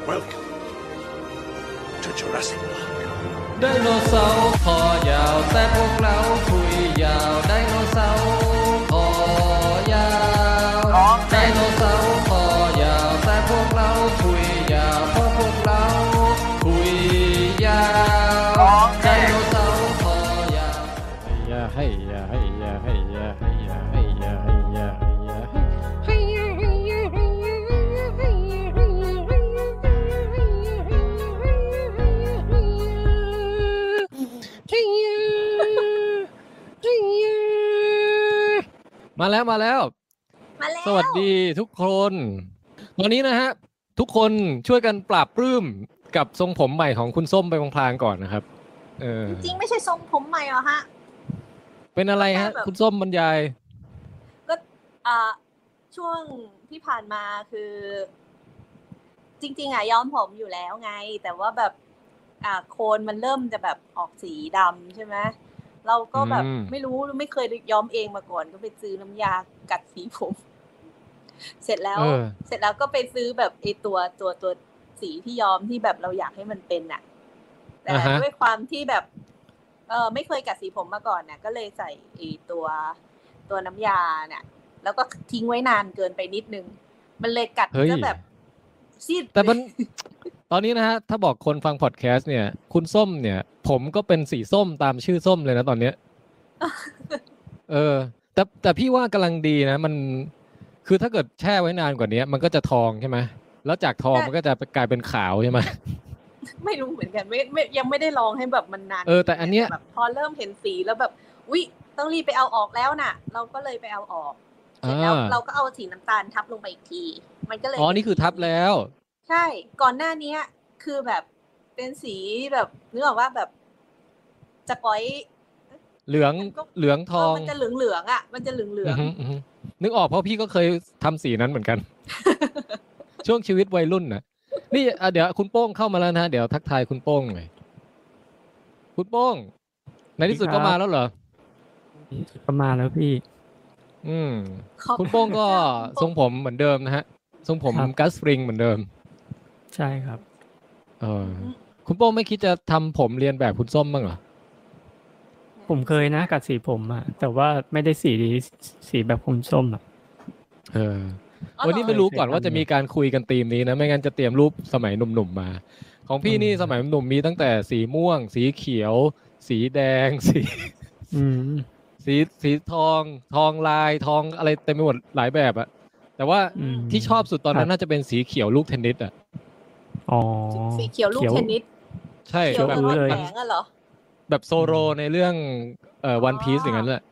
Welcome to Jurassic Park ไดโนเสาร์คอยาวแต่พวกเราคุยยาวไดโนเสาร์คอยาวไดโนเสาร์คอยาวแต่พวกเราคุยยาวเพราะพวกเราคุยยาวไดโนเสาร์คอยาวให้ยาให้ยาให้ยาให้ยาให้ยาให้ยาให้ยาให้ยาให้ยาให้ยามาแล้วสวัสดีทุกคนตอนนี้นะฮะทุกคนช่วยกันปราบปลื้มกับทรงผมใหม่ของคุณส้มไปพลางๆก่อนนะครับจริงไม่ใช่ทรงผมใหม่หรอฮะเป็นอะไรฮะคุณส้มบรรยายก็ช่วงที่ผ่านมาคือจริงๆย้อมผมอยู่แล้วไงแต่ว่าแบบโคนมันเริ่มจะแบบออกสีดำใช่ไหมเราก็แบบไม่เคยย้อมเองมาก่อนก็ไปซื้อน้ำยากัดสีผมเสร็จแล้วก็ไปซื้อแบบไอตัวสีที่ย้อมที่แบบเราอยากให้มันเป็นน่ะแต่ด้วยความที่แบบไม่เคยกัดสีผมมาก่อนน่ะก็เลยใส่ไอตัวน้ำยาเนี่ยแล้วก็ทิ้งไว้นานเกินไปนิดนึงมันเลยกัดก็แบบซีดแต่มันตอนนี้นะฮะถ้าบอกคนฟังพอดแคสต์เนี่ยคุณส้มเนี่ยผมก็เป็นสีส้มตามชื่อส้มเลยนะตอนเนี้ยแต่พี่ว่ากำลังดีนะมันคือถ้าเกิดแช่ไว้นานกว่านี้มันก็จะทองใช่ไหมแล้วจากทองมันก็จะกลายเป็นขาวใช่ไหมไม่รู้เหมือนกันไม่ยังไม่ได้ลองให้แบบมันนานแต่อันเนี้ยแบบพอเริ่มเห็นสีแล้วแบบอุ๊ยต้องรีบไปเอาออกแล้วน่ะเราก็เลยไปเอาออกเสร็จแล้วเราก็เอาสีน้ำตาลทับลงไปอีกทีมันก็เลยนี่คือทับแล้วใช่ก่อนหน้านี้คือแบบเป็นสีแบบนึกออกว่าแบบจะก้อยเหลืองทองมันจะเหลืองมันจะเหลืองนึกออกเพราะพี่ก็เคยทำสีนั้นเหมือนกัน ช่วงชีวิตวัยรุ่นนะนี่เดี๋ยวคุณโป้งเข้ามาแล้วนะเดี๋ยวทักทายคุณโป้งหน่อยคุณโป้งในที่สุดก็มาแล้วเหรอก็มาแล้วพี่คุณโป้งก็ทรงผมเหมือนเดิมนะฮะทรงผมกัสสปริงเหมือนเดิมใช่ครับคุณโป้งไม่คิดจะทำผมเรียนแบบคุณส้มบ้างเหรอผมเคยนะกัดสีผมแต่ว่าไม่ได้สีแบบคุณส้มวันนี้ไม่รู้ก่อนว่าจะมีการคุยกันธีมนี้นะไม่งั้นจะเตรียมรูปสมัยหนุ่มๆมาของพี่นี่สมัยหนุ่มมีตั้งแต่สีม่วงสีเขียวสีแดงสีทองลายทองอะไรเต็มไปหมดหลายแบบอะแต่ว่าที่ชอบสุดตอนนั้นน่าจะเป็นสีเขียวลูกเทนนิสอะสีเขียวลูกเทนนิสใช่แบบแข็งเหรอแบบโซโรในเรื่องวันพีซอย่างนั้นแหละ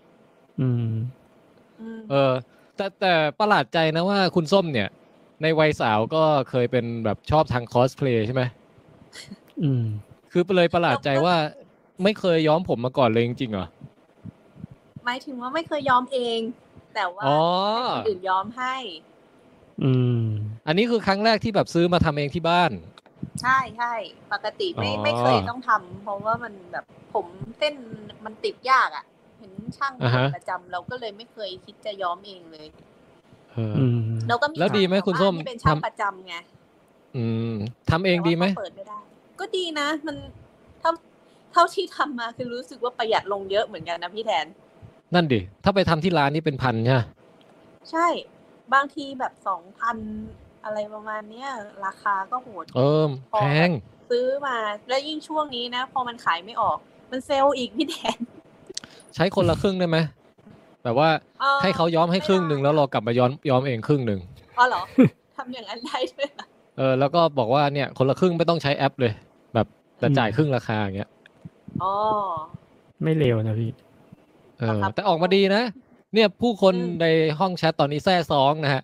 แต่ประหลาดใจนะว่าคุณส้มเนี่ยในวัยสาวก็เคยเป็นแบบชอบทางคอสเพลย์ใช่ไหมคือเลยประหลาดใจว่าไม่เคยย้อมผมมาก่อนเลยจริงๆเหรอหมายถึงว่าไม่เคยย้อมเองแต่ว่าคนอื่นย้อมให้อันนี้คือครั้งแรกที่แบบซื้อมาทำเองที่บ้านใช่ปกติไม่เคยต้องทำเพราะว่ามันแบบผมเส้นมันติดยากเห็นช่างประจำเราก็เลยไม่เคยคิดจะย้อมเองเลยเราก็มีแล้วดีไหมคุณส้มที่เป็นช่างประจำไงทำเองดีไหมเปิดไม่ได้ก็ดีนะมันเท่าที่ทำมาคือรู้สึกว่าประหยัดลงเยอะเหมือนกันนะพี่แทนนั่นดิถ้าไปทำที่ร้านนี่เป็นพันใช่ไหมใช่บางทีแบบ 2,000 อะไรประมาณเนี้ยราคาก็โหดแพงซื้อมาแล้วยิ่งช่วงนี้นะพอมันขายไม่ออกมันเซลล์อีกพี่แทนใช้คนละครึ่งได้ไหมแบบว่าให้เขาย้อมให้ครึ่งนึงแล้วเรากลับมาย้อมเองครึ่งนึงเหรอทำอย่างนั้นได้ด้วยแล้วก็บอกว่าเนี่ยคนละครึ่งไม่ต้องใช้แอปเลยแบบจะจ่ายครึ่งราคาอย่างเงี้ยไม่เลวนะพี่แต่ออกมาดีนะเนี่ยผู้คนในห้องแชทตอนนี้แซ่ซ้องนะฮะ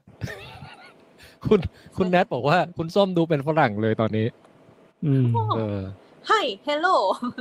คุณแนทบอกว่าคุณส้มดูเป็นฝรั่งเลยตอนนี้ Hi Hello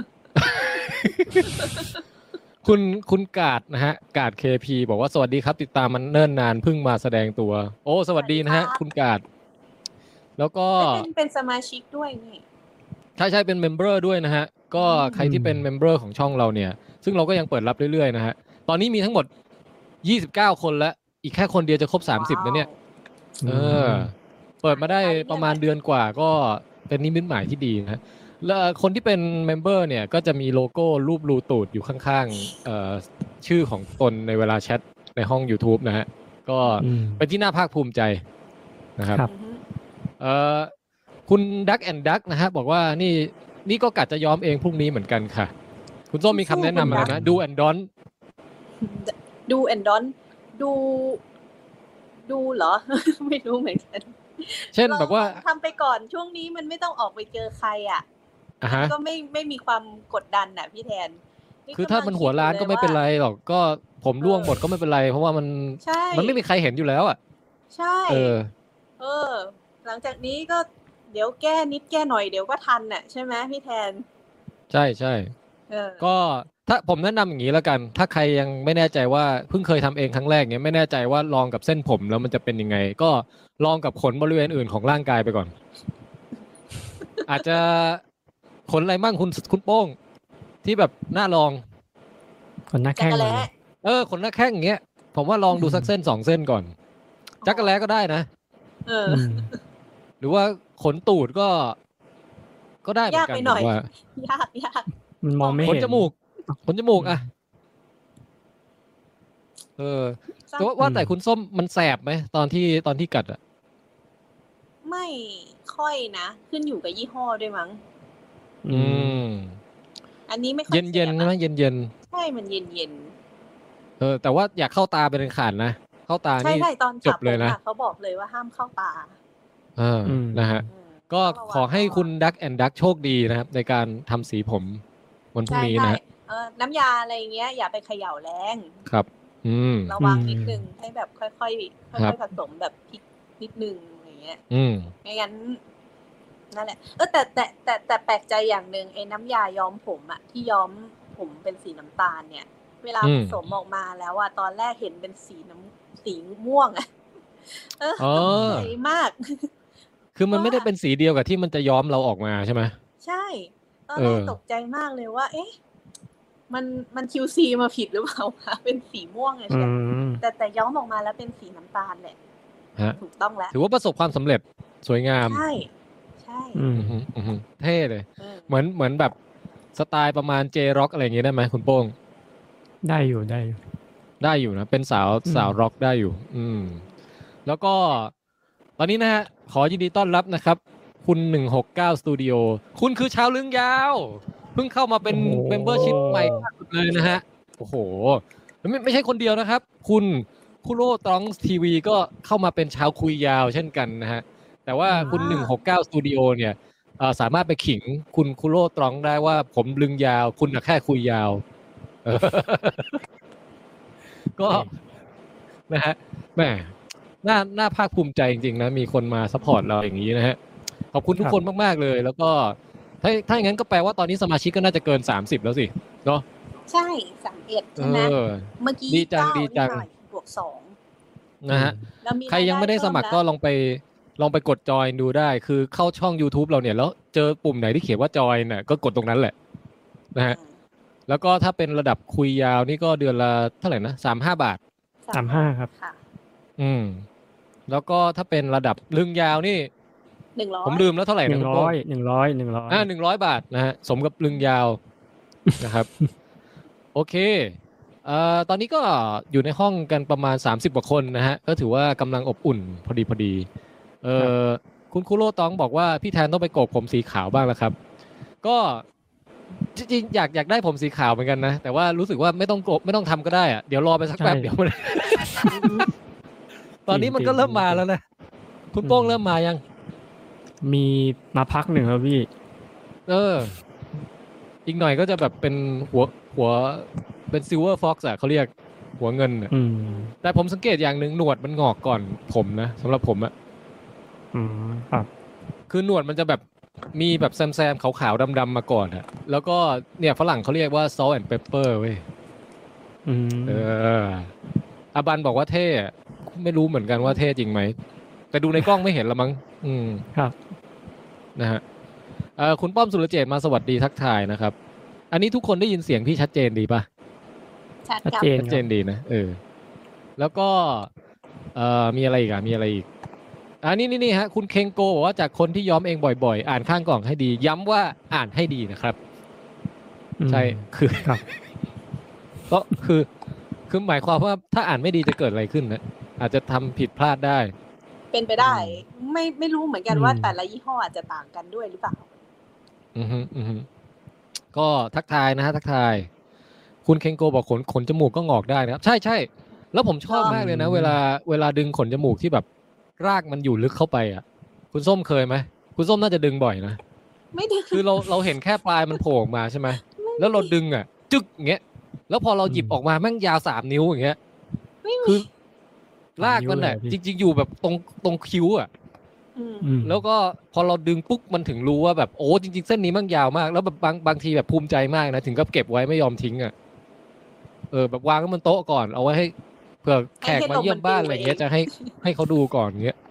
คุณกาดนะฮะกาด KP บอกว่าสวัสดีครับติดตามมันเนิ่นนานเพิ่งมาแสดงตัวโอ้สวัสดีนะฮะคุณกาดแล้วก็เป็นสมาชิกด้วยนี่ใช่เป็นเมมเบอร์ด้วยนะฮะก็ใครที่เป็นเมมเบอร์ของช่องเราเนี่ยซึ่งเราก็ยังเปิดรับเรื่อยๆนะฮะตอนนี้มีทั้งหมด29คนแล้วอีกแค่คนเดียวจะครบ30นะเนี่ยเปิดมาได้ประมาณเดือนกว่าก็เป็นนิมิตหมายที่ดีนะแล้วคนที่เป็นเมมเบอร์เนี่ยก็จะมีโลโก้รูปรูตูดอยู่ข้างๆชื่อของตนในเวลาแชทในห้อง YouTube นะฮะก็เป็นที่น่าภาคภูมิใจนะครับคุณดักแอนด์ดักนะฮะบอกว่านี่ก็กัดจะย้อมเองพรุ่งนี้เหมือนกันค่ะคุณส้มมีคำแนะนำอะไรไหมดูแอนด์ดอนดูเหรอ ไม่รู้เหมือนกันเช่นแบบว่าทำไปก่อนช่วงนี้มันไม่ต้องออกไปเจอใครอ่ะก็ไม่มีความกดดันอ่ะพี่แทนคือถ้ามันหัวล้านก็ไม่เป็นไรหรอกก็ผมร่วงหมดก็ไม่เป็นไรเพราะว่ามันไม่มีใครเห็นอยู่แล้วอ่ะใช่หลังจากนี้ก็เดี๋ยวแก้นิดแก้หน่อยเดี๋ยวก็ทันน่ะใช่ไหมพี่แทนใช่ก็ถ้าผมแนะนำอย่างนี้แล้วกันถ้าใครยังไม่แน่ใจว่าเพิ่งเคยทำเองครั้งแรกเนี้ยไม่แน่ใจว่าลองกับเส้นผมแล้วมันจะเป็นยังไงก็ลองกับขนบริเวณอื่นของร่างกายไปก่อน อาจจะขนอะไรมั่งคุณโป้งที่แบบน่าลองขนหน้าแข้งขนหน้าแข้งอย่างเงี้ยผมว่าลองดูสักเส้น2เส้นก่อนจักรแล้ก็ได้นะหรือว่าขนตูดก็ได้เหมือนกันว่ายากมันมองไม่เห็นขนจมูกอ่ะแต่ว่าแต่คุณส้มมันแสบไหมตอนที่กัดอ่ะไม่ค่อยนะขึ้นอยู่กับยี่ห้อด้วยมั้งอันนี้ไม่ค่อยเย็นๆนะเย็นๆใช่มันเย็นแต่ว่าอยากเข้าตาเป็นขาดนะเข้าตานี่ใช่ตอนจบเลยนะเขาบอกเลยว่าห้ามเข้าตานะฮะก็ขอให้คุณดักแอนด์ดักโชคดีนะครับในการทำสีผมวันพรุ่งนี้นะน้ำยาอะไรเงี้ยอย่าไปเขย่าแรงครับระวังนิดนึงให้แบบค่อยๆผสมแบบพริกนิดนึงอะไรเงี้ยไม่งั้นนั่นแหละแต่แปลกใจอย่างนึงไอ้น้ำยาย้อมผมอะที่ย้อมผมเป็นสีน้ำตาลเนี่ยเวลาผสมออกมาแล้วอะตอนแรกเห็นเป็นสีม่วงอะใหญ่มากคือมันไม่ได้เป็นสีเดียวกับที่มันจะย้อมเราออกมาใช่ไหมใช่ตอนแรกตกใจมากเลยว่าเอ๊ะมัน QC มาผิดหรือเปล่าเป็นสีม่วงไงใช่แต่ย้อมออกมาแล้วเป็นสีน้ำตาลแหละถูกต้องแล้วถือว่าประสบความสำเร็จสวยงามใช่เท่เลยเหมือนแบบสไตล์ประมาณ J-Rock อะไรอย่างงี้ได้ไหมคุณโป้งได้อยู่นะเป็นสาวร็อกได้อยู่แล้วก็ตอนนี้นะฮะขอยินดีต้อนรับนะครับคุณ169สตูดิโอคุณคือชาวลึงยาวเพิ่งเข้ามาเป็นเมมเบอร์ชิพใหม่เลยนะฮะโอ้โหไม่ใช่คนเดียวนะครับคุณคุโร่ตรองทีวีก็เข้ามาเป็นชาวคุยยาวเช่นกันนะฮะแต่ว่าคุณ169สตูดิโอเนี่ยสามารถไปขิงคุณคุโร่ตรองได้ว่าผมลึงยาวคุณแค่คุยยาวก็นะฮะแหมน่าภาคภูมิใจจริงๆนะมีคนมาซัพพอร์ตเราอย่างนี้นะฮะขอบคุณทุกคนมากๆเลยแล้วก็ถ้าอย่างนั้นก็แปลว่าตอนนี้สมาชิกก็น่าจะเกิน30แล้วสิเนาะใช่31ใช่ไหมเมื่อกี้ดีจังบวก2 นะฮะใครยังไม่ได้สมัครก็ลองไปกดจอยดูได้คือเข้าช่อง YouTube เราเนี่ยแล้วเจอปุ่มไหนที่เขียนว่าจอยน่ะก็กดตรงนั้นแหละนะฮะแล้วก็ถ้าเป็นระดับคุยยาวนี่ก็เดือนละเท่าไหร่นะ35 บาท 35ครับแล้วก็ถ้าเป็นระดับลึงยาวนี่ 100 ผมลืมแล้วเท่าไหร่นะ 100 บาทนะฮะสมกับลึงยาวนะครับโอเคตอนนี้ก็อยู่ในห้องกันประมาณ30กว่าคนนะฮะก็ถือว่ากำลังอบอุ่นพอดีคุณคุโร่ตองบอกว่าพี่แทนต้องไปโกกผมสีขาวบ้างแล้วครับก็จริงๆอยากได้ผมสีขาวเหมือนกันนะแต่ว่ารู้สึกว่าไม่ต้องโกกไม่ต้องทำก็ได้อะเดี๋ยวรอไปสักแป๊บเดี๋ยวมันตอนนี้มันก็เริ่มมาแล้วนะคุณโป้งเริ่มมายังมีมาพักหนึ่งแล้วพี่อีกหน่อยก็จะแบบเป็นหัวเป็นซิลเวอร์ฟ็อกซ์อะเขาเรียกหัวเงินแต่ผมสังเกตอย่างนึงหนวดมันงอกก่อนผมนะสำหรับผมอะครับคือหนวดมันจะแบบมีแบบแซมขาวๆดำๆมาก่อนอะแล้วก็เนี่ยฝรั่งเขาเรียกว่า salt and pepper เว้ยอาบันบอกว่าเท่ไม่รู้เหมือนกันว่าเท่จริงไหมแต่ดูในกล้องไม่เห็นละมั้งครับนะฮะคุณป้อมสุรเจตมาสวัสดีทักทายนะครับอันนี้ทุกคนได้ยินเสียงพี่ชัดเจนดีป่ะชัดเจนดีนะแล้วก็มีอะไรอีกนี่ฮะคุณเคงโกบอกว่าจากคนที่ย้อมเองบ่อยๆอ่านข้างกล่องให้ดีย้ำว่าอ่านให้ดีนะครับใช่คือครับก็คือหมายความว่าถ้าอ่านไม่ดีจะเกิดอะไรขึ้นนะอาจจะทำผิดพลาดได้เป็นไปได้ ไม่รู้เหมือนกันว่าแต่ละยี่ห้ออาจจะต่างกันด้วยหรือเปล่าก็ทักทายนะฮะทักทายคุณเคงโกบอกขนจมูกก็งอกได้นะครับใช่แล้วผมชอบมากเลยนะเวลาดึงขนจมูกที่แบบรากมันอยู่ลึกเข้าไปอ่ะคุณส้มเคยไหมคุณส้มน่าจะดึงบ่อยนะไม่ดึงคือเราเห็นแค่ปลายมันโผล่ออกมาใช่ไหมแล้วเราดึงอ่ะจึ๊กอย่างเงี้ยแล้วพอเราหยิบออกมาแม่งยาว3 นิ้วอย่างเงี้ยคือรากมันอ่ะจริงๆอยู่แบบตรงคิ้วอ่ะแล้วก็พอเราดึงปุ๊บมันถึงรู้ว่าแบบโอ้จริงๆเส้นนี้มันยาวมากแล้วแบบบางทีแบบภูมิใจมากนะถึงกับเก็บไว้ไม่ยอมทิ้งอ่ะแบบวางไว้บนโต๊ะก่อนเอาไว้ให้เผื่อแขกมาเยี่ยมบ้านอะไรเงี้ยจะให้เขาดูก่อนเงี้ย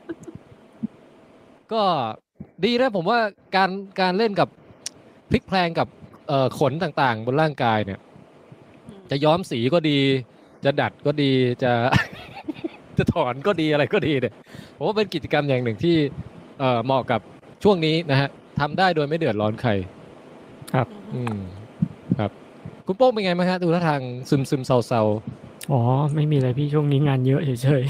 ก็ดีนะผมว่าการเล่นกับพลิกแพลงกับขนต่างๆบนร่างกายเนี่ยจะย้อมสีก็ดีจะดัดก็ดีจะจะถอนก็ดีอะไรก็ดีเนี่ยผมว่าเป็นกิจกรรมอย่างหนึ่งที่เหมาะกับช่วงนี้นะฮะทำได้โดยไม่เดือดร้อนใครครับครับคุณโป้งเป็นไงบ้างฮะดูท่าทางซึมเศร้าอ๋อไม่มีอะไรพี่ช่วงนี้งานเยอะเฉย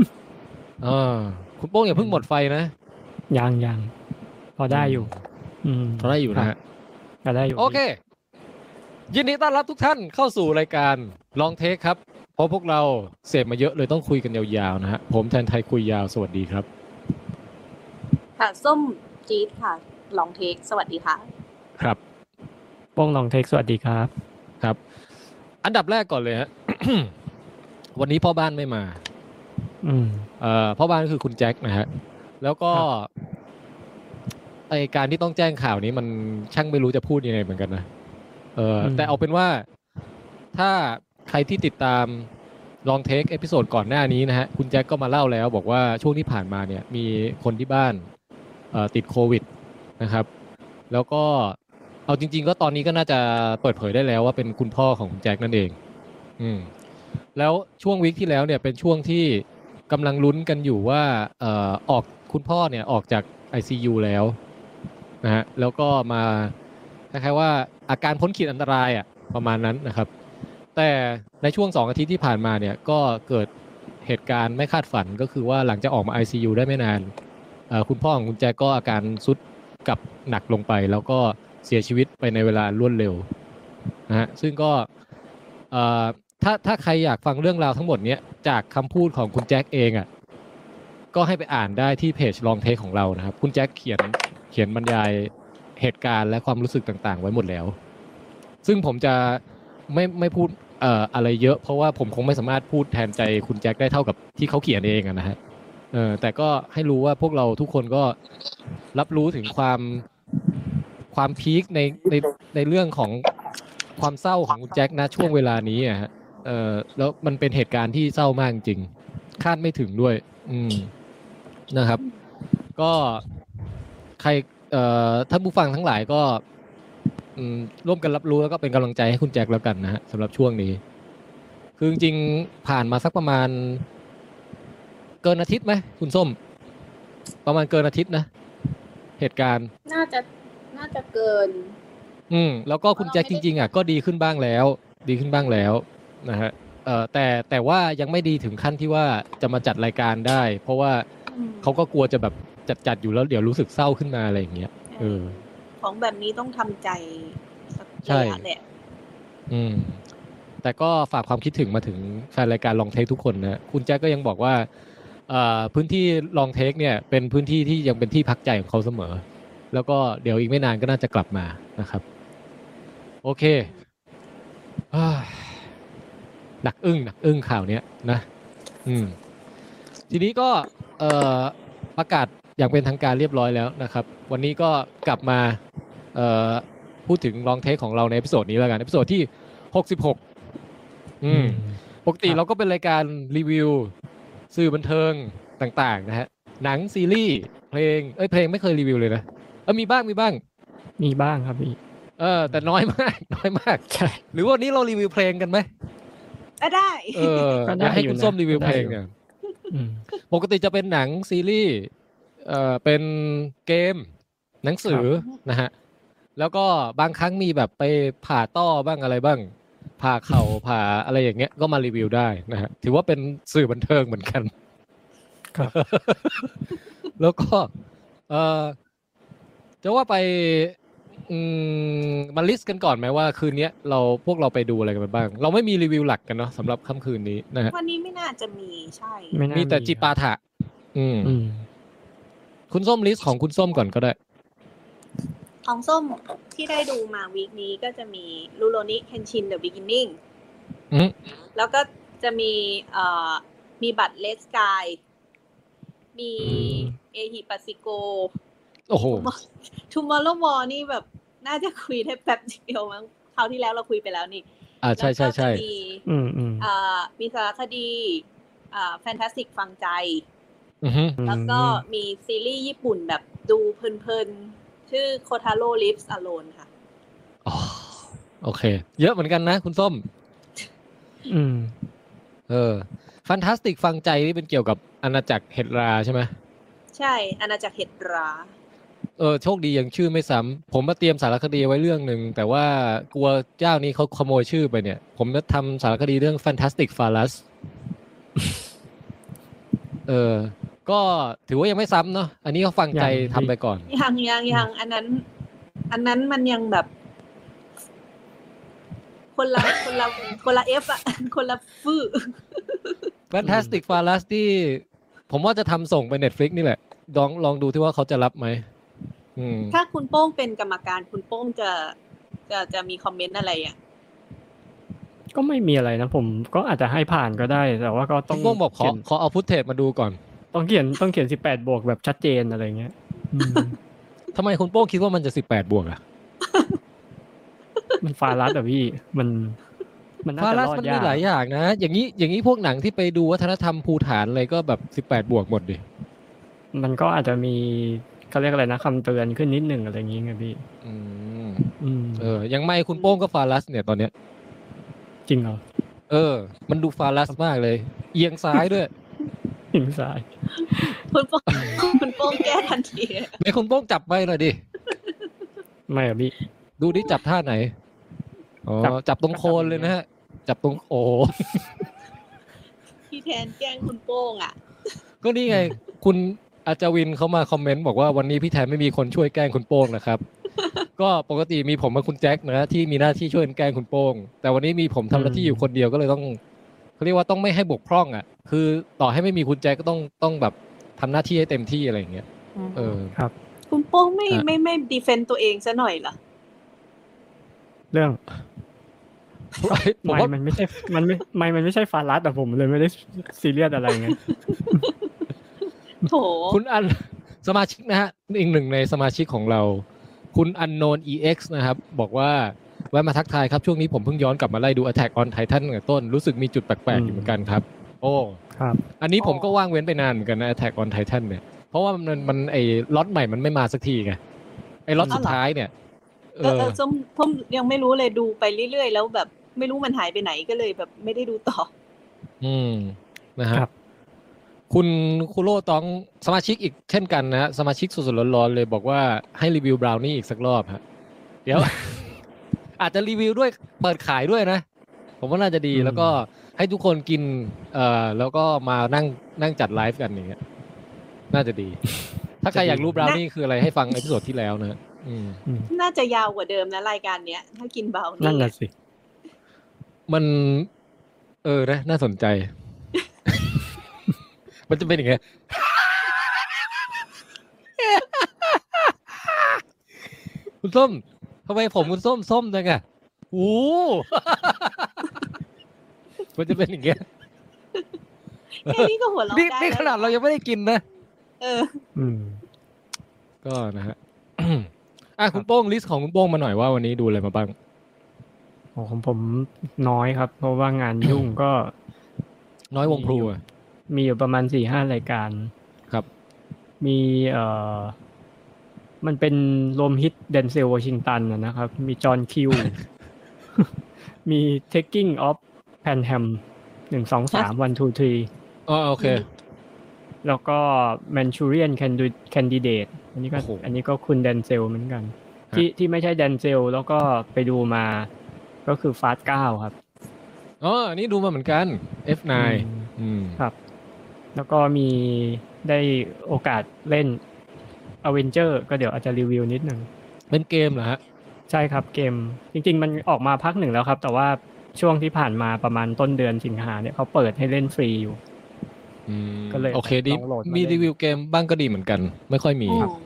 ๆคุณโป้งอย่าเพิ่งหมดไฟนะยังพอได้อยู่พอได้อยู่นะฮะพอได้อยู่โอเคยินดีต้อนรับทุกท่านเข้าสู่รายการลองเทคครับเพราะพวกเราเสพมาเยอะเลยต้องคุยกันยาวๆนะฮะผมแทนไทยคุยยาวสวัสดีครับค่ะส้มจี๊ดค่ะลองเทคสวัสดีค่ะครับโป้งลองเทคสวัสดีครับครับอันดับแรกก่อนเลยฮะ วันนี้พ่อบ้านไม่มาพ่อบ้านก็คือคุณแจ็คนะฮะแล้วก็ไอการที่ต้องแจ้งข่าวนี้มันช่างไม่รู้จะพูดยังไงเหมือนกันนะแต่เอาเป็นว่าถ้าใครที่ติดตามลองเทคเอพิโซดก่อนหน้านี้นะฮะคุณแจ็คก็มาเล่าแล้วบอกว่าช่วงที่ผ่านมาเนี่ยมีคนที่บ้านติดโควิดนะครับแล้วก็เอาจริงๆก็ตอนนี้ก็น่าจะเปิดเผยได้แล้วว่าเป็นคุณพ่อของคุณแจ็คนั่นเองแล้วช่วงวีคที่แล้วเนี่ยเป็นช่วงที่กำลังลุ้นกันอยู่ว่าคุณพ่อเนี่ยออกจาก ICU แล้วนะฮะแล้วก็มาคล้ายๆว่าอาการพ้นขีดอันตรายอ่ะประมาณนั้นนะครับแต่ในช่วง2 อาทิตย์ที่ผ่านมาเนี่ยก็เกิดเหตุการณ์ไม่คาดฝันก็คือว่าหลังจากออกมา ICU ได้ไม่นานคุณพ่อของคุณแจ็คก็อาการทรุดกลับหนักลงไปแล้วก็เสียชีวิตไปในเวลารวดเร็วนะฮะซึ่งก็ถ้าใครอยากฟังเรื่องราวทั้งหมดเนี้ยจากคำพูดของคุณแจ็คเองอ่ะก็ให้ไปอ่านได้ที่เพจลองเทคของเรานะครับคุณแจ็คเขียนบรรยายเหตุการณ์และความรู้สึกต่างๆไว้หมดแล้วซึ่งผมจะไม่พูดอะไรเยอะเพราะว่าผมคงไม่สามารถพูดแทนใจคุณแจ็คได้เท่ากับที่เขาเขียนเองนะฮะแต่ก็ให้รู้ว่าพวกเราทุกคนก็รับรู้ถึงความพีคในเรื่องของความเศร้าของคุณแจ็คนะช่วงเวลานี้อ่ะฮะแล้วมันเป็นเหตุการณ์ที่เศร้ามากจริงคาดไม่ถึงด้วยนะครับก็ใครท่านผู้ฟังทั้งหลายก็ร่วมกันรับรู้แล้วก็เป็นกำลังใจให้คุณแจ็คแล้วกันนะฮะสำหรับช่วงนี้คือจริงๆผ่านมาสักประมาณเกินอาทิตย์ไหมคุณส้มประมาณเกินอาทิตย์นะเหตุการณ์น่าจะเกินแล้วก็คุณแจ็คจริงๆอ่ะก็ดีขึ้นบ้างแล้วนะฮะแต่ว่ายังไม่ดีถึงขั้นที่ว่าจะมาจัดรายการได้เพราะว่าเขาก็กลัวจะแบบจัดอยู่แล้วเดี๋ยวรู้สึกเศร้าขึ้นมาอะไรอย่างเงี้ยของแบบนี้ต้องทำใจใช่แหละแต่ก็ฝากความคิดถึงมาถึงแฟนรายการลองเทคทุกคนนะคุณแจ็คก็ยังบอกว่าพื้นที่ลองเทคเนี่ยเป็นพื้นที่ที่ยังเป็นที่พักใจของเขาเสมอแล้วก็เดี๋ยวอีกไม่นานก็น่าจะกลับมานะครับโอเคหนักอึ้งข่าวนี้นะทีนี้ก็ประกาศอย่างเป็นทางการเรียบร้อยแล้วนะครับวันนี้ก็กลับมาพูดถึงลองเทคของเราในเอพิโซดนี้แล้วกันเอพิโซดที่66ปกติเราก็เป็นรายการรีวิวสื่อบันเทิงต่างๆนะฮะหนังซีรีส์เพลงไม่เคยรีวิวเลยนะมีบ้างครับพี่แต่น้อยมากใช่หรือว่านี้เรารีวิวเพลงกันไหมได้อยากให้คุณส้มรีวิวเพลงเนี่ยอืมปกติจะเป็นหนังซีรีส์เป็นเกมหนังสือนะฮะแล้วก็บางครั้งมีแบบไปผ่าต้อบ้างอะไรบ้างผ่าเข่าผ่าอะไรอย่างเงี้ยก็มารีวิวได้นะฮะถือว่าเป็นสื่อบันเทิงเหมือนกันครับแล้วก็จะว่าไปมาลิสต์กันก่อนไหมว่าคืนนี้พวกเราไปดูอะไรกันไปบ้างเราไม่มีรีวิวหลักกันเนาะสำหรับค่ำคืนนี้นะฮะวันนี้ไม่น่าจะมีใช่ไม่น่ามีแต่จิปาครับถะอืมอืมคุณส้มลิสต์ของคุณส้มก่อนก็ได้ของส้มที่ได้ดูมาวีคนี้ก็จะมีลูโรนิเคนชิน The Beginning อืมแล้วก็จะมีบัตรเลสกายมีเอฮิปัสซิโกโอ้โห Tomorrow War นี่แบบน่าจะคุยได้แป๊บเดียวมั้งคราวที่แล้วเราคุยไปแล้วนี่ใช่ใช่ใช่แล้วก็จะมีอืมมีสารคดีแฟนตาสติกฟังใจอือฮึแล้วก็มีซีรีส์ญี่ปุ่นแบบดูเพลินๆ ชื่อ Kotaro Lives Alone ค่ะอ๋อโอเค เยอะเหมือนกันนะคุณส้มอืมฟันตาสติกฟังใจนี่เป็นเกี่ยวกับอาณาจักรเห็ดราใช่ไหมใช่อาณาจักรเห็ดราโชคดียังชื่อไม่ซ้ำผมมาเตรียมสารคดีไว้เรื่องหนึ่งแต่ว่ากลัวเจ้านี้เขาขโมยชื่อไปเนี่ย ผมจะทำสารคดีเรื่อง Fantastic Falas ก็ถือว่ายังไม่ซ้ำเนาะอันนี้เขาฟังใจทำไปก่อนยังอันนั้นมันยังแบบ คนละเอฟอะคนละฟื้ Fantastic Falas ที่ผมว่าจะทำส่งไป Netflix นี่แหละลองดูที่ว่าเขาจะรับไหมถ้าคุณโป้งเป็นกรรมการคุณโป้งจะมีคอมเมนต์อะไรอ่ะก็ไม่มีอะไรนะผมก็อาจจะให้ผ่านก็ได้แต่ว่าก็ต้คุองณโป้งบอกขอเอาฟุตเทจมาดูก่อนต้องเขียน18 บวกแบบชัดเจนอะไรเงี้ยอืมทำไมคุณโป้งคิดว่ามันจะ18 บวกอ่ะมันฟารัสอะพี่มันน่าฟาจะลัรสอดมันยามีกหลายอย่างนะอย่างนี้พวกหนังที่ไปดูวัฒนธรรมภูฐานอะไรก็แบบ18 บวกหมดดิมันก็อาจจะมีเขาเรียกอะไรนะคำเตือนขึ้นนิดหนึ่งอะไรอย่างงี้ไงพี่ อืมยังไม่คุณโป้งก็ฟาลัสเนี่ยตอนเนี้ยจริงเหรอมันดูฟาลัสมากเลย เอียงซ้ายด้วยหิงซ้ายคุณโป้งแก้ทันทีไม่คุณโป้งจับไปหน่อยดิไม่อะพี่ดูดิจับท่าไหนจับตรงโคนเลยนะฮะจับตรงโอ้พี่แทนแกล้งคุณโป้งอ่ะก็นี่ไง คุณอาจาวินเขามาคอมเมนต์บอกว่าวันนี้พี่แทนไม่มีคนช่วยแกล้งคุณโป้งนะครับ ก็ปกติมีผมกับคุณแจ็คนะที่มีหน้าที่ช่วยแกล้งคุณโป้งแต่วันนี้มีผมทำหน้าที่อยู่คนเดียวก็เลยต้องเขาเรียกว่าต้องไม่ให้บกพร่องอ่ะคือต่อให้ไม่มีคุณแจ็คก็ต้องแบบทำหน้าที่ให้เต็มที่อะไรอย่างเงี้ยครับคุณโป้งไม่ดีเฟนต์ตัวเองซะหน่อยเหรอเรื่องผมไม่ว่ามันไม่ใช่มันไม่ใช่ฟารัสแต่ผมเลยไม่ได้ซีเรียสอะไรไงโถคุณอันสมาชิกนะฮะอีกหนึ่งในสมาชิกของเราคุณอันโนน EX นะครับบอกว่าแวะมาทักทายครับช่วงนี้ผมเพิ่งย้อนกลับมาไล่ดู Attack on Titan ตั้งแต่ต้นรู้สึกมีจุดแปลกๆอยู่เหมือนกันครับโอ้ครับอันนี้ผมก็ว่างเว้นไปนานเหมือนกันนะ Attack on Titan เนี่ยเพราะว่ามันไอ้ล็อตใหม่มันไม่มาสักทีไงไอ้ล็อตสุดท้ายเนี่ยผมยังไม่รู้เลยดูไปเรื่อยๆแล้วแบบไม่รู้มันหายไปไหนก็เลยแบบไม่ได้ดูต่อนะฮะครับคุณคุโร่ต้องสมาชิกอีกเช่นกันนะฮะสมาชิกสดๆร้อนๆเลยบอกว่าให้รีวิวบราวนี่อีกสักรอบฮะเดี๋ยว อาจจะรีวิวด้วยเปิดขายด้วยนะผมว่าน่าจะดีแล้วก็ให้ทุกคนกินแล้วก็มานั่งจัดไลฟ์กันอย่างเงี้ยน่าจะดี ถ้าใครอยากรู้บราวนี่คืออะไรให้ฟังเอพิโซดที่แล้วนะน่าจะยาวกว่าเดิมนะรายการเนี้ยถ้ากินเบานี่นั่นแหละสิมันนะน่าสนใจ มันจะเป็นอย่างไง คุณส้มทำไมผมคุณส้มจังอ่ะโอ้ มันจะเป็นอย่างเงี้ยแค่นี้ก็หัวเราะได้นี่ขนาดเรายังไม่ได้กินนะก็นะฮะ คุณโป้งลิสต์ของคุณโป้งมาหน่อยว่าวันนี้ดูอะไรมาบ้างของผมน้อยครับเพราะว่างานยุ่งก็น้อยวงพลูอ่ะมีอยู่ประมาณ 4-5 รายการครับมีมันเป็นรวมฮิตเดนเซลวอชิงตันนะครับมีจอห์นคิว มี Taking of Panham 1 2 3 1 2 3 โอเคแล้วก็ Manchurian Candidate อันนี้ก็คุณแดนเซลเหมือนกันที่ไม่ใช่แดนเซลแล้วก็ไปดูมาก็คือ Fast 9ครับอันนี้ดูมาเหมือนกัน F9 ครับแล้วก็มีได้โอกาสเล่น Avenger ก็เดี๋ยวอาจจะรีวิวนิดนึงเป็นเกมเหรอฮะใช่ครับเกมจริงๆมันออกมาพักหนึ่งแล้วครับแต่ว่าช่วงที่ผ่านมาประมาณต้นเดือนสิงหาเนี่ยเขาเปิดให้เล่นฟรีอยู่ก็เลยโอเคดีมีรีวิวเกมบ้างก็ดีเหมือนกันไม่ค่อยมีครับ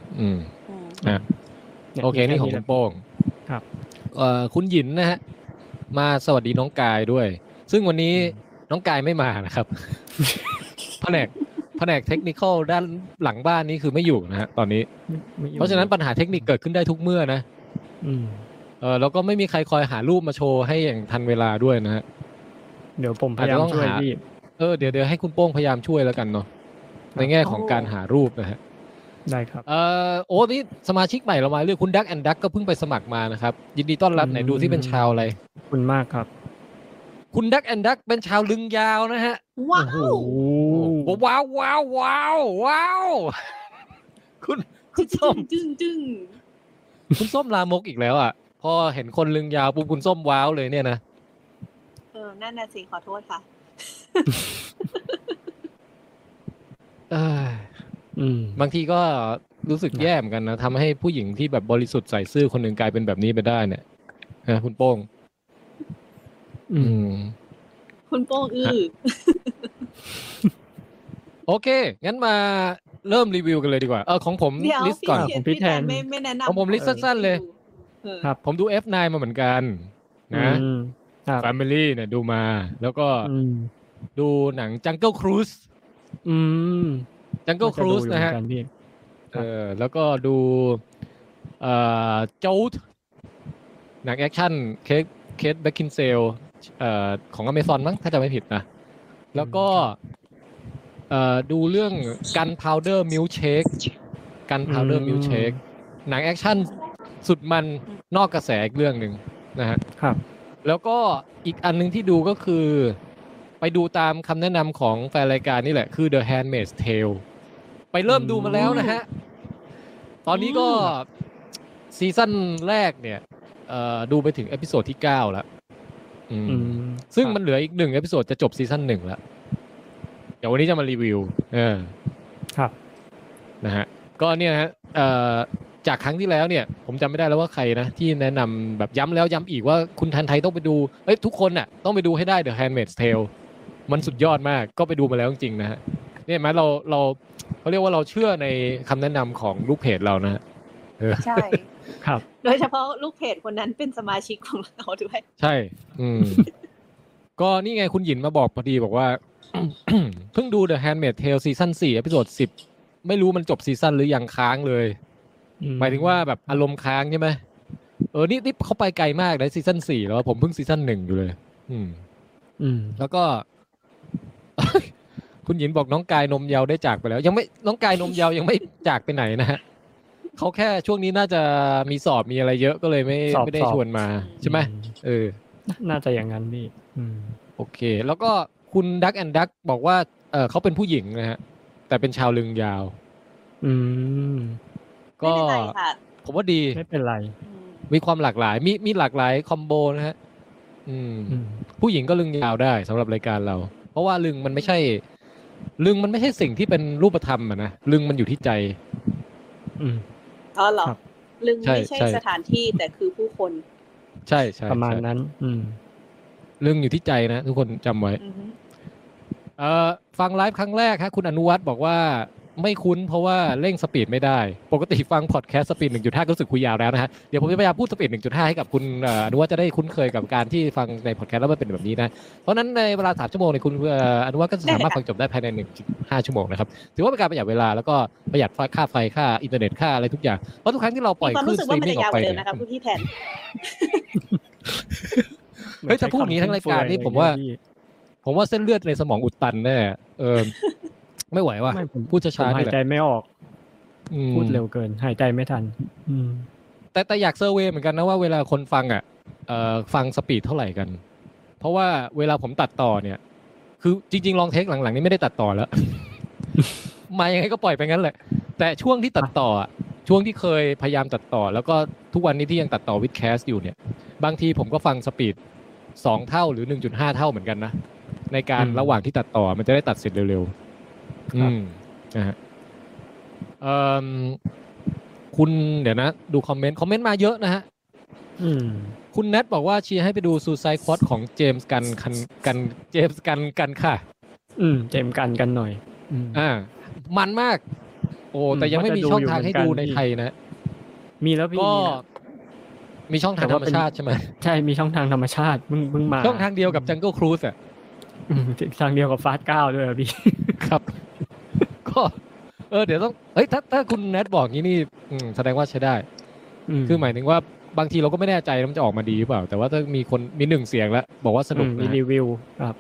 โอเคนี่ของคุณโป้งครับคุณหยินนะฮะมาสวัสดีน้องกายด้วยซึ่งวันนี้น้องกายไม่มานะครับแผนกเทคนิคอลด้านหลังบ้านนี้คือไม่อยู่นะฮะตอนนี้เพราะฉะนั้นปัญหาเทคนิคเกิดขึ้นได้ทุกเมื่อนะแล้วก็ไม่มีใครคอยหารูปมาโชว์ให้อย่างทันเวลาด้วยนะฮะเดี๋ยวผมพยายามช่วยพี่เดี๋ยวให้คุณโป้งพยายามช่วยแล้วกันเนาะในแง่ของการหารูปนะฮะได้ครับนี่สมาชิกใหม่เรามาเรื่องคุณดักแอนด์ดักก็เพิ่งไปสมัครมานะครับยินดีต้อนรับไหนดูที่เป็นชาวอะไรคุณมากครับคุณดักแอนด์ดักเป็นชาวลึงยาวนะฮะว้าวว้าวคุณส้มจึ้งคุณส้มลามกอีกแล้วอ่ะพอเห็นคนลึงยาวปุ๊บคุณส้มว้าวเลยเนี่ยนะนั่นน่ะสิขอโทษค่ะบางทีก็รู้สึกแย่เหมือนกันนะทำให้ผู้หญิงที่แบบบริสุทธิ์ใส่ซื่อคนหนึ่งกลายเป็นแบบนี้ไปได้เนี่ยนะคุณโป้งคุณโป้งโอเคงั้นมาเริ่มรีวิวกันเลยดีกว่าของผมลิสต์ก่อนของพี่แทนไม่แนะนำของผมลิสต์สั้นๆเลยครับผมดู F9 มาเหมือนกันนะ Family เนี่ยดูมาแล้วก็ดูหนัง Jungle Cruise Jungle Cruise นะฮะแล้วก็ดูโจ๊ดหนังแอคชั่นเคทแบ็คคินเซลของ Amazon มั้งถ้าจำไม่ผิดนะแล้วก็ดูเรื่อง Gunpowder Milkshake หนังแอคชั่นสุดมันนอกกระแสอีกเรื่องนึงนะฮะครับแล้วก็อีกอันนึงที่ดูก็คือไปดูตามคำแนะนำของแฟนรายการนี่แหละคือ The Handmaid's Tale ไปเริ่มดูมาแล้วนะฮะตอนนี้ก็ซีซั่นแรกเนี่ยดูไปถึงเอพิโซดที่9แล้วซึ่งมันเหลืออีก1เอพิโซดจะจบซีซั่น1แล้วเดี๋ยววันนี้จะมารีวิวครับนะฮะก็เนี่ยฮะจากครั้งที่แล้วเนี่ยผมจำไม่ได้แล้วว่าใครนะที่แนะนำแบบย้ำแล้วย้ำอีกว่าคุณทันไทยต้องไปดูทุกคนน่ะต้องไปดูให้ได้ The Handmaid's Tale มันสุดยอดมากก็ไปดูมาแล้วจริงๆนะฮะเนี่ยมั้ยเราเขาเรียกว่าเราเชื่อในคำแนะนำของลูกเพจเรานะใช่ครับโดยเฉพาะลูกเพจคนนั้นเป็นสมาชิกของเราด้วยใช่ก็นี่ไงคุณหยินมาบอกพอดีบอกว่า เพิ่งดู The Handmaid's Tale ซีซั่น4เอพิโซด10ไม่รู้มันจบซีซั่นหรือยังค้างเลยหมายถึงว่าแบบอารมณ์ค้างใช่ไหมนี่เขาไปไกลมากเลยซีซั่น4แล้วผมเพิ่งซีซั่น1อยู่เลยแล้วก็ คุณหญินบอกน้องกายนมเยาว์ได้จากไปแล้วยังไม่น้องกายนมเยาว์ยังไม่จากไปไหนนะฮะเขาแค่ช่วงนี้น่าจะมีสอบมีอะไรเยอะก็เลยไม่ได้ชวนมาใช่ไหมน่าจะอย่างนั้นพี่โอเคแล้วก็คุณดักแอนด์ดักบอกว่าเขาเป็นผู้หญิงนะฮะแต่เป็นชาวลึงยาวก็ผมว่าดีไม่เป็นไรมีความหลากหลายมีหลากหลายคอมโบนะฮะผู้หญิงก็ลึงยาวได้สำหรับรายการเราเพราะว่าลึงมันไม่ใช่สิ่งที่เป็นรูปธรรมอ่ะนะลึงมันอยู่ที่ใจเหรอลึงไม่ใช่สถานที่แต่คือผู้คนใช่ประมาณนั้นลึงอยู่ที่ใจนะทุกคนจำไว้ฟังไลฟ์ครั้งแรกฮะคุณอนุวัฒน์บอกว่าไม่คุ้นเพราะว่าเร่งสปีดไม่ได้ปกติฟังพอดแคสต์สปีด 1.5 ก็รู้สึกคุยยาวแล้วนะฮะเดี๋ยวผมจะพยายามพูดสปีด 1.5 ให้กับคุณอนุวัฒน์จะได้คุ้นเคยกับการที่ฟังในพอดแคสต์แล้วมันเป็นแบบนี้นะเพราะนั้นในเวลา3ชั่วโมงเนี่ยคุณอนุวัฒน์ก็สามารถฟังจบได้ภายใน 1.5 ชั่วโมงนะครับถือว่าเป็นการประหยัดเวลาแล้วก็ประหยัดค่าไฟค่าอินเทอร์เน็ตค่าอะไรทุกอย่างเพราะทุกครั้งที่เราปล่อยคลื่นสตรีมมิ่งออกไปนะครับคุณพี่แผนถ้าพูดนี้ทั้งรายการนี่ผมว่าเส้นเลือดในสมองอุดตันแน่ไม่ไหวว่ะพูดช้าๆหายใจไม่ออกพูดเร็วเกินหายใจไม่ทันแต่อยากเซอร์เวย์เหมือนกันนะว่าเวลาคนฟังฟังสปีดเท่าไหร่กันเพราะว่าเวลาผมตัดต่อเนี่ยคือจริงๆลองเทคหลังๆนี้ไม่ได้ตัดต่อแล้วมายังไงก็ปล่อยไปงั้นแหละแต่ช่วงที่ตัดต่อช่วงที่เคยพยายามตัดต่อแล้วก็ทุกวันนี้ที่ยังตัดต่อวิดแคสอยู่เนี่ยบางทีผมก็ฟังสปีด2เท่าหรือ 1.5 เท่าเหมือนกันนะในการระหว่างที่ตัดต่อมันจะได้ตัดเสร็จเร็วๆนะฮะคุณเดี๋ยวนะดูคอมเมนต์มาเยอะนะฮะคุณเน็ตบอกว่าเชียร์ให้ไปดูซูไซด์ควอดของเจมส์กันเจมส์กันค่ะเจมส์กันหน่อยมันมากโอ้แต่ยังไม่มีช่องทางให้ดูในไทยนะมีแล้วพี่ก็มีช่องทางธรรมชาติใช่ไหมใช่มีช่องทางธรรมชาติมึงมาช่องทางเดียวกับ Jungle Cruise อ่ะทางเดียวกับ Fast 9ด้วยพี่ครับก็เดี๋ยวต้องถ้าคุณเน็ตบอกงี้นี่แสดงว่าใช้ได้คือหมายถึงว่าบางทีเราก็ไม่แน่ใจมันจะออกมาดีหรือเปล่าแต่ว่าถ้ามีคนมี1เสียงแล้วบอกว่าสนุกมีรีวิวครับ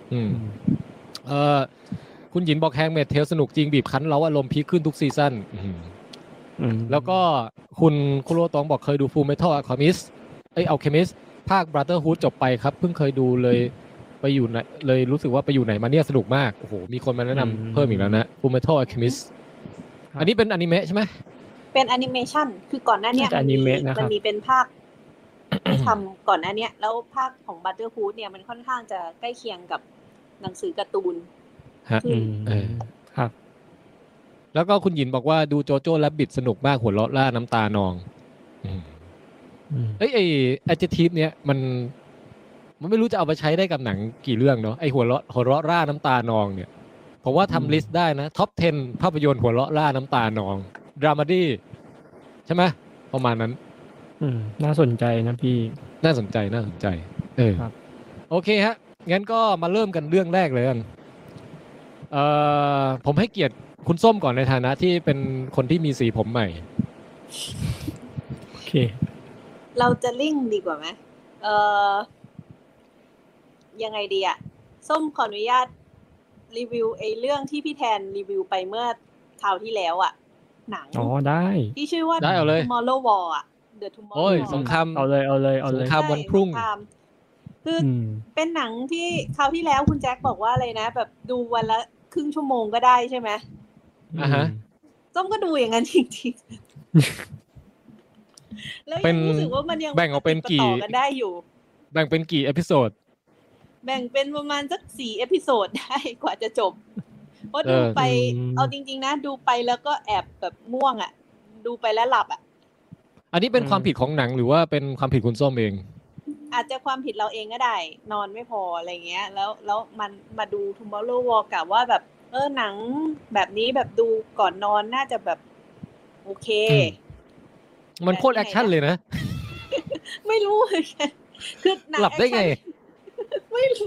คุณหยินบอกแฮงเมดเทลสนุกจริงบีบคั้นเราอารมณ์พีคขึ้นทุกซีซั่นแล้วก็คุณคุโรตองบอกเคยดู Full Metal Alchemist Alchemist ภาค Brotherhood จบไปครับเพิ่งเคยดูเลยไปอยู่ไหนเลยรู้สึกว่าไปอยู่ไหนมาเนี่ยสนุกมากโอ้โหมีคนมาแนะนำเพิ่มอีกแล้วนะ Full Metal Alchemist อันนี้เป็นอนิเมะใช่ไหมเป็นแอนิเมชันคือก่อนหน้านี้มันมีเป็นภาคที่ทำก่อนหน้านี้แล้วภาคของ Brotherhood เนี่ยมันค่อนข้างจะใกล้เคียงกับหนังสือการ์ตูนครับแล้วก็คุณหยินบอกว่าดูโจโจ้แรบบิทสนุกมากหัวเราะล่าน้ำตานองไอ้adjective เนี่ยมันไม่รู้จะเอาไปใช้ได้กับหนังกี่เรื่องเนาะไอ้หัวเราะล่าน้ำตานองเนี่ยผมว่าทำลิสต์ได้นะท็อป 10 ภาพยนตร์หัวเราะล่าน้ำตานองดราม่าดี้ใช่ไหมประมาณนั้นน่าสนใจนะพี่น่าสนใจครับโอเคฮะงั้นก็มาเริ่มกันเรื่องแรกเลยกันผมให้เกียรติคุณส้มก่อนในฐานะที่เป็นคนที่มีสีผมใหม่โอเคเราจะลิงก์ดีกว่าไหมยังไงดีอะส้มขออนุญาตรีวิวเรื่องที่พี่แทนรีวิวไปเมื่อคราวที่แล้วอะหนังได้ที่ชื่อว่า Tomorrow War อะ The Tomorrow โอ้ยสงครามเอาเลยสงครามวันพรุ่งคือเป็นหนังที่คราวที่แล้วคุณแจ็คบอกว่าอะไรนะแบบดูวันละครึ่งชั่วโมงก็ได้ใช่ไหมส้มก็ดูอย่างนั้นจริงๆแล้วยังรู้สึกว่ามันยังแบ่งออกเป็นกี่กันได้อยู่แบ่งเป็นกี่เอพิโซดแบ่งเป็นประมาณสัก4เอพิโซดได้กว่าจะจบเพราะดูไปเอาจริงๆนะดูไปแล้วก็แอบแบบง่วงอ่ะดูไปแล้วหลับอ่ะอันนี้เป็นความผิดของหนังหรือว่าเป็นความผิดคุณส้มเองอาจจะความผิดเราเองก็ได้นอนไม่พออะไรเงี้ยแล้วมันมาดู Tomorrow War กะว่าแบบหนังแบบนี้แบบดูก่อนนอนน่าจะแบบโอเคมันโคตรแอคชั่นเลยนะไม่รู้คือหลับได้ไงไม่รู้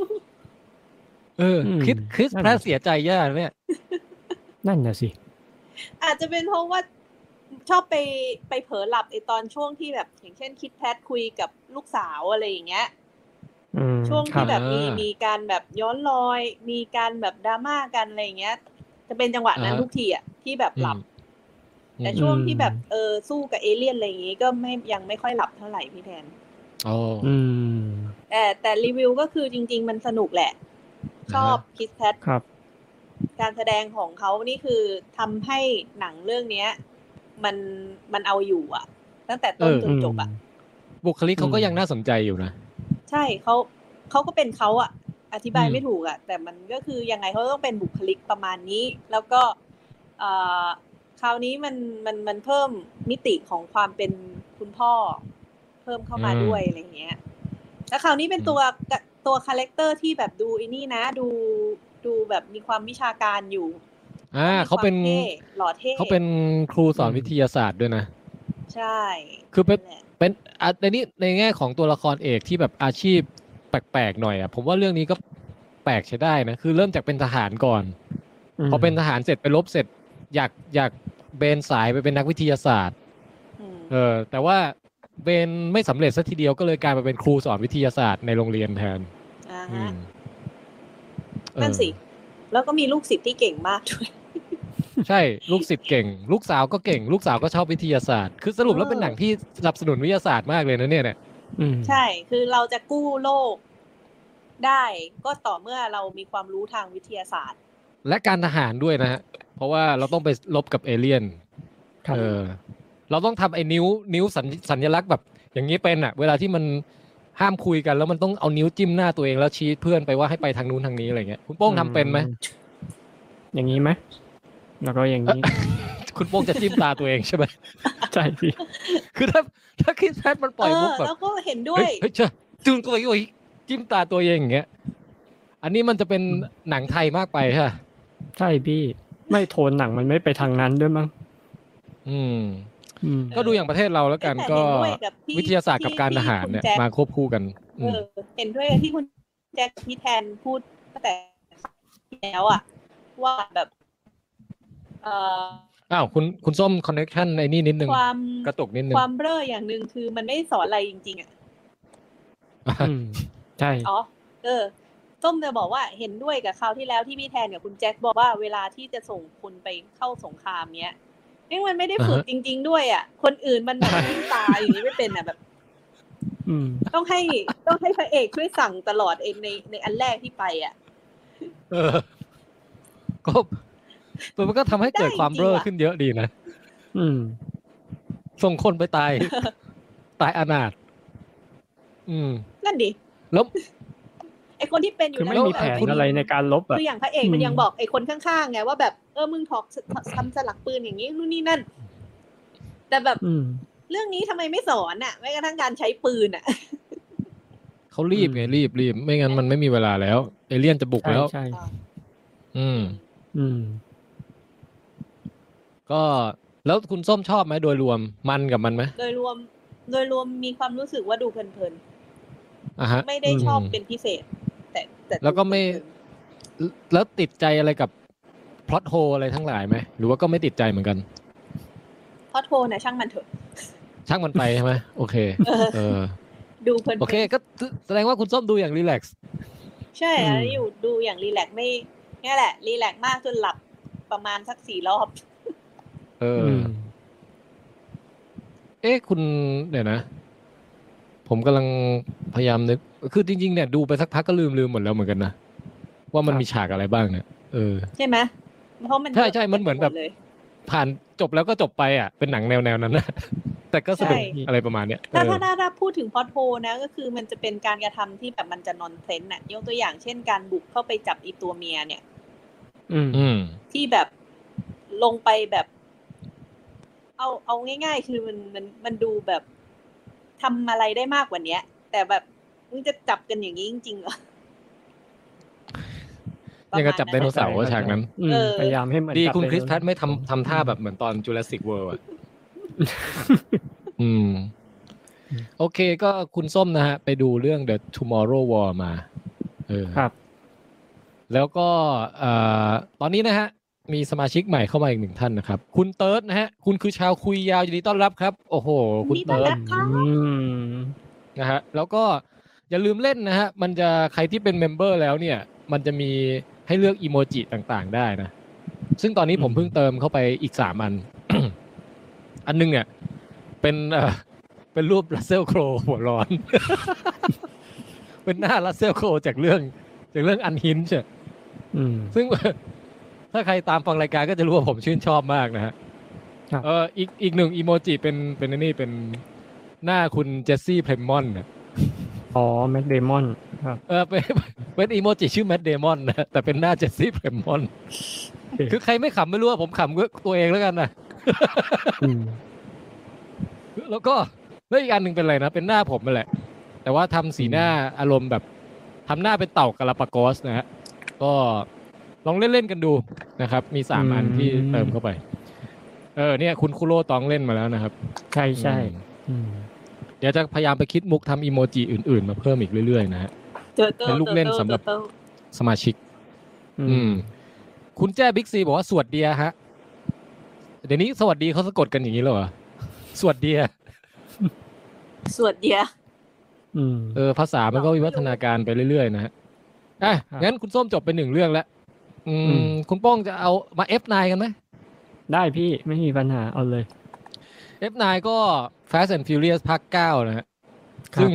คริสแพรเสียใจแย่เนี่ยนั่นน่ะสิอาจจะเป็นเพราะว่าชอบไปเผลอหลับตอนช่วงที่แบบอย่างเช่นคิดแพทคุยกับลูกสาวอะไรอย่างเงี้ยช่วงที่แบบมีการแบบย้อนรอยมีการแบบดราม่ากันอะไรอย่างเงี้ยจะเป็นจังหวะนั้นทุกทีอ่ะที่แบบหลับแต่ช่วงที่แบบสู้กับเอเลี่ยนอะไรอย่างงี้ก็ยังไม่ค่อยหลับเท่าไหร่พี่แทนแต่รีวิวก็คือจริงๆมันสนุกแหละชอบคิดแพทการแสดงของเขานี่คือทำให้หนังเรื่องเนี้ยมันเอาอยู่อ่ะตั้งแต่ต้นจนจบอ่ะบุคลิกเขาก็ยังน่าสนใจอยู่นะใช่เขาก็เป็นเขาอ่ะอธิบายไม่ถูกอ่ะแต่มันก็คือยังไงเขาต้องเป็นบุคลิกประมาณนี้แล้วก็คราวนี้มันเพิ่มมิติของความเป็นคุณพ่อเพิ่มเข้ามาด้วยอะไรเงี้ยแล้วคราวนี้เป็นตัวคาแรคเตอร์ที่แบบดูนี่นะดูแบบมีความวิชาการอยู่เขาเป็นหล่อเท่เขาเป็นครูสอนวิทยาศาสตร์ด้วยนะใช่คือเป็นในแง่ของตัวละครเอกที่แบบอาชีพแปลกๆหน่อยอ่ะผมว่าเรื่องนี้ก็แปลกใช้ได้นะคือเริ่มจากเป็นทหารก่อนพอเป็นทหารเสร็จไปรบเสร็จอยากเบนสายไปเป็นนักวิทยาศาสตร์แต่ว่าเบนไม่สำเร็จซะทีเดียวก็เลยกลายมาเป็นครูสอนวิทยาศาสตร์ในโรงเรียนแทนนั่นสิแล้วก็มีลูกศิษย์ที่เก่งมากด้วยใช่ลูกศิษย์เก่งลูกสาวก็เก่งลูกสาวก็ชอบวิทยาศาสตร์คือสรุปแล้วเป็นหนังที่สนับสนุนวิทยาศาสตร์มากเลยนะเนี่ยใช่คือเราจะกู้โลกได้ก็ต่อเมื่อเรามีความรู้ทางวิทยาศาสตร์และการทหารด้วยนะฮะเพราะว่าเราต้องไปลบกับเอเลี่ยนครับเราต้องทำไอ้นิ้วสัญลักษณ์แบบอย่างนี้เป็นอ่ะ เวลาที่มันห้ามคุยกันแล้วมันต้องเอานิ้วจิ้มหน้าตัวเองแล้วชี้เพื่อนไปว่าให้ไปทางนู้นทางนี้อะไรเงี้ยคุณโป้งทำเป็นไหมอย่างนี้ไหมแล้วก็อย่างนี้คุณโป้งจะจิ้มตาตัวเองใช่ไหมใช่พี่คือถ้าคิดแพทมันปล่อยมุกแบบแล้วก็เห็นด้วยเฮ้ยเชื่อจึงตัวเองจิ้มตาตัวเองอย่างเงี้ยอันนี้มันจะเป็นหนังไทยมากไปใช่ไหมใช่พี่ ไม่โทนหนังมันไม่ไปทางนั้นด้วยมั้งอืมอืมก็ดูอย่างประเทศเราแล้วกันแต่ก็เห็นด้วยกับที่วิทยาศาสตร์กับการทหารเนี่ยที่คุณแจ็คมาควบคู่กันอืมเห็นด้วยกับที่คุณแจ็คพี่แทนพูดตั้งแต่ที่แล้วอะว่าแบบเอ่ออ้าวคุณส้มคอนเนคชั่นไอ้นี่นิดนึงความกระตุกนิดนึงความเบ้ออย่างหนึ่งคือมันไม่ได้สอนอะไรจริงๆอะอืมใช่อ๋อส้มจะบอกว่าเห็นด้วยกับคราวที่แล้วที่พี่แทนกับคุณแจ็คบอกว่าเวลาที่จะส่งคุณไปเข้าสงครามเนี้ยมันไม่ได้ฝึกจริงๆด้วยอ่ะคนอื่นมันแบบวิ่งตายอย่างนี้ไม่เป็นอ่ะแบบอืมต้องให้พระเอกช่วยสั่งตลอดเองในอันแรกที่ไปอ่ะก็มันก็ทำให้เกิดความเบ้อขึ้นเยอะดีนะอืมส่งคนไปตาย ตายอนาถนั่นดิแล้วไอคนที่เป็นอยู่คือไม่แล้วมีแผนอะไรในการลบอ่ะคืออย่างพระเอกมันยังบอกไอคนข้างๆไงว่าแบบมึงถอกทำสลักปืนอย่างนี้นู่นนี่นั่น แต่แบบอืมเรื่องนี้ทำไมไม่สอนอ่ะแม้กระทั่งการใช้ปืนอ่ะเขารีบไงรีบไม่งั้นมันไม่มีเวลาแล้ว เอเลี่ยนจะบุกแล้วใช่อืมอืมก็แล้วคุณส้มชอบไหมโดยรวมมันกับมันไหมโดยรวมมีความรู้สึกว่าดูเพลินอ่ะฮะๆไม่ได้ชอบเป็นพิเศษ แต่แล้วก็ไม่แล้วติดใจอะไรกับพล็อตโฮอะไรทั้งหลายไหมหรือว่าก็ไม่ติดใจเหมือนกันเพราะโทรนะช่างมันเถอะช่างมันไปใช่ไหมโอเคดูเพลินๆโอเคก็แสดงว่าคุณส้มดูอย่างรีแลกซ์ใช่อยู่ดูอย่างรีแลกซ์ไม่นี่แหละรีแลกซ์มากจนหลับประมาณสัก4 รอบคุณเดี๋ยวนะ ผมกำลังพยายามนึกคือจริงๆเนี่ยดูไปสักพักก็ลืมหมดแล้วเหมือนกันนะว่ามันมีฉากอะไรบ้างเนี่ยใช่ไหมเพราะมันใช่มันเหมือนแบบ ผ่านจบแล้วก็จบไปอ่ะเป็นหนังแนวนั้นนะ แต่ก็สนุกอะไรประมาณเนี้ยถ้าพูดถึงพอดโพนะก็คือมันจะเป็นการกระทำที่แบบมันจะนอนเซนส์น่ะยกตัวอย่างเช่นการบุกเข้าไปจับอีตัวเมียเนี่ย ที่แบบลงไปแบบ เอาง่ายๆคือมันดูแบบทำอะไรได้มากกว่านี้แต่แบบมึงจะจับกันอย่างนี้จริงๆเหรอยังกระจับไดโนเสาร์ฉากนั้นพยายามให้มันดีคุณคริสแพทไม่ทำท่าแบบเหมือนตอน Jurassic World อ่ะ โอเคก็คุณส้มนะฮะไปดูเรื่อง The Tomorrow War มาครับแล้วก็ตอนนี้นะฮะมีสมาชิกใหม่เข้ามาอีก1ท่านนะครับคุณเติร์ดนะฮะคุณคือชาวคุยยาวยินดีต้อนรับครับโอ้โหคุณเติร์ดนะฮะแล้วก็อย่าลืมเล่นนะฮะมันจะใครที่เป็นเมมเบอร์แล้วเนี่ยมันจะมีให้เลือกอีโมจิต่างๆได้นะซึ่งตอนนี้ผมเพิ่งเติมเข้าไปอีก3 อัน อันนึงเนี่ยเป็นรูปรัสเซลโครหัวร้อน เป็นหน้ารัสเซลโครจากเรื่องอันฮินช์ซึ่งถ้าใครตามฟังรายการก็จะรู้ว่าผมชื่นชอบมากนะฮะอีก1อีโมจิเป็นนี่เป็นหน้าคุณเจสซี่เพลมอนนะอ๋อแมดเดมอนครับเป็นอีโมจิชื่อแมดเดมอนนะแต่เป็นหน้าเจสซี่เพลมอนคือใครไม่ขำไม่รู้ว่าผมขำตัวเองแล้วกันนะแล้วก็อีกอันหนึ่งเป็นอะไรนะเป็นหน้าผมนั่นแหละแต่ว่าทำสีหน้าอารมณ์แบบทำหน้าเป็นเต่ากาลาปากอสนะฮะก็ลองเล่นกันดูนะครับมี3 อันที่เติมเข้าไปเนี่ยคุณคุโร่ตองเล่นมาแล้วนะครับใช่เดี๋ยวจะพยายามไปคิดมุกทำอีโมจิอื่นๆมาเพิ่มอีกเรื่อยๆนะฮะเป็นลูกเล่นสำหรับสมาชิกคุณแจ้บิ๊กซีบอกว่าสวัสดีฮะเดี๋ยวนี้สวัสดีเขาสะกดกันอย่างนี้เหรอสวัสดีสวัสดีภาษามันก็วิวัฒนาการไปเรื่อยๆนะฮะงั้นคุณส้มจบไป1 เรื่องแล้วคุณป้องจะเอามา F9 กันไหมได้พี่ไม่มีปัญหาเอาเลย F9 ก็ Fast and Furious ภาค 9นะฮะซึ่ง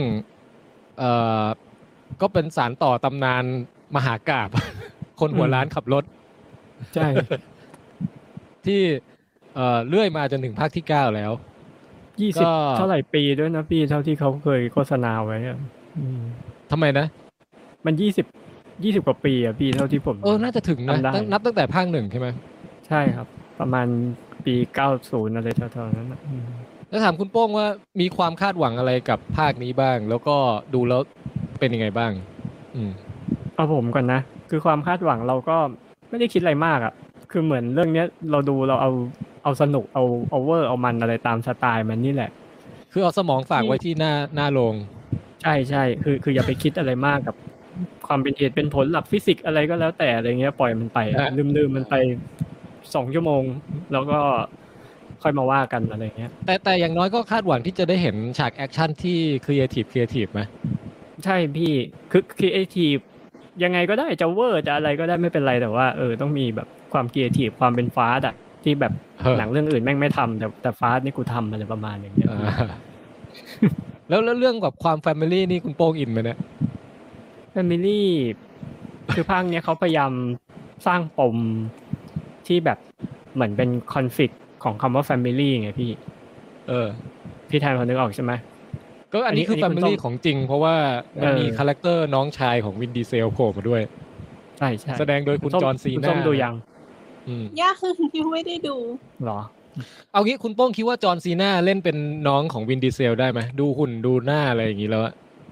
ก็เป็นสารต่อตำนานมหากาพย์คนหัวล้านขับรถใช่ที่เลื่อยมาจนถึงภาคที่ 9แล้ว 20เท่าไหร่ปีด้วยนะพี่เท่าที่เขาเคยโฆษณาไว้อ่ะทำไมนะมัน20กว่าปีอ่ะพี่เท่าที่ผมน่าจะถึงนะนับตั้งแต่ภาค 1ใช่ไหมใช่ครับประมาณปี90อะไรเท่าๆนั้นแล้วถามคุณโป้งว่ามีความคาดหวังอะไรกับภาคนี้บ้างแล้วก็ดูแล้วเป็นยังไงบ้างเอาผมก่อนนะคือความคาดหวังเราก็ไม่ได้คิดอะไรมากอ่ะคือเหมือนเรื่องนี้เราดูเราเอาสนุกเอาเวอร์เอามันอะไรตามสไตล์มันนี่แหละคือเอาสมองฝากไว้ที่หน้าโรงใช่คืออย่าไปคิดอะไรมากกับความเป็นเหตุเป็นผลหลักฟิสิกส์อะไรก็แล้วแต่อะไรเงี้ยปล่อยมันไปลืมมันไป2 ชั่วโมงแล้วก็ค่อยมาว่ากันอะไรเงี้ยแต่อย่างน้อยก็คาดหวังที่จะได้เห็นฉากแอคชั่นที่ครีเอทีฟไหมใช่พี่คือครีเอทีฟยังไงก็ได้จะเวอร์จะอะไรก็ได้ไม่เป็นไรแต่ว่าต้องมีแบบความครีเอทีฟความเป็นฟาสต์อ่ะที่แบบหนังเรื่องอื่นแม่งไม่ทำแต่ฟาสต์นี่กูทำอะไรประมาณอย่างเงี้ยแล้วเรื่องกับความแฟมิลี่นี่คุณโป้งอินไหมเนี่ยแฟมิลี่คือภาคเนี้ยเขาพยายามสร้างปมที่แบบเหมือนเป็นคอนฟลิกต์ของคำว่าแฟมิลี่ไงพี่พี่แทนพอนึกออกใช่ไหมก็อันนี้คือแฟมิลี่ของจริงเพราะว่ามันมีคาแรคเตอร์น้องชายของวินดีเซลโผล่มาด้วยใช่แสดงโดยคุณจอห์นซีน่าส้มดูยังยังไม่ได้ดูหรอเอางี้คุณโป้งคิดว่าจอห์นซีน่าเล่นเป็นน้องของวินดีเซลได้ไหมดูหุ่นดูหน้าอะไรอย่างนี้แล้ว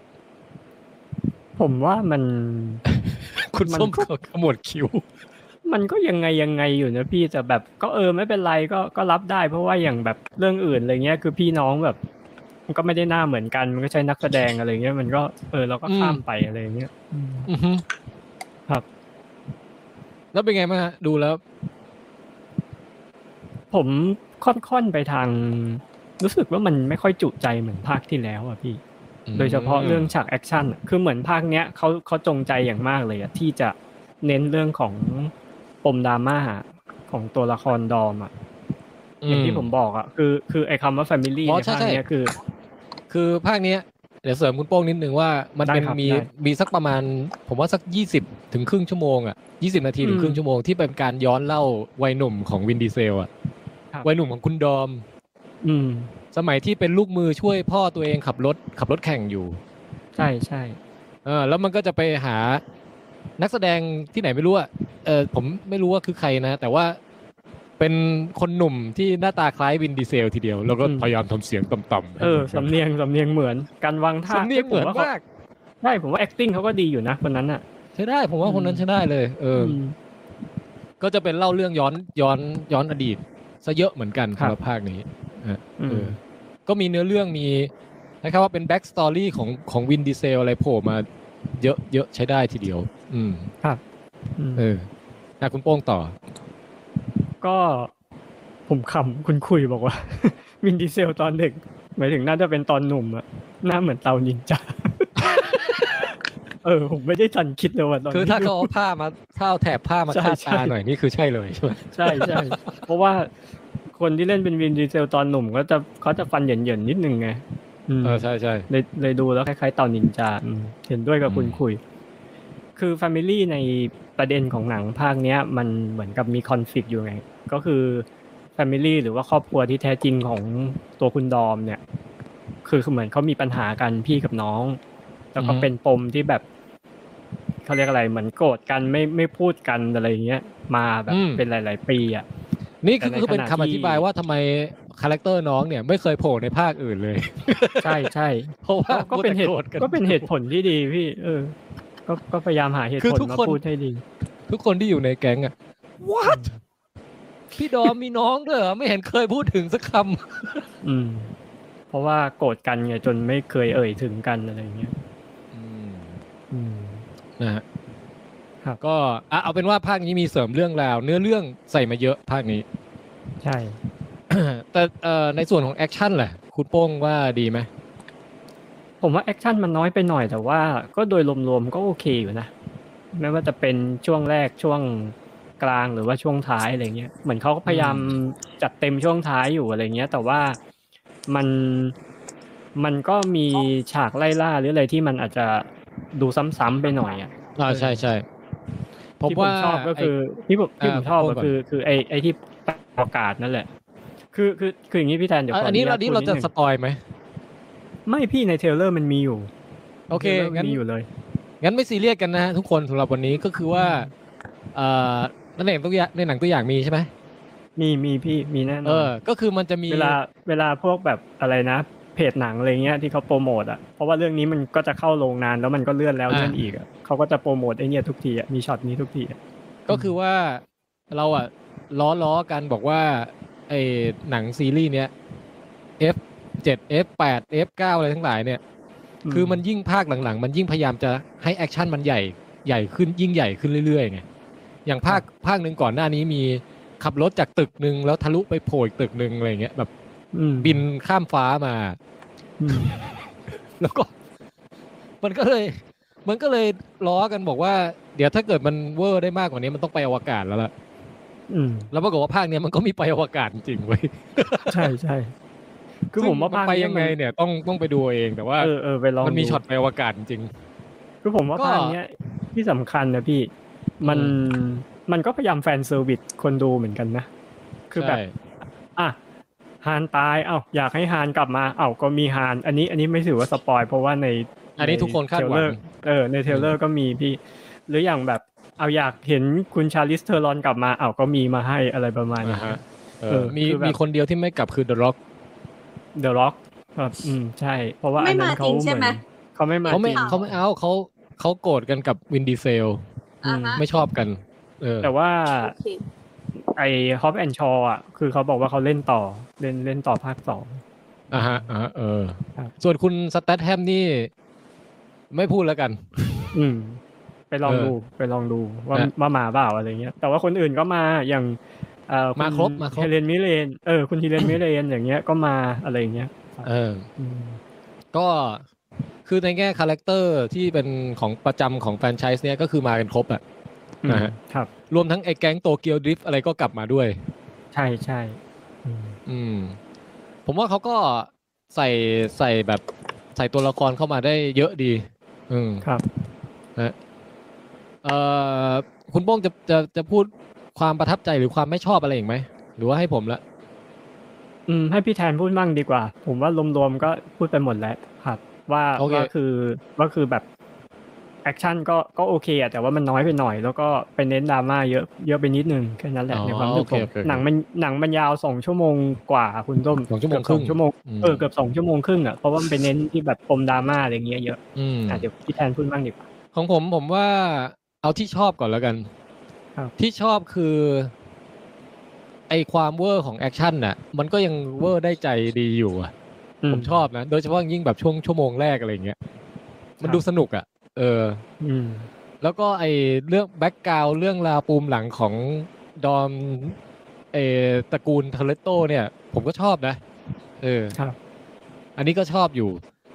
ผมว่ามันคุณส้มขมวดคิ้วมันก็ยังไงอยู่นะพี่แต่แบบก็ไม่เป็นไรก็รับได้เพราะว่าอย่างแบบเรื่องอื่นอะไรเงี้ยคือพี่น้องแบบมันก็ไม่ได้หน้าเหมือนกันมันก็ใช้นักแสดงอะไรเงี้ยมันก็เราก็ข้ามไปอะไรเงี้ยครับแล้วเป็นไงบ้างฮะดูแล้วผมค่อนไปทางรู้สึกว่ามันไม่ค่อยจุใจเหมือนภาคที่แล้วอ่ะพี่โดยเฉพาะเรื่องฉากแอคชั่นคือเหมือนภาคเนี้ยเขาจงใจอย่างมากเลยอ่ะที่จะเน้นเรื่องของปมดราม่าของตัวละครดอมอ่ะอย่างที่ผมบอกอ่ะคือไอ้คำว่า family ในภาคเนี้ยคือภาคเนี้ยเดี๋ยวเสริมคุณโป้งนิดนึงว่ามันเป็นมีสักประมาณผมว่าสัก20ถึงครึ่งชั่วโมงอ่ะ20นาทีถึงครึ่งชั่วโมงที่เป็นการย้อนเล่าวัยหนุ่มของวินดีเซลอ่ะวัยหนุ่มของคุณดอมสมัยที่เป็นลูกมือช่วยพ่อตัวเองขับรถแข่งอยู่ใช่แล้วมันก็จะไปหานักแสดงที่ไหนไม่รู้อ่ะผมไม่รู้ว่าคือใครนะแต่ว่าเป็นคนหนุ่มที่หน้าตาคล้ายวินดีเซลทีเดียวแล้วก็พยายามทำเสียงต่ำๆสำเนียงเหมือนการวางท่าสำเนียงเหมือนมากใช่ผมว่า acting เขาก็ดีอยู่นะคนนั้นอ่ะใช่ได้ผมว่าคนนั้นใช่ได้เลยก็จะเป็นเล่าเรื่องย้อนอดีตซะเยอะเหมือนกันสำหรับภาคนี้ก็มีเนื้อเรื่องมีนะครับว่าเป็นแบ็กสตอรี่ของวินดีเซลอะไรโผล่มาเยอะใช้ได้ทีเดียวครับคุณโป้งต่อก็ผมขำคุณคุยบอกว่าวินดีเซลตอนเด็กหมายถึงน่าจะเป็นตอนหนุ่มอะหน้าเหมือนเตานินจาผมไม่ได้ทันคิดเลยว่าตอนคือถ้าเขาเอาแถบผ้ามาคาดตาหน่อยนี่คือใช่เลยใช่ไหมใช่เพราะว่าคนที่เล่นเป็นวินดีเซลตอนหนุ่มเขาจะฟันเหยินๆนิดนึงไงใช่เลยดูแล้วคล้ายๆเตานินจาเห็นด้วยกับคุณคุยคือ family ในประเด็นของหนังภาคเนี้ยมันเหมือนกับมีคอนฟลิกต์อยู่ไงก็คือ family หรือว่าครอบครัวที่แท้จริงของตัวคุณดอมเนี่ยคือเหมือนเขามีปัญหากันพี่กับน้องแล้วก็เป็นปมที่แบบเขาเรียกอะไรเหมือนโกรธกันไม่พูดกันอะไรอย่างเงี้ยมาแบบเป็นหลายๆปีอ่ะนี่คือเป็นคำอธิบายว่าทำไมคาแรคเตอร์น้องเนี่ยไม่เคยโผล่ในภาคอื่นเลยใช่เพราะว่าก็เป็นเหตุผลที่ดีพี่ก็พยายามหาเหตุผลมาพูดให้ดีทุกคนที่อยู่ในแก๊งอ่ะ what พี่ดอมมีน้องด้วยเหรอไม่เห็นเคยพูดถึงสักคำเพราะว่าโกรธกันไงจนไม่เคยเอ่ยถึงกันอะไรอย่างเงี้ยนะฮะก็เอาเป็นว่าภาคนี้มีเสริมเรื่องราวเนื้อเรื่องใส่มาเยอะภาคนี้ใช่แต่ในส่วนของแอคชั่นแหละคุณโป้งว่าดีไหมผมว่าแอคชั่นมันน้อยไปหน่อยแต่ว่าก็โดยรวมๆก็โอเคอยู่นะไม่ว่าจะเป็นช่วงแรกช่วงกลางหรือว่าช่วงท้ายอะไรเงี้ยเหมือนเขาก็พยายามจัดเต็มช่วงท้ายอยู่อะไรเงี้ยแต่ว่ามันก็มีฉากไล่ล่าหรืออะไรที่มันอาจจะดูซ้ำๆไปหน่อยใช่ผมว่าชอบก็คือที่ผมชอบก็คือไอ้ที่ไปอากาศนั่นแหละคืออย่างนี้พี่แทนเดี๋ยวขออันนี้เราจะสปอยไหมไม่พี่ในเทรลเลอร์มันมีอยู่โอเคงั้นมีอยู่เลยงั้นไม่ซีเรียสกันนะฮะทุกคนสำหรับวันนี้ก็คือว่าในหนังตัวอย่างมีใช่ไหมมีพี่มีแน่นอนก็คือมันจะมีเวลาพวกแบบอะไรนะเพจหนังอะไรเงี้ยที่เขาโปรโมทอ่ะเพราะว่าเรื่องนี้มันก็จะเข้าโรงนานแล้วมันก็เลื่อนแล้วเลื่อนอีกอ่ะเขาก็จะโปรโมทไอ้เนี่ยทุกทีอ่ะมีช็อตนี้ทุกทีก็คือว่าเราอ่ะล้อกันบอกว่าไอ้หนังซีรีส์เนี้ย F7 F8 F9 อะไรทั้งหลายเนี่ยคือมันยิ่งภาคหลังๆมันยิ่งพยายามจะให้แอคชั่นมันใหญ่ขึ้นยิ่งใหญ่ขึ้นเรื่อยๆไงอย่างภาคนึงก่อนหน้านี้มีขับรถจากตึกนึงแล้วทะลุไปโผล่อีกตึกนึงอะไรเงี้ยแบบบินข้ามฟ้ามาแล้วก็มันก็เลยล้อกันบอกว่าเดี๋ยวถ้าเกิดมันเวอร์ได้มากกว่านี้มันต้องไปอวกาศแล้วล่ะแล้วปรากฏว่าภาคนี้มันก็มีไปอวกาศจริงๆเว้ยใช่คือผมว่าภาคไปยังไงเนี่ยต้องไปดูเองแต่ว่าไปลองมันมีช็อตไปอวกาศจริงๆคือผมว่าภาคนี้ที่สำคัญนะพี่มันก็พยายามแฟนเซอร์วิสคนดูเหมือนกันนะคือแบบฮานตายอยากให้ฮานกลับมาก็มีฮานอันนี้ไม่ถือว่าสปอยเพราะว่าในอันนี้ทุกคนคาดหวังในเทรลเลอร์ก็มีพี่หรืออย่างแบบอยากเห็นคุณชาลิสเทอรอนกลับมาก็มีมาให้อะไรประมาณนี้มีคนเดียวที่ไม่กลับคือ The Rock ครับใช่เพราะว่าอันนั้นเขาเหมือนเขาไม่มาเขาโกรธกันกับวินดีเซลไม่ชอบกันแต่ว่าไอ้ฮอปแอนด์ชอว์คือเขาบอกว่าเขาเล่นต่อภาค2 ส่วนคุณสแตทแฮมนี่ไม่พูดแล้วกันไปลองดูว่ามาเปล่าอะไรเงี้ยแต่ว่าคนอื่นก็มาอย่างมาครบเฮเลนมิเรนคุณเฮเลนมิเรนอย่างเงี้ยก็มาอะไรเงี้ยก็คือในแง่คาแรคเตอร์ที่เป็นของประจำของแฟรนไชส์เนี้ยก็คือมากันครบนะฮะครับรวมทั้งไอ้แก๊งโตเกียวดริฟต์อะไรก็กลับมาด้วยใช่ผมว่าเขาก็ใส่แบบใส่ตัวละครเข้ามาได้เยอะดีครับนะคุณโป้งจะพูดความประทับใจหรือความไม่ชอบอะไรอีกไหมหรือว่าให้ผมละให้พี่แทนพูดมั่งดีกว่าผมว่ารวมๆก็พูดไปหมดแล้วครับว่าคือแบบแอคชั่นก็โอเคแต่ว่ามันน้อยไปหน่อยแล้วก็ไปเน้นดราม่าเยอะไปนิดนึงแค่นั้นแหละในความรู้สึกผมหนังมันยาว2ชั่วโมงกว่าคุณต้ม 2 ชั่วโมงครึ่งเกือบ2ชั่วโมงครึ่งเพราะว่ามันไปเน้นที่แบบปมดราม่าอะไรเงี้ยเยอะเดี๋ยวพี่แทนพูดบ้างดีกว่าของผมว่าเอาที่ชอบก่อนแล้วกันที่ชอบคือไอความเวอร์ของแอคชั่นน่ะมันก็ยังเวอร์ได้ใจดีอยู่ผมชอบนะโดยเฉพาะยิ่งแบบช่วงชั่วโมงแรกอะไรเงี้ยมันดูสนุกแล้วก็ไอเรื่องแบ็คกราวด์เรื่องราวปูมหลังของดอมตระกูลเทเลโตเนี่ยผมก็ชอบนะครับอันนี้ก็ชอบอยู่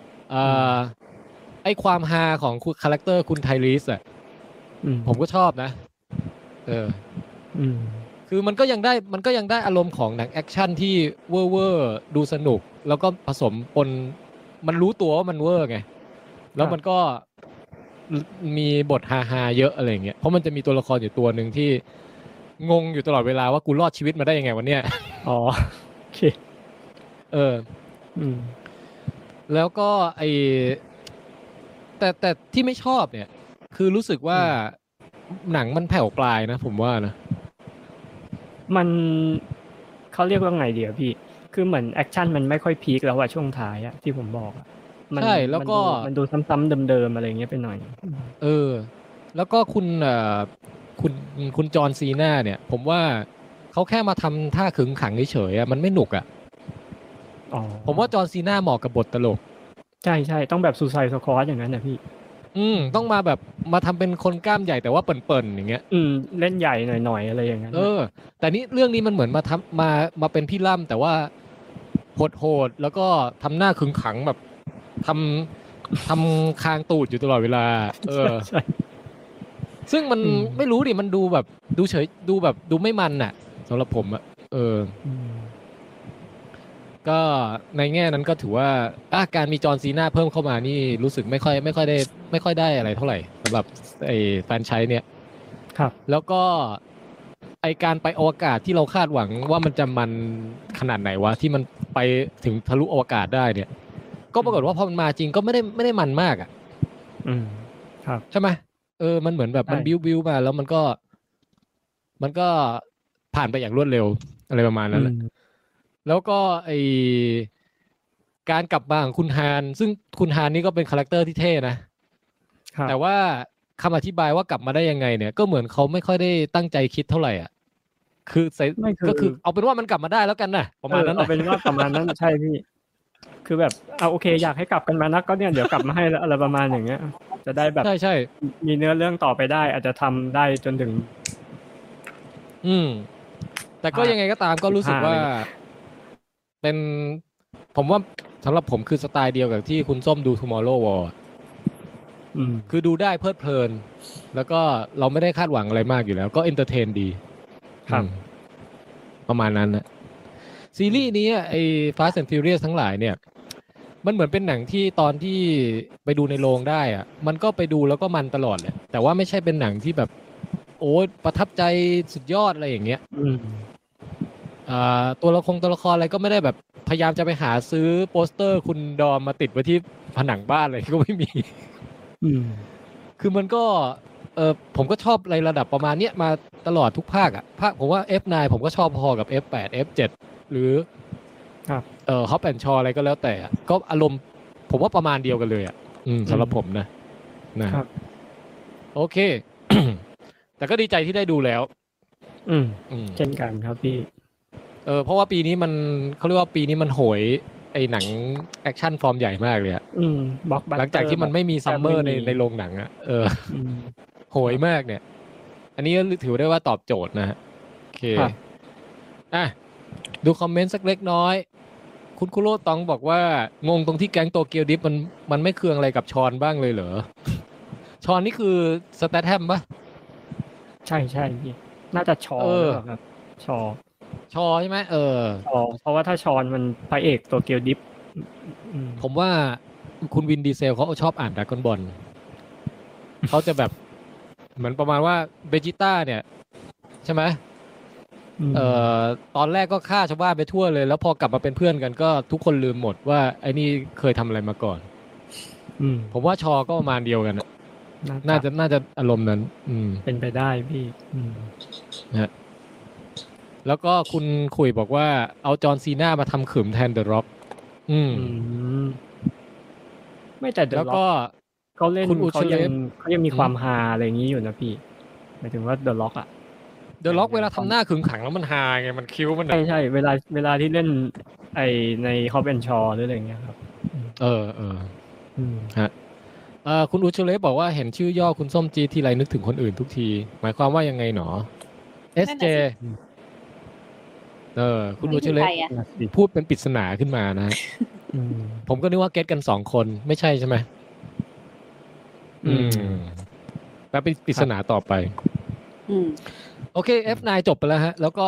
ไอความฮาของคาแรคเตอร์คุณไทลิสผมก็ชอบนะคือมันก็ยังได้อารมณ์ของหนังแอคชั่นที่เวอร์ดูสนุกแล้วก็ผสมปนมันรู้ตัวว่ามันเวอร์ไงแล้วมันก็มีบทฮาๆเยอะอะไรเงี้ยเพราะมันจะมีตัวละครอยู่ตัวหนึ่งที่งงอยู่ตลอดเวลาว่ากูรอดชีวิตมาได้ยังไงวันเนี้ยโอเคแล้วก็แต่ที่ไม่ชอบเนี่ยคือรู้สึกว่าหนังมันแผ่วปลายนะผมว่านะมันเขาเรียกว่าไงเดี๋ยวพี่คือเหมือนแอคชั่นมันไม่ค่อยพีคแล้วช่วงท้ายที่ผมบอกใช่แล้วก็มันดูซ้ำๆเดิมๆอะไรเงี้ยไปหน่อยแล้วก็คุณจอห์นซีน่าเนี่ยผมว่าเขาแค่มาทำท่าขึงขังเฉยๆมันไม่หนุกผมว่าจอห์นซีน่าเหมาะกับบทตลกใช่ต้องแบบซูไซด์สควอดอย่างนั้นนะพี่ต้องมาแบบมาทำเป็นคนกล้ามใหญ่แต่ว่าเปิ่นๆอย่างเงี้ยเล่นใหญ่หน่อยๆอะไรอย่างเงี้ยแต่นี่เรื่องนี้มันเหมือนมาเป็นพี่ล่ำแต่ว่าโหดแล้วก็ทำหน้าขึงขังแบบทำคางตูดอยู่ตลอดเวลาใช่ซึ่งมันไม่รู้ดิมันดูแบบดูเฉยดูแบบดูไม่มันน่ะสำหรับผมก็ในแง่นั้นก็ถือว่าการมีจอห์นซีน่าเพิ่มเข้ามานี่รู้สึกไม่ค่อยได้อะไรเท่าไหร่สำหรับแฟรนไชส์เนี่ยครับแล้วก็ไอการไปอวกาศที่เราคาดหวังว่ามันจะมันขนาดไหนวะที่มันไปถึงทะลุอวกาศได้เนี่ยก็ปรากฏว่าพอมันมาจริงก็ไม่ได้มันมากอ่ะครับใช่ไหมมันเหมือนแบบมันใช่บิวมาแล้วมันก็ผ่านไปอย่างรวดเร็วอะไรประมาณนั้นแหละแล้วก็ไอการกลับมาของคุณฮานซึ่งคุณฮานนี่ก็เป็นคาแรคเตอร์ที่เท่นะครับ แต่ว่าคำอธิบายว่ากลับมาได้ยังไงเนี่ยก็เหมือนเขาไม่ค่อยได้ตั้งใจคิดเท่าไหร่อ่ะก็คือเอาเป็นว่ามันกลับมาได้แล้วกันนะประมาณนั้นเอาเป็นว่าประมาณนั้น ใช่พี่คือแบบโอเคอยากให้กลับกันมานะก็เนี่ยเดี๋ยวกลับมาให้อะไรประมาณอย่างเงี้ยจะได้แบบใช่มีเนื้อเรื่องต่อไปได้ อาจจะทำได้จนถึงแต่ก็ยังไงก็ตามก็รู้สึกว่าเป็นผมว่าสำหรับผมคือสไตล์เดียวกับที่คุณส้มดู Tomorrow War คือดูได้เพลิดเพลินแล้วก็เราไม่ได้คาดหวังอะไรมากอยู่แล้วก็เอนเตอร์เทนดีครับประมาณนั้นนะซีรีส์นี้ไอ้ Fast and Furious ทั้งหลายเนี่ยมันเหมือนเป็นหนังที่ตอนที่ไปดูในโรงได้อะมันก็ไปดูแล้วก็มันตลอดแหละแต่ว่าไม่ใช่เป็นหนังที่แบบโอ้ประทับใจสุดยอดอะไรอย่างเงี้ยตัวละครอะไรก็ไม่ได้แบบพยายามจะไปหาซื้อโปสเตอร์คุณดอมมาติดไว้ที่ผนังบ้านอะไรก็ไม่มีคือมันก็ผมก็ชอบในระดับประมาณเนี้ยมาตลอดทุกภาคอ่ะภาคผมว่า F9 ผมก็ชอบพอกับ F8 F7 หรือฮอปแอนด์ชออะไรก็แล้วแต่ก็อารมณ์ผมว่าประมาณเดียวกันเลยอ่ะสำหรับผมนะครับโอเค แต่ก็ดีใจที่ได้ดูแล้วเช่นกันครับพี่เพราะว่าปีนี้มันเขาเรียกว่าปีนี้มันโหยไอ้หนังแอคชั่นฟอร์มใหญ่มากเลยอ่ะหลังจากที่มันไม่มีซัมเมอร์ในโรงหนังอ่ะโหยมากเนี่ยอันนี้ก็ถือได้ว่าตอบโจทย์นะฮะโอเคดูคอมเมนต์สักเล็กน้อยคุณคุโรตองบอกว่างงตรงที่แก๊งโตเกียวดิฟมันไม่เคืองอะไรกับชอนบ้างเลยเหรอชอนนี่คือสแตทแฮมปะใช่พี่น่าจะชอครับชอใช่ไหมชอเพราะว่าถ้าชอนมันพระเอกโตเกียวดิฟผมว่าคุณวินดีเซลเขาชอบอ่านดราก้อนบอลเขาจะแบบเหมือนประมาณว่าเบจิต้าเนี่ยใช่ไหมตอนแรกก็ฆ่าชาวบ้านไปทั่วเลยแล้วพอกลับมาเป็นเพื่อนกันก็ทุกคนลืมหมดว่าไอ้นี่เคยทำอะไรมาก่อนผมว่าชอก็ประมาณเดียวกันน่าจะอารมณ์นั้นเป็นไปได้พี่นะแล้วก็คุณคุยบอกว่าเอาจอห์นซีน่ามาทำขืมแทนเดอะร็อกไม่แต่เดอะร็อกเขาเล่นเขายังมีความฮาอะไรอย่างนี้อยู่นะพี่หมายถึงว่าเดอะร็อกอะเดอะร็อกเวลาทำหน้าขึงขังแล้วมันฮาไงมันคิ้วมันใช่เวลาที่เล่นในฮอปแอนด์ชอหรืออะไรอย่างเงี้ยครับฮะคุณอุชเลฟบอกว่าเห็นชื่อย่อคุณส้มจีทีไรนึกถึงคนอื่นทุกทีหมายความว่ายังไงหนอ SJ คุณอุชเลฟพูดเป็นปริศนาขึ้นมานะผมก็นึกว่าเก็ตกัน2คนไม่ใช่ใช่ไหมแล้วเป็นปริศนาต่อไปโอเค F9 จบไปแล้วฮะแล้วก็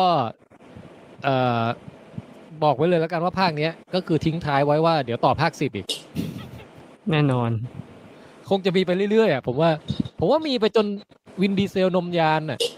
บอกไว้เลยแล้วกันว่าภาคนี้ก็คือทิ้งท้ายไว้ว่าเดี๋ยวต่อภาค10อีกแน่นอนคงจะมีไปเรื่อยๆอ่ะผมว่ามีไปจนวินดีเซลนมยานน่ะ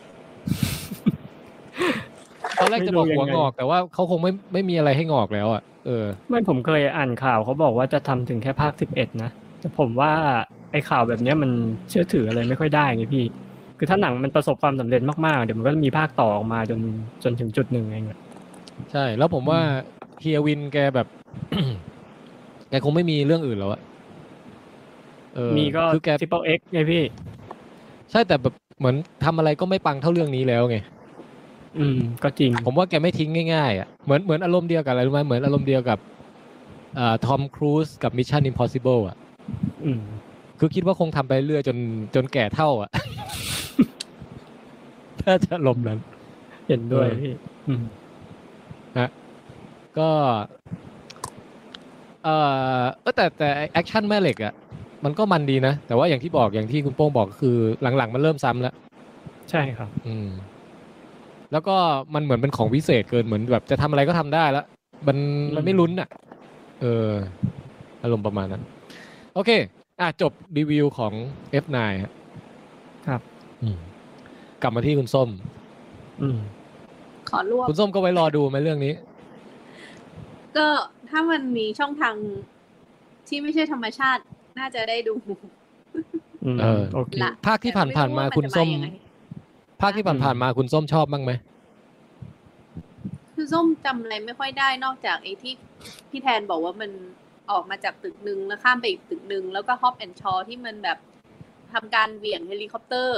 ตอนแรกจะบอกหัวงอกแต่ว่าเขาคงไม่มีอะไรให้งอกแล้วอ่ะไม่ผมเคยอ่านข่าวเขาบอกว่าจะทำถึงแค่ภาค11นะแต่ผมว่าไอ้ข่าวแบบนี้มันเชื่อถืออะไรไม่ค่อยได้ไงพี่คือถ้าหนังมันประสบความสำเร็จมากๆเดี๋ยวมันก็มีภาคต่อออกมาจนถึงจุดหนึ่งเองใช่แล้วผมว่าเฮียวินแกแบบ แกคงไม่มีเรื่องอื่นแล้วอะมีก็คือแก Triple X ไงพี่ใช่แต่แบบเหมือนทำอะไรก็ไม่ปังเท่าเรื่องนี้แล้วไงก็จริงผมว่าแกไม่ทิ้งง่ายๆอ่ะเหมือนอารมณ์เดียวกับอะไรรู้ไหมเหมือนอารมณ์เดียวกับทอมครูซกับ Mission Impossible อ่ะคือคิดว่าคงทำไปเรื่อยจนแก่เท่าอ่ะถ้าจะลมนั้นเห็นด้วยพี่ก็แต่แอคชั่นแม่เหล็กอ่ะมันก็มันดีนะแต่ว่าอย่างที่คุณโป้งบอกก็คือหลังๆมันเริ่มซ้ำแล้วใช่ครับแล้วก็มันเหมือนเป็นของวิเศษเกินเหมือนแบบจะทำอะไรก็ทำได้แล้วมันไม่ลุ้นอ่ะอารมณ์ประมาณนั้นโอเคจบรีวิวของ F9 ครับกลับมาที่คุณส้มขอรวบคุณส้มก็ไว้รอดูไหมเรื่องนี้ก็ถ้ามันมีช่องทางที่ไม่ใช่ธรรมชาติน่าจะได้ดูโอเคละภาคที่ผ่านๆมาคุณส้ม ภาคที่ผ่านๆมาคุณส้มชอบบ้างไหมคือส้มจำอะไรไม่ค่อยได้นอกจากไอ้ที่พี่แทนบอกว่ามันออกมาจากตึกนึงแล้วข้ามไปอีกตึกนึงแล้วก็ฮอปแอนด์ชอที่มันแบบทำการเหวี่ยงเฮลิคอปเตอร์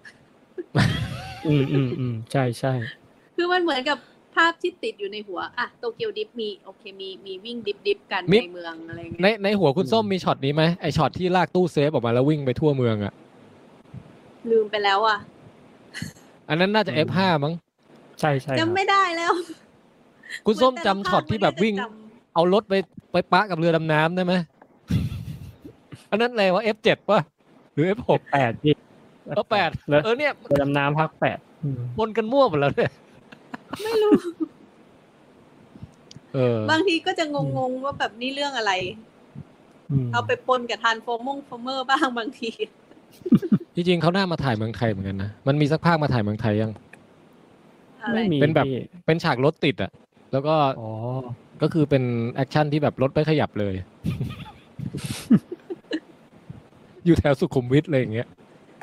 ใช่ใช่คือมันเหมือนกับภาพที่ติดอยู่ในหัวอะโตเกียวดิฟมีโอเคมีวิ่งดิฟกันในเมืองอะไรเงี้ยในหัวคุณส้มมีช็อตนี้ไหมไอช็อตที่ลากตู้เซฟออกมาแล้ววิ่งไปทั่วเมืองอ่ะลืมไปแล้วอ่ะอันนั้นน่าจะ F5 มั้งใช่ใช่จำไม่ได้แล้วคุณส้มจำช็อตที่แบบวิ่งเอารถไปปะกับเรือดำน้ำได้ไหม อันนั้นอะไรวะ F7 ป่ะหรือ F6 8พี่ 8เนี่ยเรือดำน้ำภาค8 ปนกันมั่วหมดแล้วเนี่ยไม่รู้บางทีก็จะงงว่าแบบนี่เรื่องอะไร เอาไปปนกับทานฟอร์เมอร์บ้างบางทีจริงๆเขาหน้ามาถ่ายเมืองไทยเหมือนกันนะมันมีสักภาคมาถ่ายเมืองไทยยังอะไรไม่มีเป็นแบบเป็นฉากรถติดอ่ะแล้วก็ก็คือเป็นแอคชั่นที่แบบรถไม่ขยับเลย อยู่แถวสุขุมวิทอะไรอย่างเงี้ย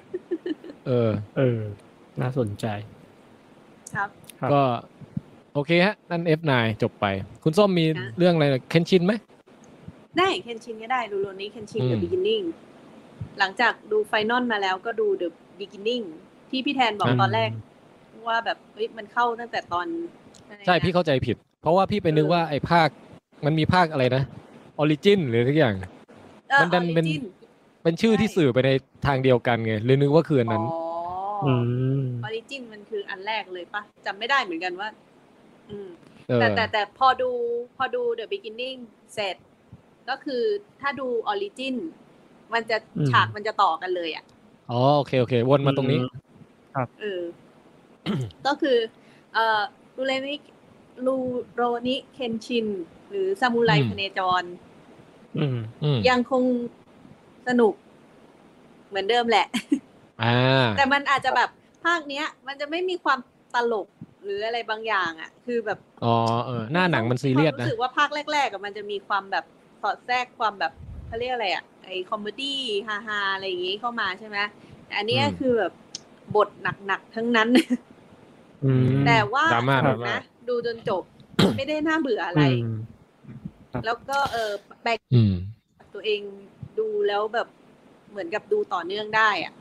น่าสนใจครับก็โอเคฮะนั่น F9 จบไปคุณส้มมีเรื่องอะไรเคนชินไหมได้เคนชินก็ได้ดูโรนี้เคนชิน The Beginning หลังจากดูไฟนอลมาแล้วก็ดู The Beginning ที่พี่แทนบอกตอนแรกว่าแบบเฮ้ยมันเข้าตั้งแต่ตอนใช่พี่เข้าใจผิดเพราะว่าพี่ไปนึกว่าไอ้ภาคมันมีภาคอะไรนะออริจินหรือทุกอย่างมันดันเป็นชื่อที่สื่อไปในทางเดียวกันไงเลยนึกว่าคืออันนั้นออริจินมันคืออันแรกเลยปะจำไม่ได้เหมือนกันว่าแต่พอดู The Beginning เสร็จก็คือถ้าดูออริจินมันจะฉากมันจะต่อกันเลยอ่ะอ๋อโอเควนมาตรงนี้ครับก็คือรูโรนิเคนชินหรือซามูไรพเนจรยังคงสนุกเหมือนเดิมแหละแต่มันอาจจะแบบภาคเนี้ยมันจะไม่มีความตลกหรืออะไรบางอย่างอ่ะคือแบบหน้าหนังมันซีเรียสนะรู้สึกว่าภาคแรกๆมันจะมีความแบบสอดแทรกความแบบเขาเรียกอะไรอ่ะไอคอมเมดี้ฮาๆอะไรอย่างงี้เข้ามาใช่ไหมแต่อันนี้คือแบบบทหนักๆทั้งนั้นแต่ว่านะดูจนจบ ไม่ได้น่าเบื่ออะไรแล้วก็แบกตัวเองดูแล้วแบบเหมือนกับดูต่อเนื่องได้อ่ะ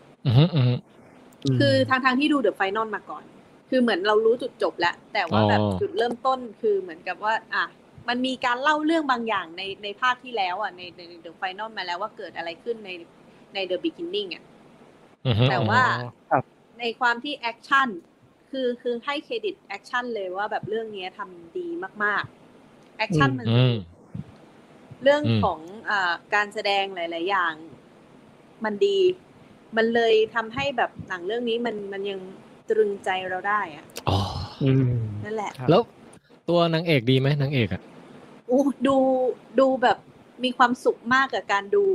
คือทางที่ดูเดอะไฟนอลมาก่อนคือเหมือนเรารู้จุดจบแล้วแต่ว่าแบบจุดเริ่มต้นคือเหมือนกับว่ามันมีการเล่าเรื่องบางอย่างในภาคที่แล้วอ่ะในเดอะไฟนอลมาแล้วว่าเกิดอะไรขึ้นในเดอะบิ๊กนิ่งอ่ะแต่ว่าในความที่แอคชั่นคือให้เครดิตแอคชั่นเลยว่าแบบเรื่องนี้ทำดีมากๆแอคชั่นมันเรื่องของการแสดงหลายๆอย่างมันดีมันเลยทำให้แบบหนังเรื่องนี้มันยังตรึงใจเราได้อ่ะนั่นแหละแล้วตัวนางเอกดีไหมนางเอกอ่ะดูแบบมีความสุขมากกับการดู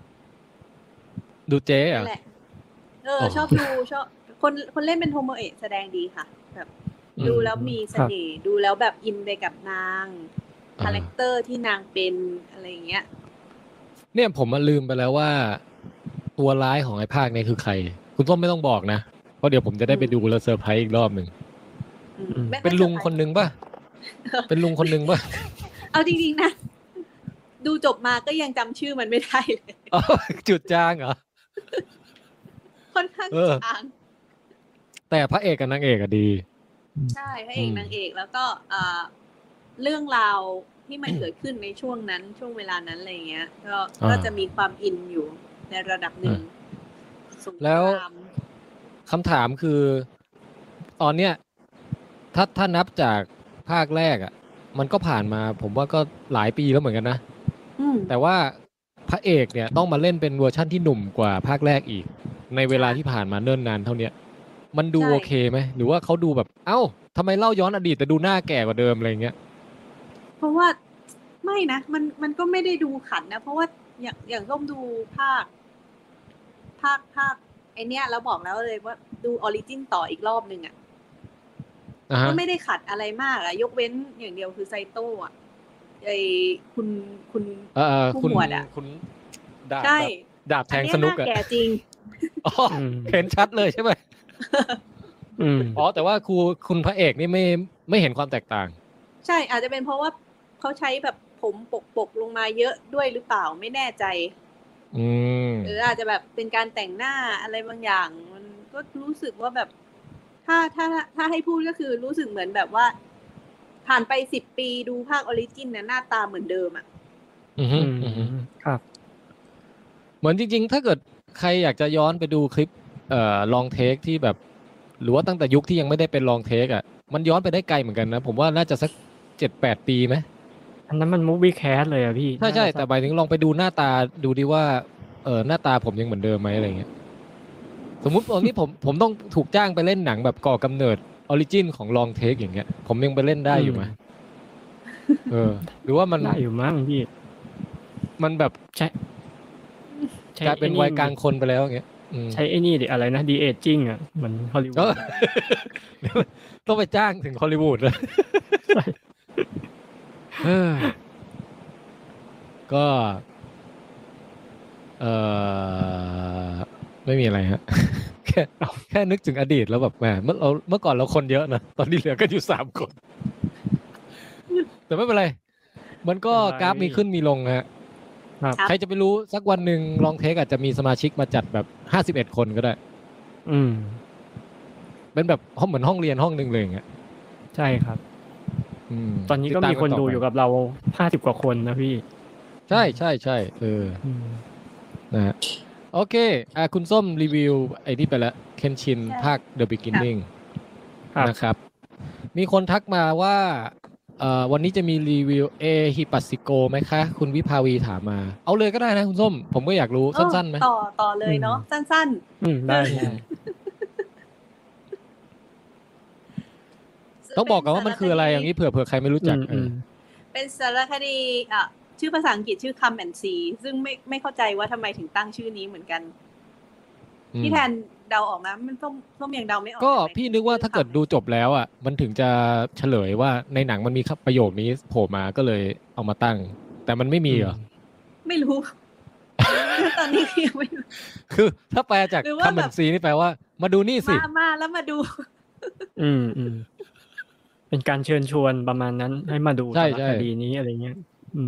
เจ๊อ่ะชอบดูชอบคนเล่นเป็นโทโมเอะแสดงดีค่ะแบบดูแล้วมีเสน่ห์ดูแล้วแบบอินไปกับนางคาแรคเตอร์ที่นางเป็นอะไรอย่างเงี้ยเนี่ยผมลืมไปแล้วว่าตัวร้ายของไอ้ภาคนี้คือใครคุณส้มไม่ต้องบอกนะเพราะเดี๋ยวผมจะได้ไปดูแล้วเซอร์ไพรส์อีกรอบหนึ่งเป็นลุงคนนึงป่ะเป็นลุงคนนึงป่ะเอาจริงๆนะดูจบมาก็ยังจำชื่อมันไม่ได้เลยจุดจางเหรอค่อนข้างจางแต่พระเอกกับนางเอกอะดีใช่พระเอกนางเอกแล้วก็เรื่องราวที่มันเกิดขึ้นในช่วงนั้นช่วงเวลานั้นอะไรเงี้ยก็จะมีความอินอยู่ในระดับหนึ่งแล้วคำถามคือตอนเนี้ยถ้านับจากภาคแรกอ่ะมันก็ผ่านมาผมว่าก็หลายปีแล้วเหมือนกันนะแต่ว่าพระเอกเนี่ยต้องมาเล่นเป็นเวอร์ชั่นที่หนุ่มกว่าภาคแรกอีกในเวลาที่ผ่านมาเนิ่นนานเท่านี้มันดูโอเคไหมหรือว่าเขาดูแบบเอ้าทำไมเล่าย้อนอดีตแต่ดูหน้าแก่กว่าเดิมอะไรเงี้ยเพราะว่าไม่นะมันก็ไม่ได้ดูขันนะเพราะว่าอย่างส้มดูภาคไอเนี้ยเราบอกแล้วเลยว่าดูออริจินต่ออีกรอบนึงอ่ะก็ไม่ได้ขัดอะไรมากอะยกเว้นอย่างเดียวคือไซโต้อะไอคุณผู้หมวดอะคุณดาบใช่ดาบแทงสนุกอะแก่จริงอ๋อเห็นชัดเลยใช่ไหมอ๋อแต่ว่าคุณพระเอกนี่ไม่เห็นความแตกต่างใช่อาจจะเป็นเพราะว่าเขาใช้แบบผมปกลงมาเยอะด้วยหรือเปล่าไม่แน่ใจอาจจะแบบเป็นการแต่งหน้าอะไรบางอย่างมันก็รู้สึกว่าแบบถ้าให้พูดก็คือรู้สึกเหมือนแบบว่าผ่านไป10 ปีดูภาคออริจินนะหน้าตาเหมือนเดิมอ่ะครับเหมือนจริงๆถ้าเกิดใครอยากจะย้อนไปดูคลิปลองเทคที่แบบหรือว่าตั้งแต่ยุคที่ยังไม่ได้เป็นลองเทคอ่ะมันย้อนไปได้ไกลเหมือนกันนะผมว่าน่าจะสัก 7-8 ปีไหมอันนั้นมันมูฟวี่แคสเลยอะพี่ใช่แต่หมายถึงลองไปดูหน้าตาดูดิว่าหน้าตาผมยังเหมือนเดิมไหมอะไรเงี้ยสมมุติตอนนี้ผมต้องถูกจ้างไปเล่นหนังแบบก่อกำเนิดออริจินของลองเทคอย่างเงี้ยผมยังไปเล่นได้อยู่ไหมหรือว่ามันได้อยู่มั้งพี่มันแบบใช่กลายเป็นวัยกลางคนไปแล้วอย่างเงี้ยใช้ไอ้นี่ดิอะไรนะดีเอจจิ้งอ่ะเหมือนฮอลลีวูดต้องไปจ้างถึงฮอลลีวูดเลยก็ไม่มีอะไรฮะแค่นึกถึงอดีตแล้วแบบแหมเมื่อก่อนเราคนเยอะนะตอนนี้เหลือกันอยู่3 คนแต่ไม่เป็นไรมันก็กราฟมีขึ้นมีลงฮะใครจะไปรู้สักวันหนึ่งลองเทคอาจจะมีสมาชิกมาจัดแบบ51 คนก็ได้เป็นแบบเหมือนห้องเรียนห้องนึงเลยอย่างเงี้ยใช่ครับตอนนี้ก็มีคนดูอยู่กับเรา50 กว่าคนนะพี่ใช่นะฮะโอเคคุณส้มรีวิวไอ้นี่ไปแล้วเคนชินภาค The Beginning นะครับมีคนทักมาว่าวันนี้จะมีรีวิวฮิปัสซิโกไหมคะคุณวิภาวีถามมาเอาเลยก็ได้นะคุณส้มผมก็อยากรู้สั้นๆไหมต่อเลยเนาะสั้นๆได้ต้องบอกกันว่ามันคืออะไรอย่างนี้เผื่อใครไม่รู้จักเป็นสารคดีชื่อภาษาอังกฤษชื่อ Come and See ซึ่งไม่เข้าใจว่าทำไมถึงตั้งชื่อนี้เหมือนกันพี่แทนเดาออกนะมันส้มยังเดาไม่ออกก็พี่นึกว่าถ้าเกิดดูจบแล้วอ่ะมันถึงจะเฉลยว่าในหนังมันมีประโยคนี้โผล่มาก็เลยเอามาตั้งแต่มันไม่มีเหรอไม่รู้ตอนนี้ยังไม่รู้คือถ้าแปลจาก Come and See นี่แปลว่ามาดูนี่สิมาแล้วมาดูเป็นการเชิญชวนประมาณนั้นให้มาดูสารคดีนี้อะไรเงี้ย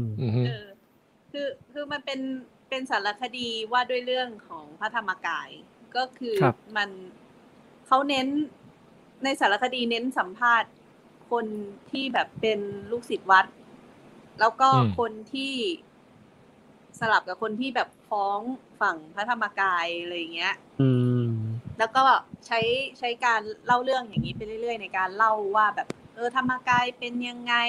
คือมันเป็นสารคดีว่าด้วยเรื่องของพระธรรมกายก็คือมันเขาเน้นในสารคดีเน้นสัมภาษณ์คนที่แบบเป็นลูกศิษย์วัดแล้วก็คนที่สลับกับคนที่แบบฟ้องฝั่งพระธรรมกายอะไรอย่างเงี้ยแล้วก็ใช้การเล่าเรื่องอย่างนี้ไปเรื่อยๆในการเล่าว่าแบบธรรมกายเป็นยังไง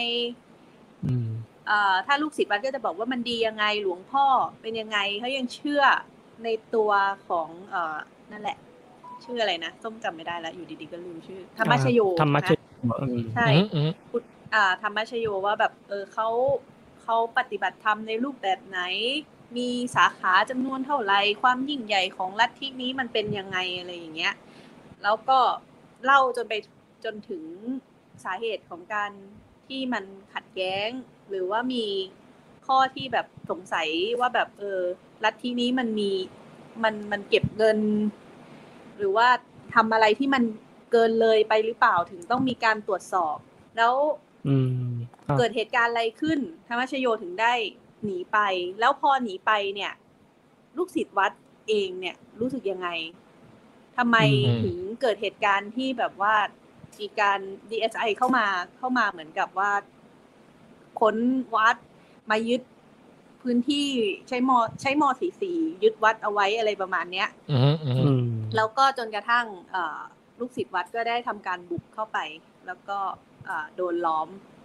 ถ้าลูกศิษย์วัดก็จะบอกว่ามันดียังไงหลวงพ่อเป็นยังไงเขายังเชื่อในตัวของนั่นแหละชื่ออะไรนะส้มจำไม่ได้แล้วอยู่ดีๆก็ลืมชื่อธรรมชโยนะใช่ธรรมชโยว่าแบบเขาปฏิบัติธรรมในรูปแบบไหนมีสาขาจำนวนเท่าไหร่ความยิ่งใหญ่ของลัทธินี้มันเป็นยังไงอะไรอย่างเงี้ยแล้วก็เล่าจนถึงสาเหตุของการที่มันขัดแย้งหรือว่ามีข้อที่แบบสงสัยว่าแบบลัทธินี้มันเก็บเงินหรือว่าทำอะไรที่มันเกินเลยไปหรือเปล่าถึงต้องมีการตรวจสอบแล้วเกิดเหตุการณ์อะไรขึ้นธรรมชโยถึงได้หนีไปแล้วพอหนีไปเนี่ยลูกศิษย์วัดเองเนี่ยรู้สึกยังไงทำไมถึงเกิดเหตุการณ์ที่แบบว่ามีการ DSI เข้ามาเหมือนกับว่าค้นวัดมายึดพื้นที่ใช้ม.44ยึดวัดเอาไว้อะไรประมาณเนี้ยแล้วก็จนกระทั่งลูกศิษย์วัดก็ได้ทำการบุกเข้าไปแล้วก็โดนล้อม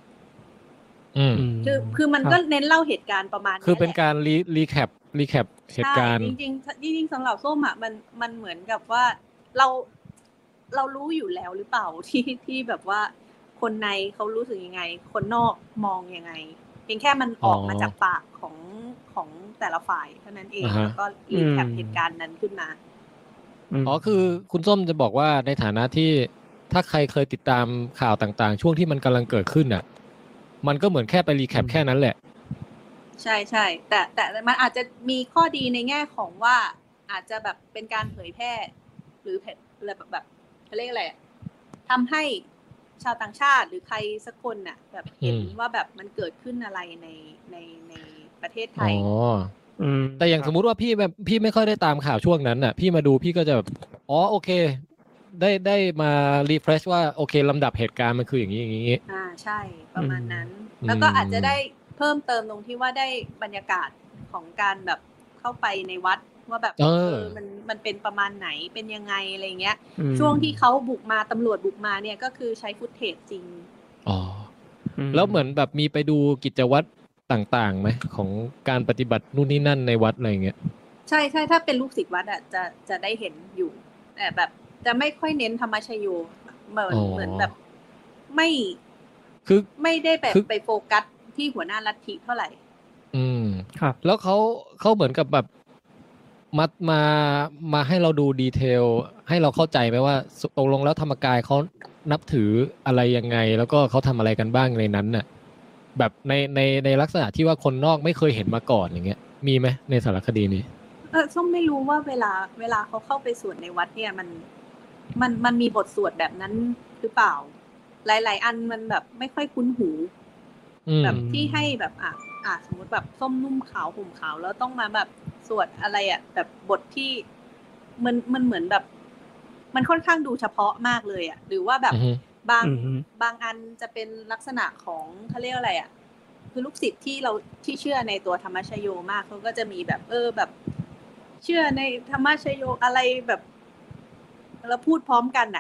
คือมันก็เน้นเล่าเหตุการณ์ประมาณนี้คือเป็นการรีแคปเหตุการณ์จริงสำหรับส้มอ่ะมันเหมือนกับว่าเรารู้อยู่แล้วหรือเปล่าที่แบบว่าคนในเขารู้สึกยังไงคนนอกมองยังไงเพียงแค่มันออกมาจากปากของแต่ละฝ่ายเท่านั้นเองแล้วก็รีแคปเหตุการณ์นั้นขึ้นมาคือคุณส้มจะบอกว่าในฐานะที่ถ้าใครเคยติดตามข่าวต่างๆช่วงที่มันกำลังเกิดขึ้นน่ะมันก็เหมือนแค่ไปรีแคปแค่นั้นแหละใช่ใช่แต่มันอาจจะมีข้อดีในแง่ของว่าอาจจะแบบเป็นการเผยแพร่หรืออะไรแบบเขาเรียกอะไรทำให้ชาวต่างชาติหรือใครสักคนน่ะแบบเห็นว่าแบบมันเกิดขึ้นอะไรในประเทศไทยแต่อย่างสมมุติว่าพี่ไม่ค่อยได้ตามข่าวช่วงนั้นน่ะพี่มาดูพี่ก็จะแบบอ๋อโอเคได้มารีเฟรชว่าโอเคลำดับเหตุการณ์มันคืออย่างนี้อย่างนี้ใช่ประมาณนั้นแล้วก็อาจจะได้เพิ่มเติมตรงที่ว่าได้บรรยากาศของการแบบเข้าไปในวัดว่าแบบมันเป็นประมาณไหนเป็นยังไงอะไรเงี้ยช่วงที่เขาบุกมาตำรวจบุกมาเนี่ยก็คือใช้ฟุตเทจจริงแล้วเหมือนแบบมีไปดูกิจวัตรต่างๆไหมของการปฏิบัตินู่นนี่นั่นในวัดอะไรเงี้ยใช่ใช่ถ้าเป็นลูกศิษย์วัดอ่ะจะได้เห็นอยู่แต่แบบจะไม่ค่อยเน้นธรรมชโยเหมือนแบบไม่ได้แบบไปโฟกัสที่หัวหน้าลัทธิเท่าไหร่ครับแล้วเขาเหมือนกับแบบมาให้เราดูดีเทลให้เราเข้าใจไหมว่าตกลงแล้วธรรมกายเขานับถืออะไรยังไงแล้วก็เขาทำอะไรกันบ้างในนั้นน่ะแบบในลักษณะที่ว่าคนนอกไม่เคยเห็นมาก่อนอย่างเงี้ยมีไหมในสารคดีนี้ส้มไม่รู้ว่าเวลาเขาเข้าไปสวดในวัดเนี่ยมันมีบทสวดแบบนั้นหรือเปล่าหลายๆอันมันแบบไม่ค่อยคุ้นหูแบบที่ให้แบบสมมติแบบส้มนุ่มขาวห่มขาวแล้วต้องมาแบบสวดอะไรแบบบทที่มันเหมือนแบบมันค่อนข้างดูเฉพาะมากเลยหรือว่าแบบบางอันจะเป็นลักษณะของเขาเรียกอะไรคือลูกศิษย์ที่เชื่อในตัวธรรมชโยมากเขาก็จะมีแบบแบบเชื่อในธรรมชโยอะไรแบบเราพูดพร้อมกัน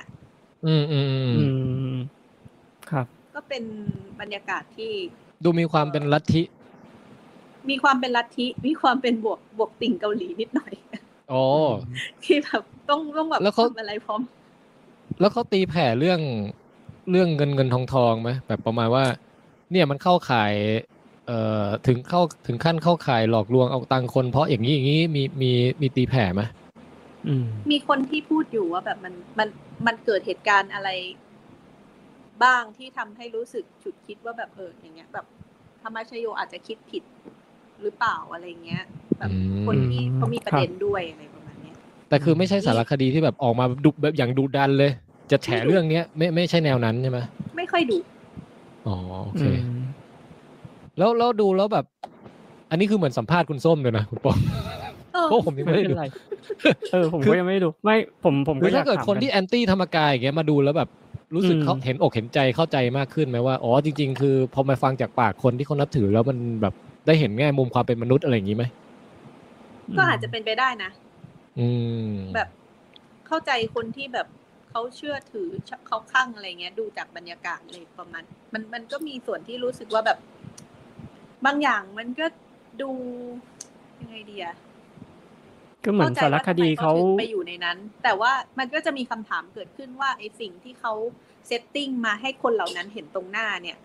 ครับก็เป็นบรรยากาศที่ดูมีความเป็นลัทธิมีความเป็นลัทธิมีความเป็นบวกติ่งเกาหลีนิดหน่อยที่แบบต้องแบบทำอะไรพร้อมแล้วเขาตีแผ่เรื่องเงินทองไหมแบบประมาณว่าเนี่ยมันเข้าข่ายถึงขั้นเข้าข่ายหลอกลวงเอาตังค์คนเพราะอย่างนี้มีตีแผ่ไหมมีคนที่พูดอยู่ว่าแบบมันเกิดเหตุการณ์อะไรบ้างที่ทำให้รู้สึกฉุดคิดว่าแบบอย่างเงี้ยแบบธรรมชโยอาจจะคิดผิดหรือเปล่าอะไรเงี้ยแบบคนที่เขามีประเด็นด้วยอะไรประมาณนี้แต่คือไม่ใช่สารคดีที่แบบออกมาดุแบบอย่างดุดันเลยจะแฉเรื่องเนี้ยไม่ใช่แนวนั้นใช่ไหมไม่ค่อยดุอ๋อโอเคแล้วดูแล้วแบบอันนี้คือเหมือนสัมภาษณ์คุณส้มเลยนะคุณปองเพราะผมยังไม่ได้ดูผมก็ยังไม่ได้ดูไม่ผมก็ถ้าเกิดคนที่แอนตี้ธรรมกายอย่างเงี้ยมาดูแล้วแบบรู้สึกเขาเห็นอกเห็นใจเข้าใจมากขึ้นไหมว่าอ๋อจริงๆคือพอมาฟังจากปากคนที่เขานับถือแล้วมันแบบได้เห็นแง่มุมความเป็นมนุษย์อะไรอย่างนี้ไหมก็อาจจะเป็นไปได้นะแบบเข้าใจคนที่แบบเขาเชื่อถือเขาคลั่งอะไรเงี้ยดูจากบรรยากาศเลยประมาณมันก็มีส่วนที่รู้สึกว่าแบบบางอย่างมันก็ดูยังไงดีก็เหมือนสารคดีเขาไปอยู่ในนั้นแต่ว่ามันก็จะมีคำถามเกิดขึ้นว่าไอ้สิ่งที่เขาเซตติ้งมาให้คนเหล่านั้นเห็นตรงหน้าเนี่ย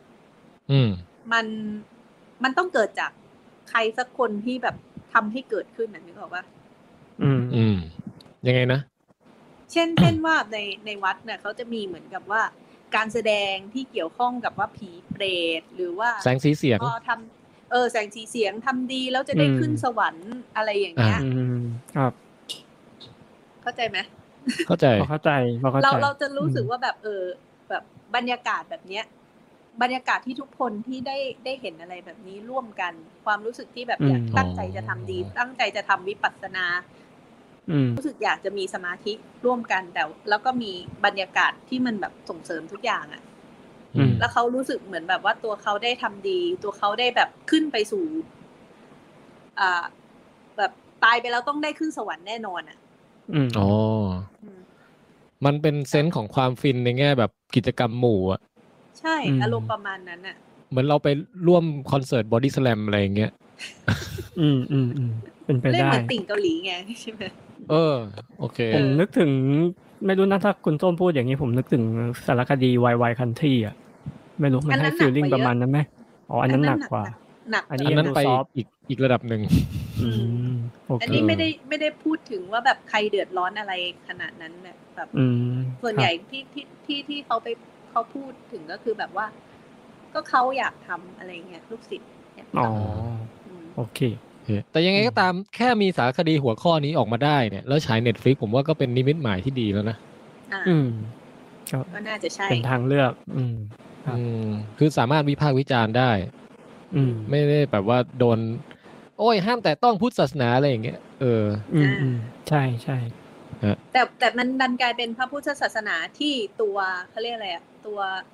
มันต้องเกิดจากใครสักคนที่แบบทำให้เกิดขึ้นนึกออกป่ะยังไงนะเช่นว่าในวัดเนี่ยเขาจะมีเหมือนกับว่าการแสดงที่เกี่ยวข้องกับว่าผีเปรตหรือว่าแสงสีเสียงทำแสงสีเสียงทำดีแล้วจะได้ขึ้นสวรรค์อะไรอย่างเงี้ยครับเข้าใจไหมเข้าใจเราจะรู้สึกว่าแบบแบบบรรยากาศแบบเนี้ยบรรยากาศที่ทุกคนที่ได้เห็นอะไรแบบนี้ร่วมกันความรู้สึกที่แบบอยากตั้งใจจะทำดีตั้งใจจะทำวิปัสสนารู้สึกอยากจะมีสมาธิร่วมกันแต่แล้วก็มีบรรยากาศที่มันแบบส่งเสริมทุกอย่างแล้วเขารู้สึกเหมือนแบบว่าตัวเขาได้ทำดีตัวเขาได้แบบขึ้นไปสู่แบบตายไปแล้วต้องได้ขึ้นสวรรค์แน่นอนอ๋อมันเป็นเซนส์ของความฟินในแง่แบบกิจกรรมหมู่ใช่อารมณ์ประมาณนั้นเหมือนเราไปร่วมคอนเสิร์ตบอดี้สแลมอะไรอย่างเงี้ยเป็นไปได้เล่นเหมือนติ่งเกาหลีไงใช่ไหมโอเคผมนึกถึงไม่รู้นะถ้าคุณส้มพูดอย่างนี้ผมนึกถึงสารคดี YY Country ไม่รู้มันให้ฟีลลิ่งประมาณนั้นไหมอ๋ออันนั้นหนักกว่าหนักอันนั้นไปอีกระดับหนึ่งโอเคอันนี้ไม่ได้พูดถึงว่าแบบใครเดือดร้อนอะไรขนาดนั้นแบบ ส่วนใหญ่ที่เขาพูดถึงก็คือแบบว่า ก็เขาอยากทำอะไรเงี้ยลูกศิษย์อยากอ๋อทำโอเคแต่ยังไงก็ตามแค่มีสารคดีหัวข้อนี้ออกมาได้เนี่ยแล้วฉาย Netflix ผมว่าก็เป็นนิมิตหมายที่ดีแล้วนะอืมก็น่าจะใช่เป็นทางเลือก ครับคือสามารถวิพากษ์วิจารณ์ได้ ไม่ได้แบบว่าโดน โอ้ยห้ามแต่ต้องพุทธศาสนาอะไรอย่างเงี้ยใช่ใช่แต่มันดันกลายเป็นพระพุทธศาสนาที่ตัวเขาเรียกอะไรอะตัว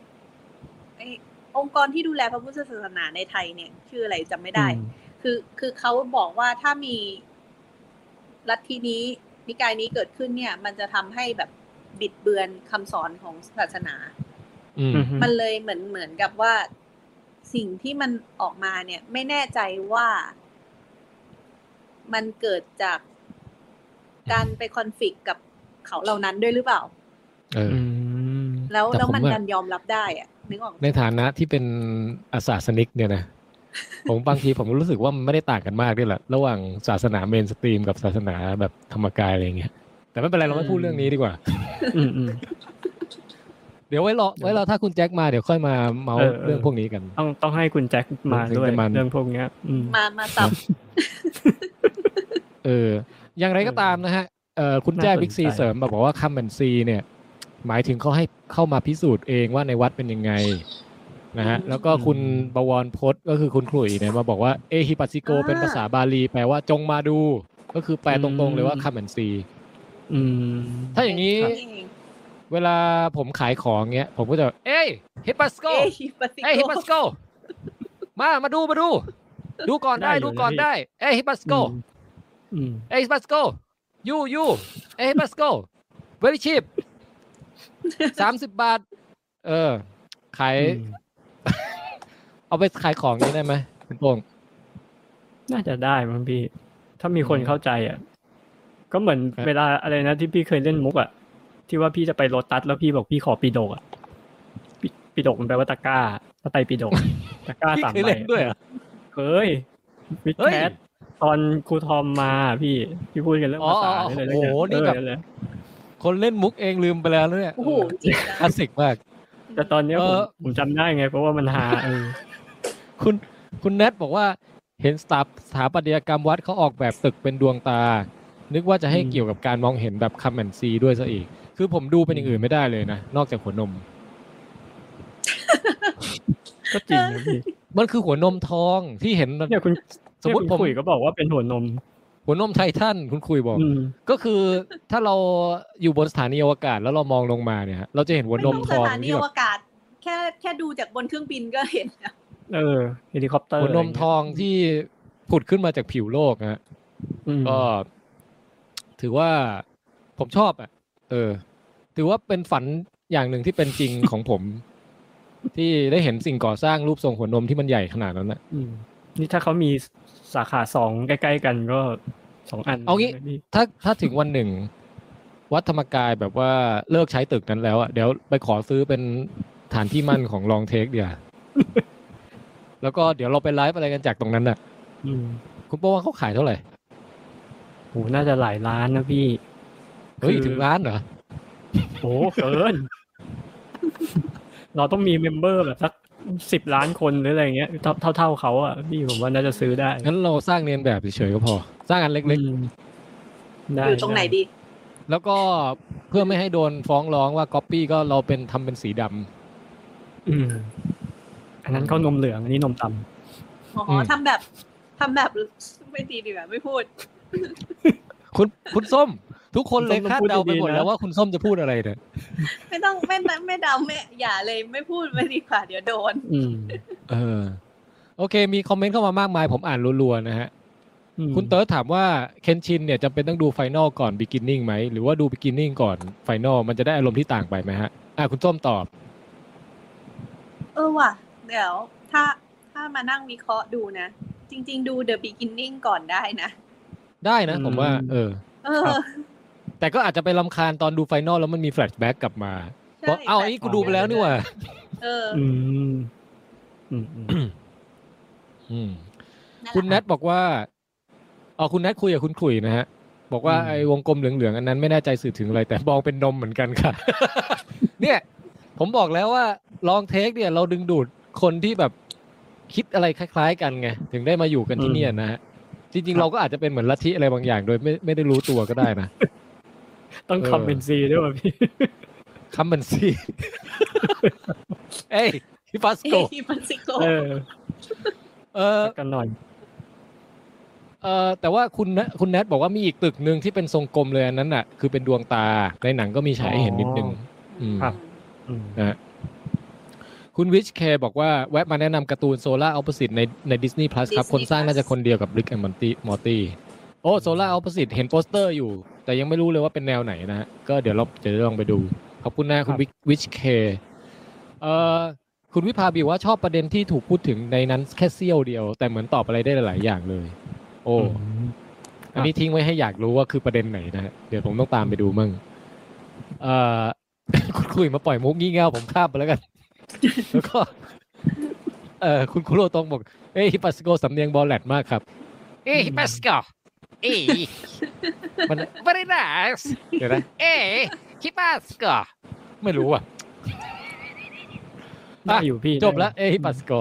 องค์กรที่ดูแลพระพุทธศาสนาในไทยเนี่ยชื่ออะไรจำไม่ได้ คือเขาบอกว่าถ้ามีลัทธินี้นิกายนี้เกิดขึ้นเนี่ย มันจะทำให้แบบบิดเบือนคำสอนของศาสนา มันเลยเหมือนกับว่าสิ่งที่มันออกมาเนี่ย ไม่แน่ใจว่ามันเกิดจากการไปคอนฟลิกต์กับเขาเหล่านั้นด้วยหรือเปล่าแล้วมันดันยอมรับได้อะนึกออกในฐานะที่เป็นอาสาสนิกเนี่ยนะ ผมบางทีผมรู้สึกว่ามันไม่ได้ต่างกันมากด้วยแหละระหว่างศาสนาเมนสตรีมกับศาสนาแบบธรรมกายอะไรอย่างเงี้ยแต่ไม่เป็นไรเราไม่พูดเรื่องนี้ดีกว่าเดี๋ยวไว้รอถ้าคุณแจ็คมาเดี๋ยวค่อยมาเมาเรื่องพวกนี้กันต้องให้คุณแจ็คมาด้วยเรื่องพวกเนี้ยมาซับอย่างไรก็ตามนะฮะคุณแจ้บิ๊กซีเสริมบอกว่าคัมแอนซีเนี่ยหมายถึงเขาให้เข้ามาพิสูจน์เองว่าในวัดเป็นยังไงนะฮะแล้วก็คุณบวรพจน์ก็คือคุณขลุ่ยเนี่ยมาบอกว่าเอฮิปัสซิโกเป็นภาษาบาลีแปลว่าจงมาดูก็คือแปลตรงๆเลยว่าคัมแอนซีถ้าอย่างนี้เวลาผมขายของเงี้ยผมก็จะเอ้ยฮิปัสโกเอ้ยฮิปัสโกมาดูดูก่อนได้เอ้ยฮิปัสโกเอ้ยฮิปัสโกยูเอ้ยฮิปัสโก very cheap 30 บาทขายเอาไปขายของนี้ได้ไหมคุณโป่งน่าจะได้มั้งพี่ถ้ามีคนเข้าใจอ่ะก็เหมือนเวลาอะไรนะที่พี่เคยเล่นมุกอ่ะที่ว่าพี่จะไปโลตัสแล้วพี่บอกพี่ขอปีโดกอ่ะปีโดกมันแปลว่าตะกร้าถ้าไตปีโดกตะกร้า3 ใบเคยเล่นด้วยอ่ะเคยวิดแคทตอนครูทอมมาพี่พูดกันเรื่องภาษาเลยโอ้โหนี่แบบคนเล่นมุกเองลืมไปแล้วเนี่ยโอ้โหจริงคลาสสิกมากแต่ตอนนี้ผมจำได้ไงเพราะว่ามันหาคุณแนทบอกว่าเห็นสถาปัตยกรรมวัดเขาออกแบบตึกเป็นดวงตานึกว่าจะให้เกี่ยวกับการมองเห็นแบบคัมแอนซีด้วยซะอีกคือผมดูเป็นอย่างอื่นไม่ได้เลยนะนอกจากหัวนมก็จริงนะพี่มันคือหัวนมทองที่เห็นเนี่ยคุณสมมติผมคุยก็บอกว่าเป็นหัวนมไททันคุณคุยบอกก็คือถ้าเราอยู่บนสถานีอวกาศแล้วเรามองลงมาเนี่ยเราจะเห็นหัวนมทองสถานีอวกาศแค่ดูจากบนเครื่องบินก็เห็นแล้วเฮลิคอปเตอร์หัวนมทองที่ผุดขึ้นมาจากผิวโลกฮะก็ถือว่าผมชอบถือว่าเป็นฝันอย่างหนึ่งที่เป็นจริงของผมที่ได้เห็นสิ่งก่อสร้างรูปทรงหัวนมที่มันใหญ่ขนาดนั้นนะนี่ถ้าเขามีสาขา2ใกล้ๆกันก็2 อันเอางี้ถ้าถึงวันหนึ่งวัดธรรมกายแบบว่าเลิกใช้ตึกนั้นแล้วอ่ะเดี๋ยวไปขอซื้อเป็นฐานที่มั่นของลองเทคเดียวแล้วก็เดี๋ยวเราไปไลฟ์อะไรกันจากตรงนั้นน่ะคุณโป้ว่าเขาขายเท่าไหร่โหน่าจะหลายล้านนะพี่เฮ้ยถึงล้านเหรอโหเกินเราต้องมีเมมเบอร์แบบสัก10 ล้านคนหรืออะไรเงี้ยเท่าเขาอ่ะพี่ผมว่าน่าจะซื้อได้งั้นเราสร้างเรียนแบบเฉยๆก็พอสร้างอันเล็กๆอยู่ตรงไหนดีแล้วก็เพื่อไม่ให้โดนฟ้องร้องว่าก๊อปปี้ก็เราทำเป็นสีดำอันนั้นเขานมเหลืองอันนี้นมดำอ๋อทำแบบไม่ดีดีกว่าไม่พูดคุณส้มทุกคนเลยคาดเดาไปหมดแล้วว่าคุณส้มจะพูดอะไรเนี่ยไม่ต้องไม่เดาไม่อย่าเลยไม่พูดไม่ดีกว่าเดี๋ยวโดนโอเคมีคอมเมนต์เข้ามามากมายผมอ่านรัวๆนะฮะคุณเติร์ดถามว่าเคนชินเนี่ยจำเป็นต้องดูไฟนอลก่อนบิกินนิ่งไหมหรือว่าดูบิกินนิ่งก่อนไฟนอลมันจะได้อารมณ์ที่ต่างไปไหมฮะคุณส้มตอบว่ะเดี๋ยวถ้ามานั่งวิเคราะห์ดูนะจริงๆดู The Beginning ก่อนได้นะได้นะผมว่าแต่ก็อาจจะไปรำคาญตอนดูไฟนอลแล้วมันมีแฟลชแบ็กกลับมาเพราะอันนี้กูดูไปแล้วนี่หว่าคุณแนทบอกว่าคุณนัทคุยกับคุณขลุ่ยนะฮะบอกว่าไอ้วงกลมเหลืองๆอันนั้นไม่แน่ใจสื่อถึงอะไรแต่มองเป็นนมเหมือนกันค่ะ เนี่ยผมบอกแล้วว่าลองเทคเนี่ยเราดึงดูดคนที่แบบคิดอะไรคล้ายๆกันไงถึงได้มาอยู่กันที่เนี่ยนะฮะจริงๆเราก็อาจจะเป็นเหมือนลัทธิอะไรบางอย่างโดยไม่ได้รู้ตัวก็ได้นะต้องคอมเมนซีด้วยว่ะพี่คัมเบนซีเอ้ยฮิปัสโกที่มันสิโกกันหน่อยแต่ว่าคุณแนทบอกว่ามีอีกตึกหนึ่งที่เป็นทรงกลมเลยอันนั้นน่ะคือเป็นดวงตาในหนังก็มีฉายให้เห็นนิดนึงครับนะฮะคุณวิชเคบอกว่าแวะมาแนะนำการ์ตูนโซล่าอัลปสิตใน Disney Plus ครับ คนสร้างน่าจะคนเดียวกับ Rick and Morty โอ้โซล่าอัลปสิตเห็นโปสเตอร์อยู่แต่ยังไม่รู้เลยว่าเป็นแนวไหนนะฮะก็เดี๋ยวเราจะลองไปดูขอบคุณนะคุณวิชเคคุณวิภาบีว่าชอบประเด็นที่ถูกพูดถึงในนั้นแค่เสี้ยวเดียวแต่เหมือนตอบอะไรได้หลายๆอย่างเลยโอ้อันนี้ทิ้งไว้ให้อยากรู้ว่าคือประเด็นไหนนะฮะเดี๋ยวผมต้องตามไปดูมั่งคุณคุยมาปล่อยมุกงี่เง่าผมข้ามไปแล้วกัน แล้วก็คุณคุโรตงบอกฮิปัสโกสำเนียงบอลแลดมากครับฮิปัสโกมัน very nice เดี๋ยวนะฮิปัสโกไม่รู้อ่ะได้อยู่พี่จบแล้วฮิปัสโก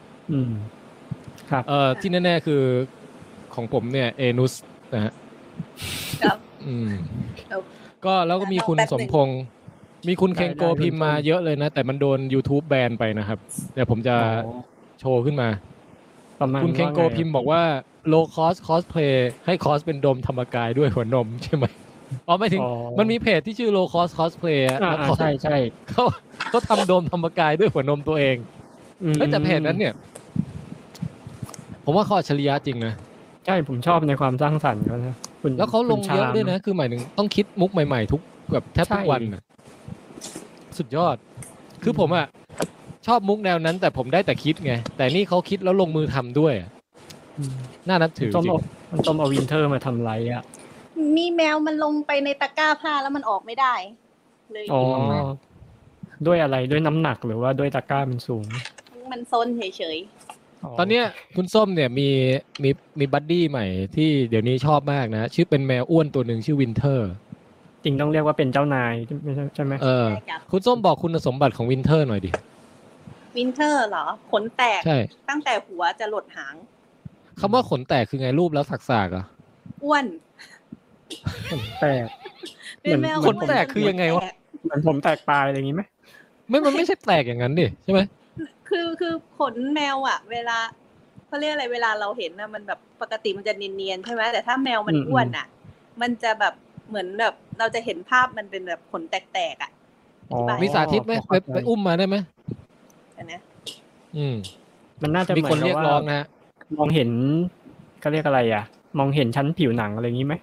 ครับที่แน่ๆคือของผมเนี่ยเอนุสนะฮะครับก็แล้วก็มีคุณสมพงษ์มีคุณเคนโกพิมพ์มาเยอะเลยนะแต่มันโดน YouTube แบนไปนะครับเดี๋ยวผมจะโชว์ขึ้นมาคุณเคนโกพิมพ์บอกว่า low cost cosplay ให้คอสเป็นโดมธรรมกายด้วยหัวนมใช่ไหมไม่ถึงมันมีเพจที่ชื่อ low cost cosplay ใช่เขาทำโดมธรรมกายด้วยหัวนมตัวเองแต่เพจนั้นเนี่ยผมว่าเขาอัจฉริยะจริงนะใช่ผมชอบในความสร้างสรรค์เขานะแล้วเขาลงเยอะด้วยนะคือหมายถึงต้องคิดมุกใหม่ๆทุกแบบแทบทุกวันนะสุดยอดคือผมอ่ะชอบมุกแนวนั้นแต่ผมได้แต่คิดไงแต่นี่เขาคิดแล้วลงมือทำด้วยน่านับถือจริงมันต้มเอาวินเทอร์มาทำไรอ่ะมีแมวมันลงไปในตะกร้าผ้าแล้วมันออกไม่ได้เลยด้วยอะไรด้วยน้ำหนักหรือว่าด้วยตะกร้ามันสูงมันซนเฉยๆตอนเนี้ยคุณส้มเนี่ยมีบัดดี้ใหม่ที่เดี๋ยวนี้ชอบมากนะชื่อเป็นแมวอ้วนตัวหนึ่งชื่อวินเทอร์จริงต้องเรียกว่าเป็นเจ้านายใช่ไหมคุณส้มบอกคุณสมบัติของวินเทอร์หน่อยดิวินเทอร์เหรอขนแตกใช่ตั้งแต่หัวจะหลดหางคำว่าขนแตกคือไงรูปแล้วสากๆอ่ะอ้วนขนแตกขนแตกคือยังไงวะเหมือนผมแตกปลายอะไรอย่างงี้ไหมมันไม่ใช่แตกอย่างนั้นดิใช่ไหมคือขนแมวอ่ะเวลาเขาเรียกอะไรเวลาเราเห็นนะมันแบบปกติมันจะเนียนๆใช่ไหมแต่ถ้าแมวมันอ้วนอ่ะมันจะแบบเหมือนแบบเราจะเห็นภาพมันเป็นแบบขนแตกๆอ่ะมีสาธิตไหมไปอุ้มมาได้ไหมนะมันน่าจะมีคนเรียกร้องนะมองเห็นเขาเรียกอะไรอ่ะมองเห็นชั้นผิวหนังอะไรอย่างนี้ไหม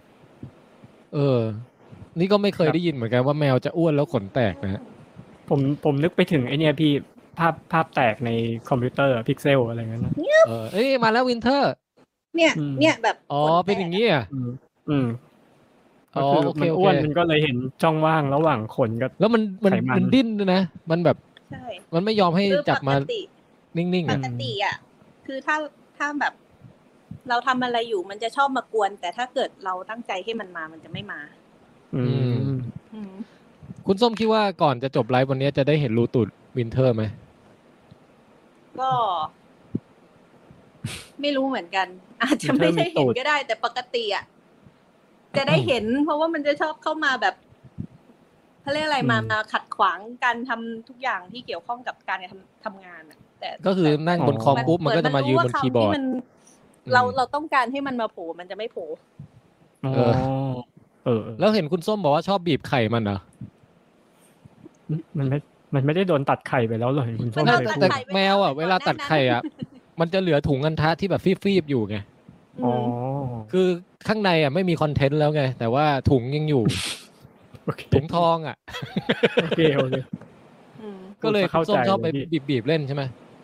นี่ก็ไม่เคยได้ยินเหมือนกันว่าแมวจะอ้วนแล้วขนแตกนะฮะผมนึกไปถึงไอเนี้ยพี่ภาพแตกในคอมพิวเตอร์พิกเซลอะไรเงี้ยนะมาแล้ววินเทอร์เนี่ยแบบเป็นอย่างนี้อ่ะก็คือมันอ้วนมันก็เลยเห็นช่องว่างระหว่างขนกับแล้วมันดิ้นด้วยนะมันแบบมันไม่ยอมให้จับมานิ่งๆปกติอ่ะคือถ้าแบบเราทำอะไรอยู่มันจะชอบมากวนแต่ถ้าเกิดเราตั้งใจให้มันมามันจะไม่มาคุณส้มคิดว่าก่อนจะจบไลฟ์วันนี้จะได้เห็นรูตูดวินเทอร์ไหมก็ไม่รู้เหมือนกันอาจจะไม่ได้เห็นก็ได้แต่ปกติอ่ะจะได้เห็นเพราะว่ามันจะชอบเข้ามาแบบเขาเรียกอะไรมาขัดขวางการทำทุกอย่างที่เกี่ยวข้องกับการทำงานอ่ะแต่ก็คือนั่งบนคอมปุ๊บมันก็จะมายืนบนคีย์บอร์ดเราต้องการให้มันมาโผล่มันจะไม่โผล่แล้วเห็นคุณส้มบอกว่าชอบบีบไข่มันเหรอมันไม่ได้โดนตัดไข่ไปแล้วเลยคุณส้มแต่แมวอ่ะเวลาตัดไข่อ่ะมันจะเหลือถุงอันทะที่แบบฟีบๆอยู่ไงคือข้างในอ่ะไม่มีคอนเทนต์แล้วไงแต่ว่าถุงยังอยู่ถุงทองอ่ะโอเคก็เลยคุณส้มชอบไปบีบเล่นใช่ไหม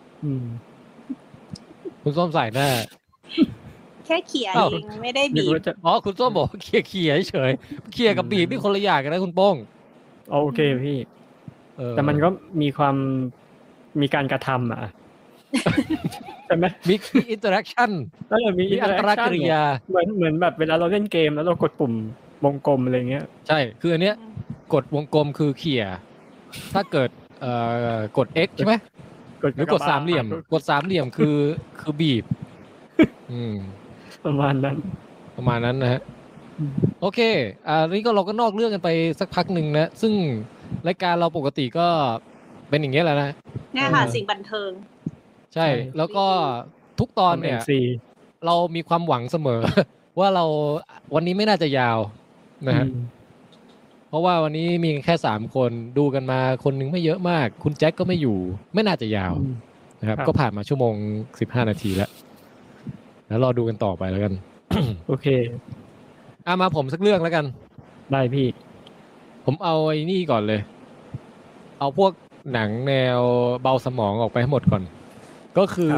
คุณส้มใส่หน้าแค่เขี่ยเองไม่ได้บีบคุณส้มบอกเขี่ยเฉยเขี่ยกับบีบนี่คนละอย่างกันนะคุณโป้งโอเคพี่แต่มันก็มีการกระทำอ่ะใช่ไหมมีอินเตอร์แอคชั่นมีอันตรกิริยาเหมือนแบบเวลาเราเล่นเกมแล้วเรากดปุ่มวงกลมอะไรเงี้ยใช่คืออันเนี้ยกดวงกลมคือเขี่ยถ้าเกิดกด X ใช่ไหมหรือกดสามเหลี่ยมคือบีบประมาณนั้นนะฮะโอเคนี่ก็เราก็นอกเรื่องกันไปสักพักหนึ่งนะซึ่งรายการเราปกติก็เป็นอย่างเงี้ยแหละนะเนี่ยค่ะสิ่งบันเทิงใช่แล้วก็ทุกตอนเนี่ยเรามีความหวังเสมอ ว่าเราวันนี้ไม่น่าจะยาวนะฮะเพราะว่าวันนี้มีแค่3คนดูกันมาคนนึงไม่เยอะมากคุณแจ็คก็ไม่อยู่ไม่น่าจะยาวนะครับก็ผ่านมาชั่วโมง15นาทีแล้วรอดูกันต่อไปแล้วกันโอเคมาผมสักเรื่องแล้วกันได้พี่ผมเอาไอ้นี่ก่อนเลยเอาพวกหนังแนวเบาสมองออกไปให้หมดก่อนก็คือ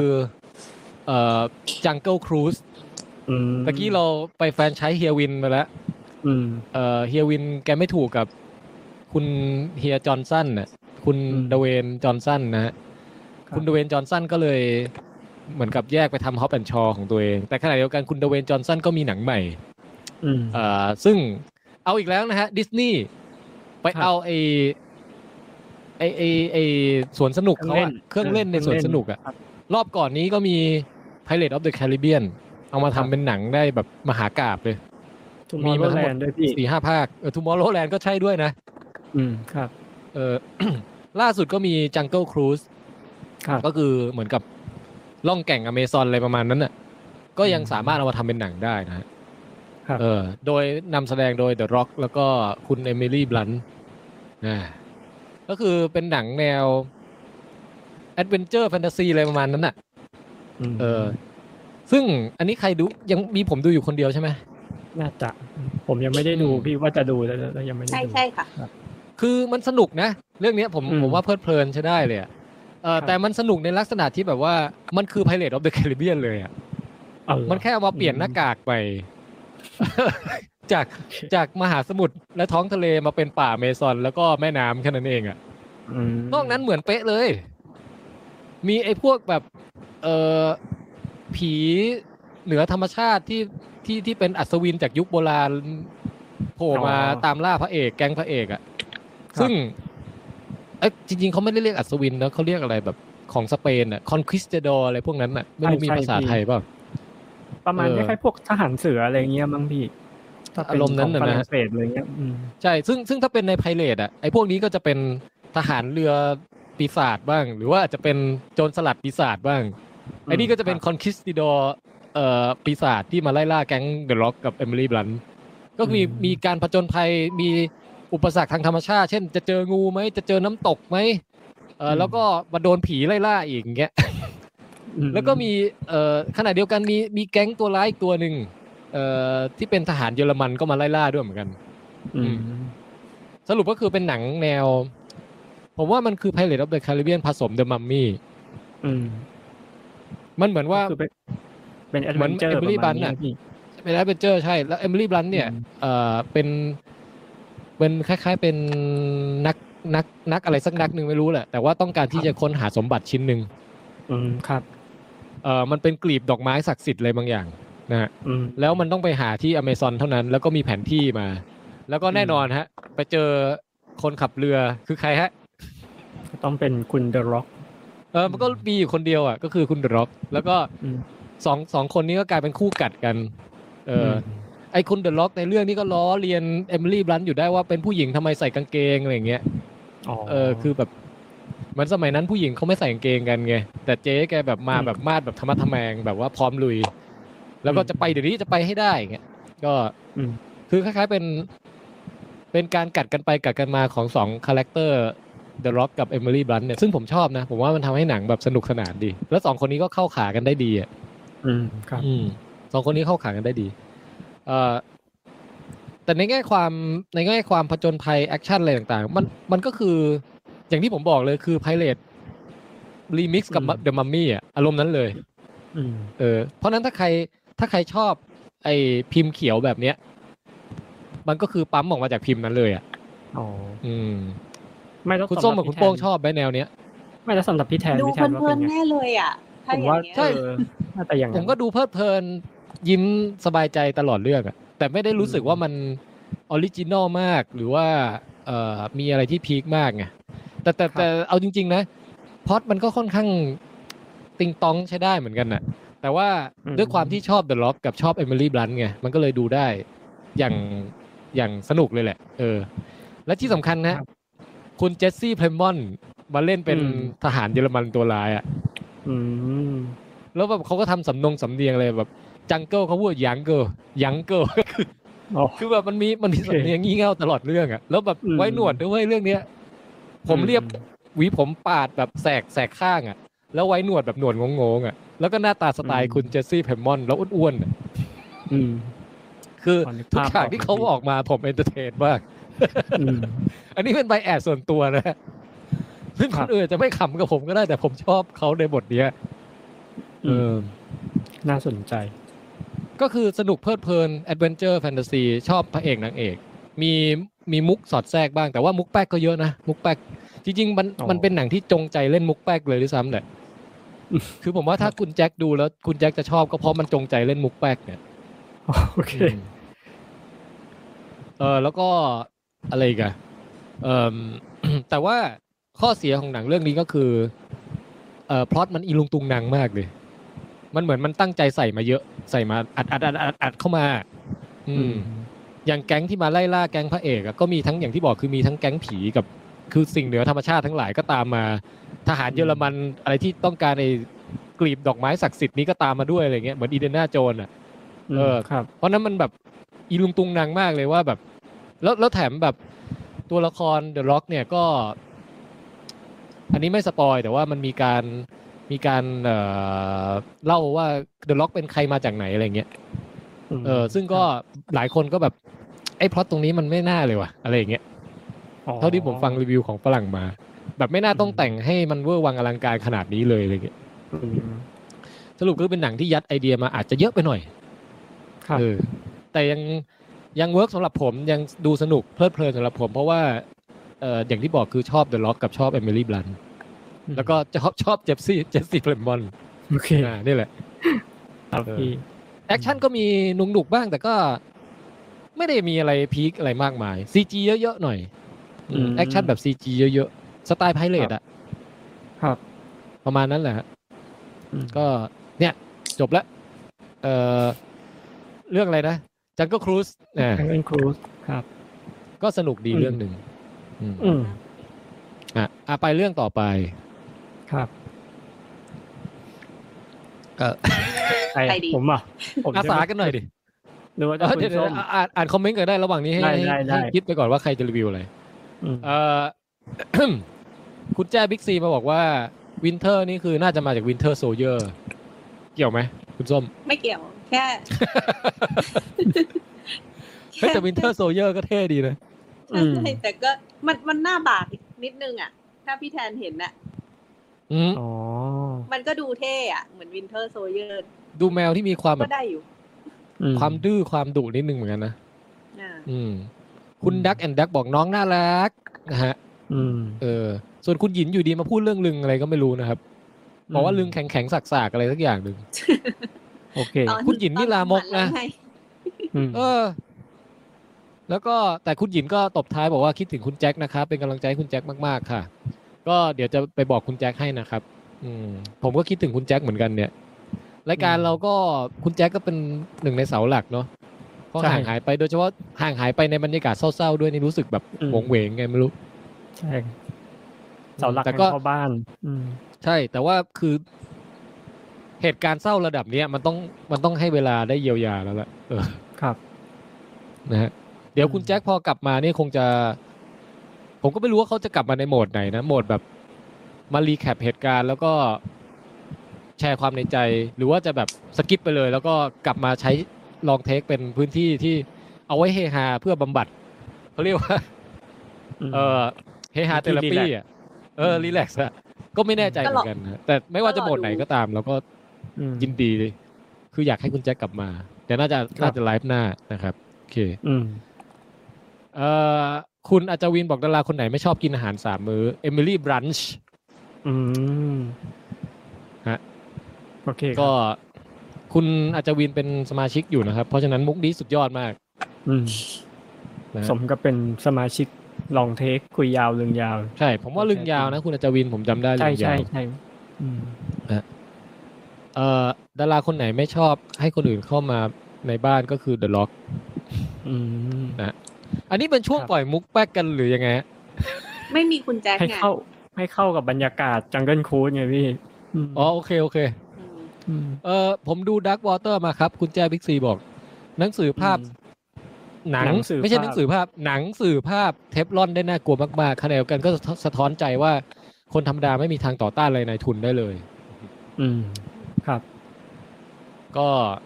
Jungle Cruise ตะกี้เราไปแฟนใช้เฮียวินมาแล้วเฮียวินแกไม่ถูกกับคุณเฮียจอห์นสันน่ะคุณเดเวนจอห์นสันนะฮะคุณเดเวนจอห์นสันก็เลยเหมือนกับแยกไปทำฮอปแอนด์ชอของตัวเองแต่ขณะเดียวกันคุณเดเวนจอห์นสันก็มีหนังใหม่ซึ่งเอาอีกแล้วนะฮะดิสนีย์ไปเอาไอสวนสนุกเขาเครื่องเล่นในสวนสนุกอ่ะรอบก่อนนี้ก็มี Pirates of the Caribbean เอามาทำเป็นหนังได้แบบมหากาพย์เลยมีมาทั้งหมดด้วยพี่ 4-5 ภาคTomorrowland ก็ใช่ด้วยนะครับล่าสุดก็มี Jungle Cruise ก็คือเหมือนกับล่องแก่งอเมซอนอะไรประมาณนั้นน่ะก็ยังสามารถเอามาทำเป็นหนังได้นะฮะโดยนำแสดงโดย The Rock แล้วก็คุณเอมิลี่บลันท์ก็คือเป็นหนังแนวแอดเวนเจอร์แฟนตาซีอะไรประมาณนั้นน่ะซึ่งอันนี้ใครดูยังมีผมดูอยู่คนเดียวใช่ไหมน่าจะผมยังไม่ได้ดูพี่ว่าจะดูแล้วยังไม่ได้ดูใช่ค่ะคือมันสนุกนะเรื่องนี้ผมว่าเพลิดเพลินใช้ได้เลยแต่มันสนุกในลักษณะที่แบบว่ามันคือ Pirates of the Caribbean เลยอ่ะมันแค่เอามาเปลี่ยนหน้ากากไป จากมหาสมุทรและท้องทะเลมาเป็นป่าเมซอนแล้วก็แม่น้ำแค่นั้นเองอ่ะนอกนั้นเหมือนเป๊ะเลยมีไอ้พวกแบบผีเหนือธรรมชาติที่เป็นอัศวินจากยุคโบราณโผล่มาตามล่าพระเอกแก๊งพระเอกอ่ะซึ่งจริงๆเขาไม่ได้เรียกอัศวินนะเขาเรียกอะไรแบบของสเปนอ่ะคอนควิสเตดอร์อะไรพวกนั้นน่ะไม่รู้มีภาษาไทยป่ะประมาณคล้ายๆพวกทหารเสืออะไรเงี้ยมั้งพี่อารมณ์นั้นน่ะนะอะไรเงี้ยใช่ซึ่งถ้าเป็นในไพเรตอ่ะไอ้พวกนี้ก็จะเป็นทหารเรือปีศาจบ้างหรือว่าอาจจะเป็นโจรสลัดปีศาจบ้างไอ้นี่ก็จะเป็นคอนควิสเตดอร์ปีศาจที่มาไล่ล่าแก๊งเดอะร็อกกับเอมิลี่บลันท์ก็มีการผจญภัยมีอุปสรรคทางธรรมชาติเช่นจะเจองูไหมจะเจอน้ำตกไหมแล้วก็มาโดนผีไล่ล่าอีกอย่างเงี้ยแล้วก็มีขณะเดียวกันมีแก๊งตัวร้ายอีกตัวหนึ่งที่เป็นทหารเยอรมันก็มาไล่ล่าด้วยเหมือนกันสรุปก็คือเป็นหนังแนวผมว่ามันคือ Pirates of the Caribbean ผสม The Mummy มันเหมือนว่าเป็นแอดเวนเจอร์ประมาณนี้เป็นแอดเวนเจอร์ใช่แล้วเอมิลี่บลันท์เนี่ยเป็นคล้ายๆเป็นนักอะไรสักนักนึงไม่รู้แหละแต่ว่าต้องการที่จะค้นหาสมบัติชิ้นนึงครับมันเป็นกลีบดอกไม้ศักดิ์สิทธิ์อะไรบางอย่างนะฮะแล้วมันต้องไปหาที่อเมซอนเท่านั้นแล้วก็มีแผนที่มาแล้วก็แน่นอนฮะไปเจอคนขับเรือคือใครฮะต้องเป็นคุณเดอะร็อกมันก็มีอยู่คนเดียวอ่ะก็คือคุณเดอะร็อกแล้วก็สองคนนี้ก็กลายเป็นคู่กัดกันไอ้คุณเดอะร็อกในเรื่องนี้ก็ล้อเลียนเอมิลี่บลันท์อยู่ได้ว่าเป็นผู้หญิงทำไมใส่กางเกงอะไรอย่างเงี้ยคือแบบมันสมัยนั้นผู้หญิงเขาไม่ใส่กางเกงกันไงแต่เจ๊แกแบบมาแบบมาดแบบธรรมะทะแมงแบบว่าพร้อมลุยแล้วก็จะไปเดี๋ยวนี้จะไปให้ได้อย่างเงี้ยก็คือคล้ายๆเป็นการกัดกันไปกัดกันมาของ2คาแรคเตอร์The Rock กับ Emily Blunt เนี่ยซึ่งผมชอบนะผมว่ามันทำให้หนังแบบสนุกสนานดีแล้ว2คนนี้ก็เข้าขากันได้ดีอ่ะครับ 2คนนี้เข้าขากันได้ดีแต่ในแง่ความผจญภัยแอคชั่นอะไรต่างๆมันก็คืออย่างที่ผมบอกเลยคือ Pirate Remix กับ The Mummy อ่ะอารมณ์นั้นเลยเพราะนั้นถ้าใครชอบไอ้พิมพ์เขียวแบบเนี้ยมันก็คือปั๊มออกมาจากพิมพ์นั้นเลยอ่ะไม่ต้องคุณส้มกับคุณโป้งชอบไหมแนวเนี้ยไม่แล้วสำหรับพี่แทนดูพี่แทนว่าเพลิเป็นนๆไงแน่เลยอ่ะ ถ้าผมอย่าว่างเงี้ยใช่น่าจะอย่างผนั้มนก็ดูเพลิดเพลินยิ้มสบายใจตลอดเรื่องอะแต่ไม่ได้รู้สึกว่ามันออริจินอลมากหรือว่ามีอะไรที่พีคมากไงแต่เอาจริงๆนะพล็อตมันก็ค่อนข้างติงตองใช้ได้เหมือนกันน่ะแต่ว่าด้วยความที่ชอบ The Rock กับชอบ Emily Blunt ไงมันก็เลยดูได้อย่างสนุกเลยแหละและที่สำคัญนะคุณเจสซี่เพลมอนมาเล่นเป็นทหารเยอรมันตัวร้ายอ่ะแล้วแบบเขาก็ทำสำเนียงอะไรแบบจังเกิลเขาพูดยังเกิลคือแบบมันมีสำเนียงงี่เง่าตลอดเรื่องอ่ะแล้วแบบไว้หนวดด้วยเรื่องเนี้ยผมเรียบหวีผมปาดแบบแสกข้างอ่ะแล้วไว้หนวดแบบหนวดงงๆอ่ะแล้วก็หน้าตาสไตล์คุณเจสซี่เพลมอนแล้วอ้วนๆคือทุกฉากที่เขาออกมาผมเอนเตอร์เทนมากอันนี้เป็นไบแอดส่วนตัวนะซึ่งคนอื่นจะไม่ขำกับผมก็ได้แต่ผมชอบเขาในบทเนี้ยน่าสนใจก็คือสนุกเพลิดเพลินแอดเวนเจอร์แฟนตาซีชอบพระเอกนางเอกมีมุกสอดแทรกบ้างแต่ว่ามุกแป๊กก็เยอะนะมุกแป๊กจริงๆมันเป็นหนังที่จงใจเล่นมุกแป๊กเลยด้วยซ้ำแหละคือผมว่าถ้าคุณแจ็คดูแล้วคุณแจ็คจะชอบก็เพราะมันจงใจเล่นมุกแป๊กเนี่ยโอเคแล้วก็อะไรอีกอะแต่ว่าข้อเสียของหนังเรื่องนี้ก็คือพล็อตมันอีลุงตุงนางมากเลยมันเหมือนมันตั้งใจใส่มาเยอะใส่มาอัดเข้ามาอย่างแก๊งที่มาไล่ล่าแก๊งพระเอกก็มีทั้งอย่างที่บอกคือมีทั้งแก๊งผีกับคือสิ่งเหนือธรรมชาติทั้งหลายก็ตามมาทหารเยอรมันอะไรที่ต้องการไอ้กลีบดอกไม้ศักดิ์สิทธิ์นี้ก็ตามมาด้วยอะไรเงี้ยเหมือนอีเดน่าโจนอ่ะเพราะนั้นมันแบบอีลุงตุงนางมากเลยว่าแบบแล้วแถมแบบตัวละครเดอะร็อกเนี่ยก็อันนี้ไม่สปอยแต่ว่ามันมีการเล่าว่าเดอะร็อกเป็นใครมาจากไหนอะไรเงี้ยซึ่งก็หลายคนก็แบบไอ้พล็อตตรงนี้มันไม่น่าเลยว่ะอะไรอย่างเงี้ยเท่าที่ผมฟังรีวิวของฝรั่งมาแบบไม่น่าต้องแต่งให้มันเวอร์วังอลังการขนาดนี้เลยอะไรเงี้ยสรุปคือเป็นหนังที่ยัดไอเดียมาอาจจะเยอะไปหน่อยแต่ยังเวิร์กสำหรับผมยังดูสนุกเพลิดเพลินสำหรับผมเพราะว่าอย่างที่บอกคือชอบเดอะร็อกกับชอบเอมิลี่บลันท์แล้วก็ชอบเจสซี่เพลมอนโอเคนี่แหละแอคชั่นก็มีหนุกบ้างแต่ก็ไม่ได้มีอะไรพีคอะไรมากมาย CG เยอะๆหน่อยแอคชั่นแบบ CG เยอะๆสไตล์ไพเรตอ่ะครับประมาณนั้นแหละก็เนี่ยจบแล้วเรื่องอะไรนะจังเกิลครูซครับก็สนุกดีเรื่องหนึ่งไปเรื่องต่อไปครับใครดีผมอาสากันหน่อยดิหรือว่าจะคุณส้มอ่านคอมเมนต์กันได้ระหว่างนี้ให้คิดไปก่อนว่าใครจะรีวิวอะไรคุณแจ้บิ๊กซีมาบอกว่าวินเทอร์นี่คือน่าจะมาจากวินเทอร์โซเยอร์เกี่ยวไหมคุณส้มไม่เกี่ยวแค่แต่วินเทอร์โซเยอร์ก็เท่ดีนะใช่แต่ก็มันหน้าบากนิดนึงอ่ะถ้าพี่แทนเห็นน่ะมันก็ดูเท่อ่ะเหมือนวินเทอร์โซเยอร์ดูแมวที่มีความแบบก็ได้อยู่ความดื้อความดุนิดนึงเหมือนกันนะคุณดักแอนด์ดักบอกน้องน่ารักนะฮะส่วนคุณหยินอยู่ดีมาพูดเรื่องลึงอะไรก็ไม่รู้นะครับบอกว่าลึงแข็งสากอะไรสักอย่างหนึ่งโอเคคุณหยินนี่ลามกนะแล้วก็แต่คุณหยินก็ตบท้ายบอกว่าคิดถึงคุณแจ็คนะครับเป็นกำลังใจให้คุณแจ็คมากๆค่ะก็เดี๋ยวจะไปบอกคุณแจ็คให้นะครับผมก็คิดถึงคุณแจ็คเหมือนกันเนี่ยรายการเราก็คุณแจ็คก็เป็นหนึ่งในเสาหลักเนาะเพราะห่างหายไปโดยเฉพาะห่างหายไปในบรรยากาศเศร้าๆด้วยนี่รู้สึกแบบวงเวงไงไม่รู้ใช่เสาหลักของพ่อบ้านใช่แต่ว่าคือเหตุการณ์เศร้าระดับนี้มันต้องให้เวลาได้เยียวยาแล้วแหละครับนะฮะเดี๋ยวคุณแจ็คพอกลับมานี่คงจะผมก็ไม่รู้ว่าเขาจะกลับมาในโหมดไหนนะโหมดแบบมารีแคปเหตุการณ์แล้วก็แชร์ความในใจหรือว่าจะแบบสกิปไปเลยแล้วก็กลับมาใช้ลองเทคเป็นพื้นที่ที่เอาไว้เฮฮาเพื่อบำบัดเขาเรียกว่าเฮฮาเทอราปีอ่ะรีแลกซ์อ่ะก็ไม่แน่ใจเหมือนกันนะแต่ไม่ว่าจะโหมดไหนก็ตามเราก็ยินดีคืออยากให้คุณแจ็คกลับมาแต่น่าจะไลฟ์หน้านะครับโอเคคุณอาจารย์วินบอกดาราคนไหนไม่ชอบกินอาหาร3 มื้อเอมิลี่บรันช์อืมฮะโอเคก็คุณอาจจะวินเป็นสมาชิกอยู่นะครับ เพราะฉะนั้นมุกนี้สุดยอดมากอืมนะฮะสมกับเป็นสมาชิกลองเทคคุยยาวเรื่องยาวใช่ผมว่าลึงยาวนะคุณอาจจะวินผมจำได้ลึใช่งยาวใช่อืมดาราคนไหนไม่ชอบให้คนอื่นเข้ามาในบ้านก็คือ The Rock อืมอันนี้เป็นช่วงครับปล่อยมุกแป๊กกันหรือยังไงฮะไม่มีคุณแจ็คให้ไงเข้ากับบรรยากาศจังเกิลคูดไงพี่มอ๋อโอเคโอเคอืมอืมผมดู Dark Water มาครับ คุณแจ้บิ๊กซีบอก หนังสือภาพ หนังหนังสือไม่ใช่ภาพหนังสือภาพ หนังสื่อภาพเทฟลอนได้น่ากลัวมากๆขณะเดียวกันก็สะท้อนใจว่าคนธรรมดาไม่มีทางต่อต้านอะไรนายทุนได้เลยอืม ครับก็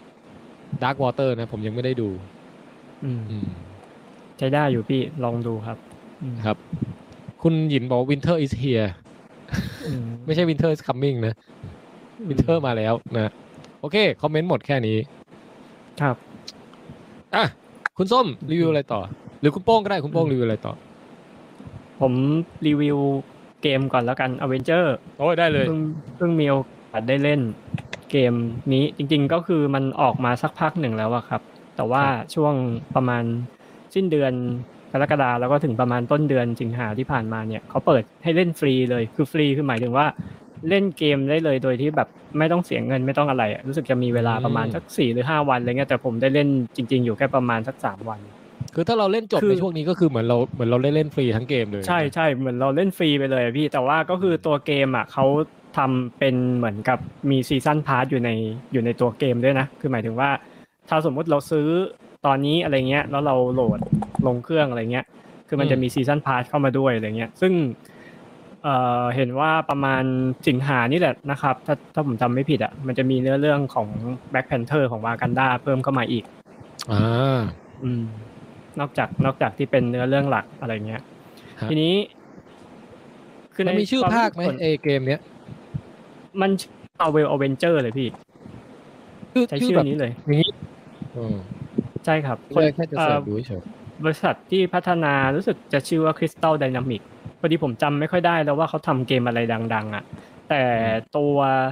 Dark Water นะ ผมยังไม่ได้ดูอืมอืมใช้ได้อยู่พี่ลองดูครับอืมครับ คุณหยินบอก Winter is here อืมไม่ใช่ Winter is coming นะ Winter มาแล้วนะ โอเค คอมเมนต์หมดแค่นี้ครับอ่ะ คุณส้มรีวิวอะไรต่อ หรือคุณโป้งก็ได้คุณโป้งรีวิวอะไรต่อผมรีวิวเกมก่อนแล้วกัน Avenger โอ้ยได้เลยเพิ่งมีโอกาสได้เล่นเกมนี้จริงๆก็คือมันออกมาสักพักหนึ่งแล้วอะครับ แต่ว่าช่วงประมาณสิ้นเดือนกรกฎาคมแล้วก็ถึงประมาณต้นเดือนสิงหาที่ผ่านมาเนี่ยเขาเปิดให้เล่นฟรีเลยคือฟรีคือหมายถึงว่าเล่นเกมได้เลยโดยที่แบบไม่ต้องเสียเงินไม่ต้องอะไรอะรู้สึกจะมีเวลาประมาณสัก4 หรือ 5 วันอะไรเงี้ยแต่ผมได้เล่นจริงๆอยู่แค่ประมาณสัก3 วันคือถ้าเราเล่นจบคือในช่วงนี้ก็คือเหมือนเราได้เล่นฟรีทั้งเกมเลยใช่ใช่เหมือนเราเล่นฟรีไปเลยอะพี่แต่ว่าก็คือตัวเกมอ่ะเขาทำเป็นเหมือนกับมีซีซั่นพาสอยู่ในตัวเกมด้วยนะคือหมายถึงว่าถ้าสมมุติเราซื้อตอนนี้อะไรเงี้ยแล้วเราโหลดลงเครื่องอะไรเงี้ยคือมันจะมีซีซั่นพาสเข้ามาด้วยอะไรเงี้ยซึ่งเห็นว่าประมาณสิงหานี่แหละนะครับถ้าผมจำไม่ผิดอ่ะมันจะมีเนื้อเรื่องของ Black Panther ของวากันดาเพิ่มเข้ามาอีกอ่าอืมนอกจากที่เป็นเนื้อเรื่องหลักอะไรเงี้ยฮะทีนี้คือมันมีชื่อภาคไหมเกมเนี้ยมัน Marvel Avenger เลยพี่ใช้ชื่อแบบนี้เลยอย่างนี้อืมใช่ครับแค่จะเสิร์ชดูเฉยบริษัทที่พัฒนารู้สึกจะชื่อว่า Crystal Dynamics พอดีผมจำไม่ค่อยได้แล้วว่าเขาทำเกมอะไรดังๆอ่ะแต่ตัว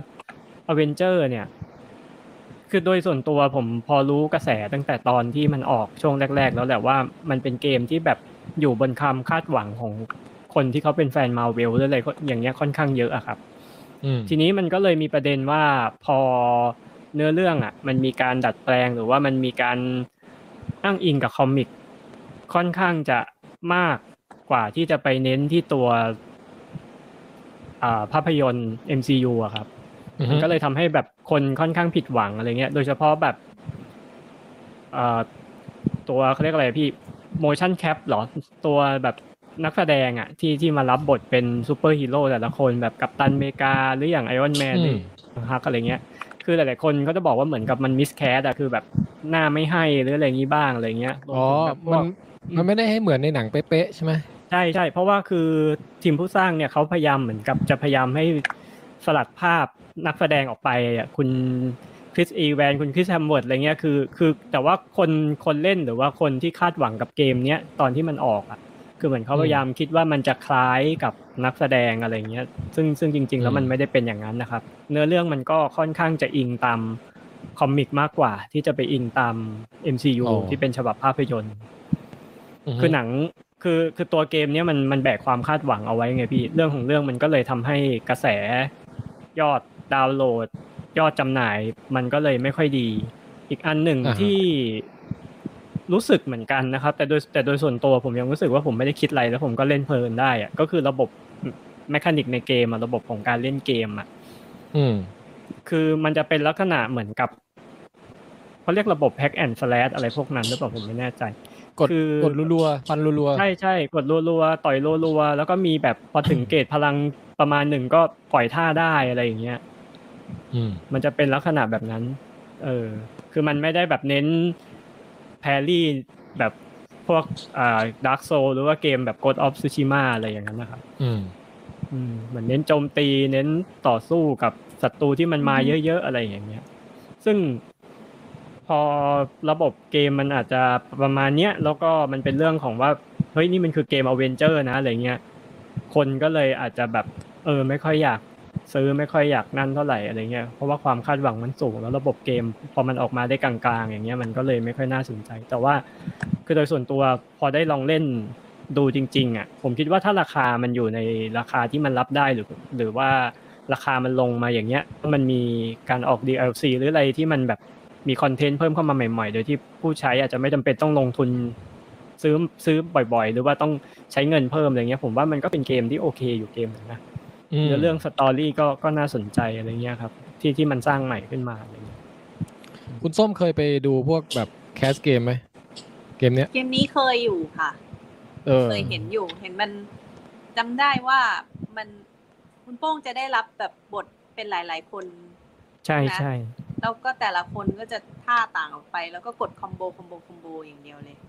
Avenger เนี่ยคือโดยส่วนตัวผมพอรู้กระแสตั้งแต่ตอนที่มันออกช่วงแรกๆแล้วแหละว่ามันเป็นเกมที่แบบอยู่บนความคาดหวังของคนที่เขาเป็นแฟน Marvel หรืออะไรอย่างเงี้ยค่อนข้างเยอะอะครับ ทีนี้มันก็เลยมีประเด็นว่าพอเนื้อเรื่องอ่ะมันมีการดัดแปลงหรือว่ามันมีการอ้างอิงกับคอมิกค่อนข้างจะมากกว่าที่จะไปเน้นที่ตัวภาพยนตร์ MCU อะครับมันก็เลยทำให้แบบคนค่อนข้างผิดหวังอะไรเงี้ยโดยเฉพาะแบบตัวเขาเรียกอะไรพี่ motion cap หรอตัวแบบนักแสดงอ่ะที่มารับบทเป็นซูเปอร์ฮีโร่แต่ละคนแบบกัปตันอเมริกาหรืออย่างไอรอนแมนฮักอะไรเงี้ยคือหลายๆคนก็จะบอกว่าเหมือนกับมันมิสแคสอะคือแบบหน้าไม่ให้หรืออะไรงี้บ้างอะไรเงี้ยอ๋อมันไม่ได้ให้เหมือนในหนังเป๊ะๆใช่ไหมใช่ใช่เพราะว่าคือทีมผู้สร้างเนี่ยเขาพยายามเหมือนกับจะพยายามให้สลัดภาพนักแสดงออกไปอ่ะคุณคริสอีแวนคุณคริสแฮมเวิร์ดอะไรเงี้ยคือแต่ว่าคนเล่นหรือว่าคนที่คาดหวังกับเกมเนี้ยตอนที่มันออกอ่ะคือเหมือนเขาพยายามคิดว่ามันจะคล้ายกับนักแสดงอะไรเงี้ยซึ่งจริงๆแล้วมันไม่ได้เป็นอย่างนั้นนะครับเนื้อเรื่องมันก็ค่อนข้างจะอิงตามคอมิกมากกว่าที่จะไปอิงตาม MCU ที่เป็นฉบับภาพยนตร์คือหนังคือตัวเกมเนี้ยมันแบกความคาดหวังเอาไว้ไงพี่เรื่องของเรื่องมันก็เลยทำให้กระแสยอดดาวน์โหลดยอดจำหน่ายมันก็เลยไม่ค่อยดีอีกอันหนึ่งที่รู้สึกเหมือนกันนะครับแต่โดยส่วนตัวผมยังรู้สึกว่าผมไม่ได้คิดอะไรแล้วผมก็เล่นเพลินได้อะก็คือระบบแมคานิกในเกมระบบของการเล่นเกมคือมันจะเป็นลักษณะเหมือนกับเขาเรียกระบบแพ็กแอนด์สแลชอะไรพวกนั้นหรือเปล่าผมไม่แน่ใจกดรัวๆฟันรัวๆใช่ๆกดรัวๆต่อยรัวๆแล้วก็มีแบบพอถึงเกรดพลังประมาณหนึ่งก็ปล่อยท่าได้อะไรอย่างเงี้ยมันจะเป็นลักษณะแบบนั้นคือมันไม่ได้แบบเน้นแพรี่แบบพวกDark Soul หรือว่าเกมแบบ Ghost of Tsushima อะไรอย่างนั้นนะครับเหมือนเน้นโจมตีเน้นต่อสู้กับศัตรูที่มันมาเยอะๆอะไรอย่างเงี้ยซึ่งพอระบบเกมมันอาจจะประมาณเนี้ยแล้วก็มันเป็นเรื่องของว่าเฮ้ยนี่มันคือเกม Avenger นะอะไรเงี้ยคนก็เลยอาจจะแบบไม่ค่อยอยากซื้อไม่ค่อยอยากนั่นเท่าไหร่อะไรเงี้ยเพราะว่าความคาดหวังมันสูงแล้วระบบเกมพอมันออกมาได้กลางๆอย่างเงี้ยมันก็เลยไม่ค่อยน่าสนใจแต่ว่าคือโดยส่วนตัวพอได้ลองเล่นดูจริงๆอ่ะผมคิดว่าถ้าราคามันอยู่ในราคาที่มันรับได้หรือว่าราคามันลงมาอย่างเงี้ยมันมีการออก DLC หรืออะไรที่มันแบบมีคอนเทนต์เพิ่มเข้ามาใหม่ๆโดยที่ผู้ใช้อาจจะไม่จำเป็นต้องลงทุนซื้อบ่อยๆหรือว่าต้องใช้เงินเพิ่มอะไรเงี้ยผมว่ามันก็เป็นเกมที่โอเคอยู่เกมนึงนะเรื่องสตอรี่ก็น่าสนใจอะไรเงี้ยครับที่มันสร้างใหม่ขึ้นมาอะไรเงี้ยคุณส้มเคยไปดูพวกแบบแคสเกมไหมเกมเนี้ยเกมนี้เคยอยู่ค่ะเคยเห็นมันจำได้ว่ามันคุณโป้งจะได้รับแบบบทเป็นหลายๆคนใช่ใช่แล้วก็แต่ละคนก็จะท่าต่างออกไปแล้วก็กดคอมโบอย่างเดียวเลย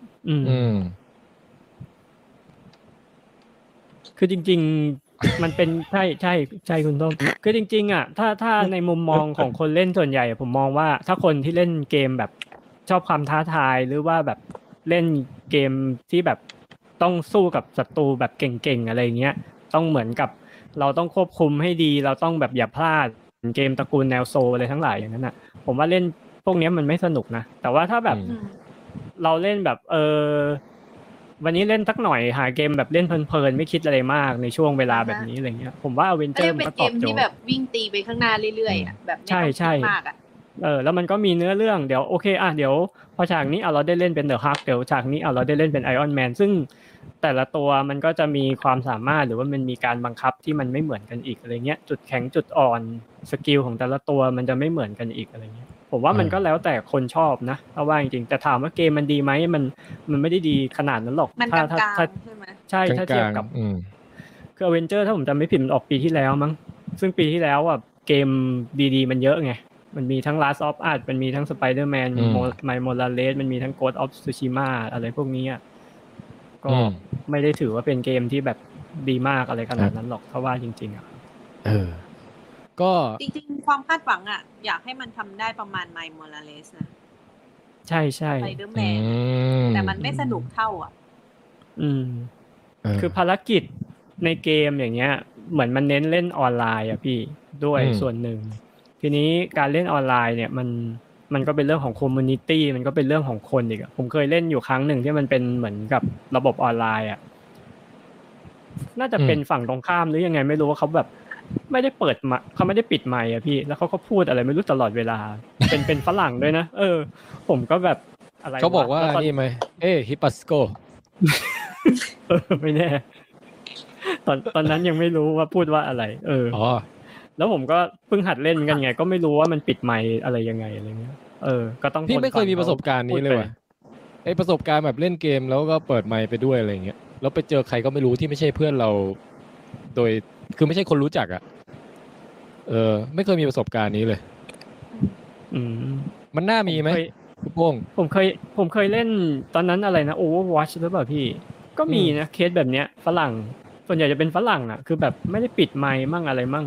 คือจริงๆมันเป็นใช่คุณต้มคือจริงๆอ่ะถ้าในมุมมองของคนเล่นส่วนใหญ่ผมมองว่าถ้าคนที่เล่นเกมแบบชอบความท้าทายหรือว่าแบบเล่นเกมที่แบบต้องสู้กับศัตรูแบบเก่งๆอะไรเงี้ยต้องเหมือนกับเราต้องควบคุมให้ดีเราต้องแบบอย่าพลาดเกมตระกูลแนวโซอะไรทั้งหลายอย่างนั้นน่ะผมว่าเล่นพวกนี้มันไม่สนุกนะแต่ว่าถ้าแบบเราเล่นแบบวันนี้เล่นสักหน่อยหาเกมแบบเล่นเพลินๆไม่คิดอะไรมากในช่วงเวลาแบบนี้อะไรเงี้ยผมว่า Avenger มันก็ตอบโจทย์เป็นเกมที่แบบวิ่งตีไปข้างหน้าเรื่อยๆอ่ะแบบไม่ต้องคิดมากอ่ะแล้วมันก็มีเนื้อเรื่องเดี๋ยวโอเคเดี๋ยวพอฉากนี้เราได้เล่นเป็น The Hulk เดี๋ยวฉากนี้เราได้เล่นเป็น Iron Man ซึ่งแต่ละตัวมันก็จะมีความสามารถหรือว่ามันมีการบังคับที่มันไม่เหมือนกันอีกอะไรเงี้ยจุดแข็งจุดอ่อนสกิลของแต่ละตัวมันจะไม่เหมือนกันอีกอะไรเงี้ยผมว่ามันก็แล้วแต่คนชอบนะถ้าว่าจริงๆแต่ถามว่าเกมมันดีไหมมันไม่ได้ดีขนาดนั้นหรอกถ้าใช่ไหมใช่ถ้าเทียบกับคือ Avenger ถ้าผมจำไม่ผิดมันออกปีที่แล้วมั้งซึ่งปีที่แล้วเกมดีๆมันเยอะไงมันมีทั้ง Last of Us มันมีทั้ง Spider-Man Miles Morales มันมีทั้ง Ghost of Tsushima อะไรพวกนี้ก็ไม่ได้ถือว่าเป็นเกมที่แบบดีมากอะไรขนาดนั้นหรอกถ้าว่าจริงๆก็จริงๆความคาดหวังอยากให้มันทำได้ประมาณ Miles Morales นะใช่ใช่ Spider-Man แต่มันไม่สนุกเท่าคือภารกิจในเกมอย่างเงี้ยเหมือนมันเน้นเล่นออนไลน์พี่ด้วยส่วนหนึ่งทีนี้การเล่นออนไลน์เนี่ยมันก็เป็นเรื่องของคอมมูนิตี้มันก็เป็นเรื่องของคนอีกผมเคยเล่นอยู่ครั้งหนึ่งที่มันเป็นเหมือนกับระบบออนไลน์น่าจะเป็นฝั่งตรงข้ามหรือยังไงไม่รู้ว่าเขาแบบไม่ได้เปิดเขาไม่ได้ปิดไมค์พี่แล้วเขาก็พูดอะไรไม่รู้ตลอดเวลาเป็นฝรั่งด้วยนะผมก็แบบอะไรเขาบอกว่านี่ไหมฮิปัสโกไม่แน่ตอนนั้นยังไม่รู้ว่าพูดว่าอะไรแล้วผมก็เพิ่งหัดเล่นกันไงก็ไม่รู้ว่ามันปิดไมค์อะไรยังไงอะไรเงี้ยก็ต้องพี่ไม่เคยมีประสบการณ์นี้เลยว่ะประสบการณ์แบบเล่นเกมแล้วก็เปิดไมค์ไปด้วยอะไรเงี้ยแล้วไปเจอใครก็ไม่รู้ที่ไม่ใช่เพื่อนเราโดยคือไม่ใช่คนรู้จักไม่เคยมีประสบการณ์นี้เลยมันน่ามีไหมคุณโป้งผมเคยเล่นตอนนั้นอะไรนะ Overwatch หรือเปล่าพี่ก็มีนะเคสแบบเนี้ยฝรั่งส่วนใหญ่จะเป็นฝรั่งคือแบบไม่ได้ปิดไมค์มั่งอะไรมั่ง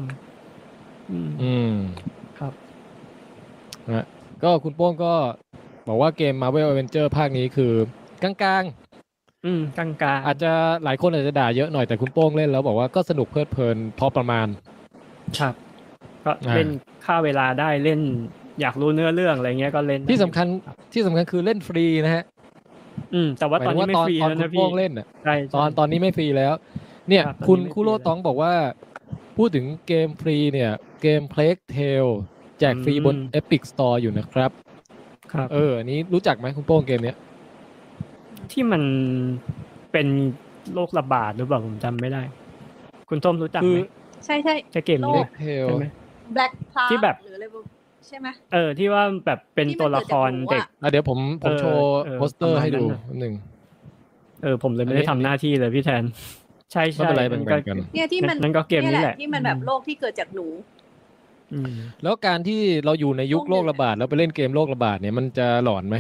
ครับนะก็คุณโป้งก็บอกว่าเกม Marvel Avenger ภาคนี้คือกลางๆกลางๆอาจจะหลายคนอาจจะด่าเยอะหน่อยแต่คุณโป้งเล่นแล้วบอกว่าก็สนุกเพลิดเพลินพอประมาณครับก็เล่นฆ่าเวลาได้เล่นอยากรู้เนื้อเรื่องอะไรเงี้ยก็เล่นที่สำคัญคือเล่นฟรีนะฮะแต่ว่าตอนนี้ไม่ฟรีแล้วนะพี่เล่นตอนนี้ไม่ฟรีแล้วเนี่ยคุณคุโรตองบอกว่าพูดถึงเกมฟรีเนี่ยเกม Plague Tale แจกฟรีบน Epic Store อยู่นะครับครับอันนี้รู้จักไหมคุณโป้งเกมเนี้ยที่มันเป็นโรคระบาดหรือเปล่าผมจำไม่ได้คุณส้มรู้จักไหมใช่ใช่เกมนี้ใช่ไหม Black Plague ที่แบบหรืออะไรใช่ไหมที่ว่าแบบเป็นตัวละครเด็กเดี๋ยวผมโชว์โปสเตอร์ให้ดูนึงผมเลยไม่ได้ทำหน้าที่เลยพี่แทนใช่ไม่เป็นไรเป็นกันเนี่ยที่มันนั่นก็เกมนี้แหละที่มันแบบโรคที่เกิดจากหนูแล้วการที่เราอยู่ในยุคโรคระบาดแล้วไปเล่นเกมโรคระบาดเนี่ยมันจะหลอนไหม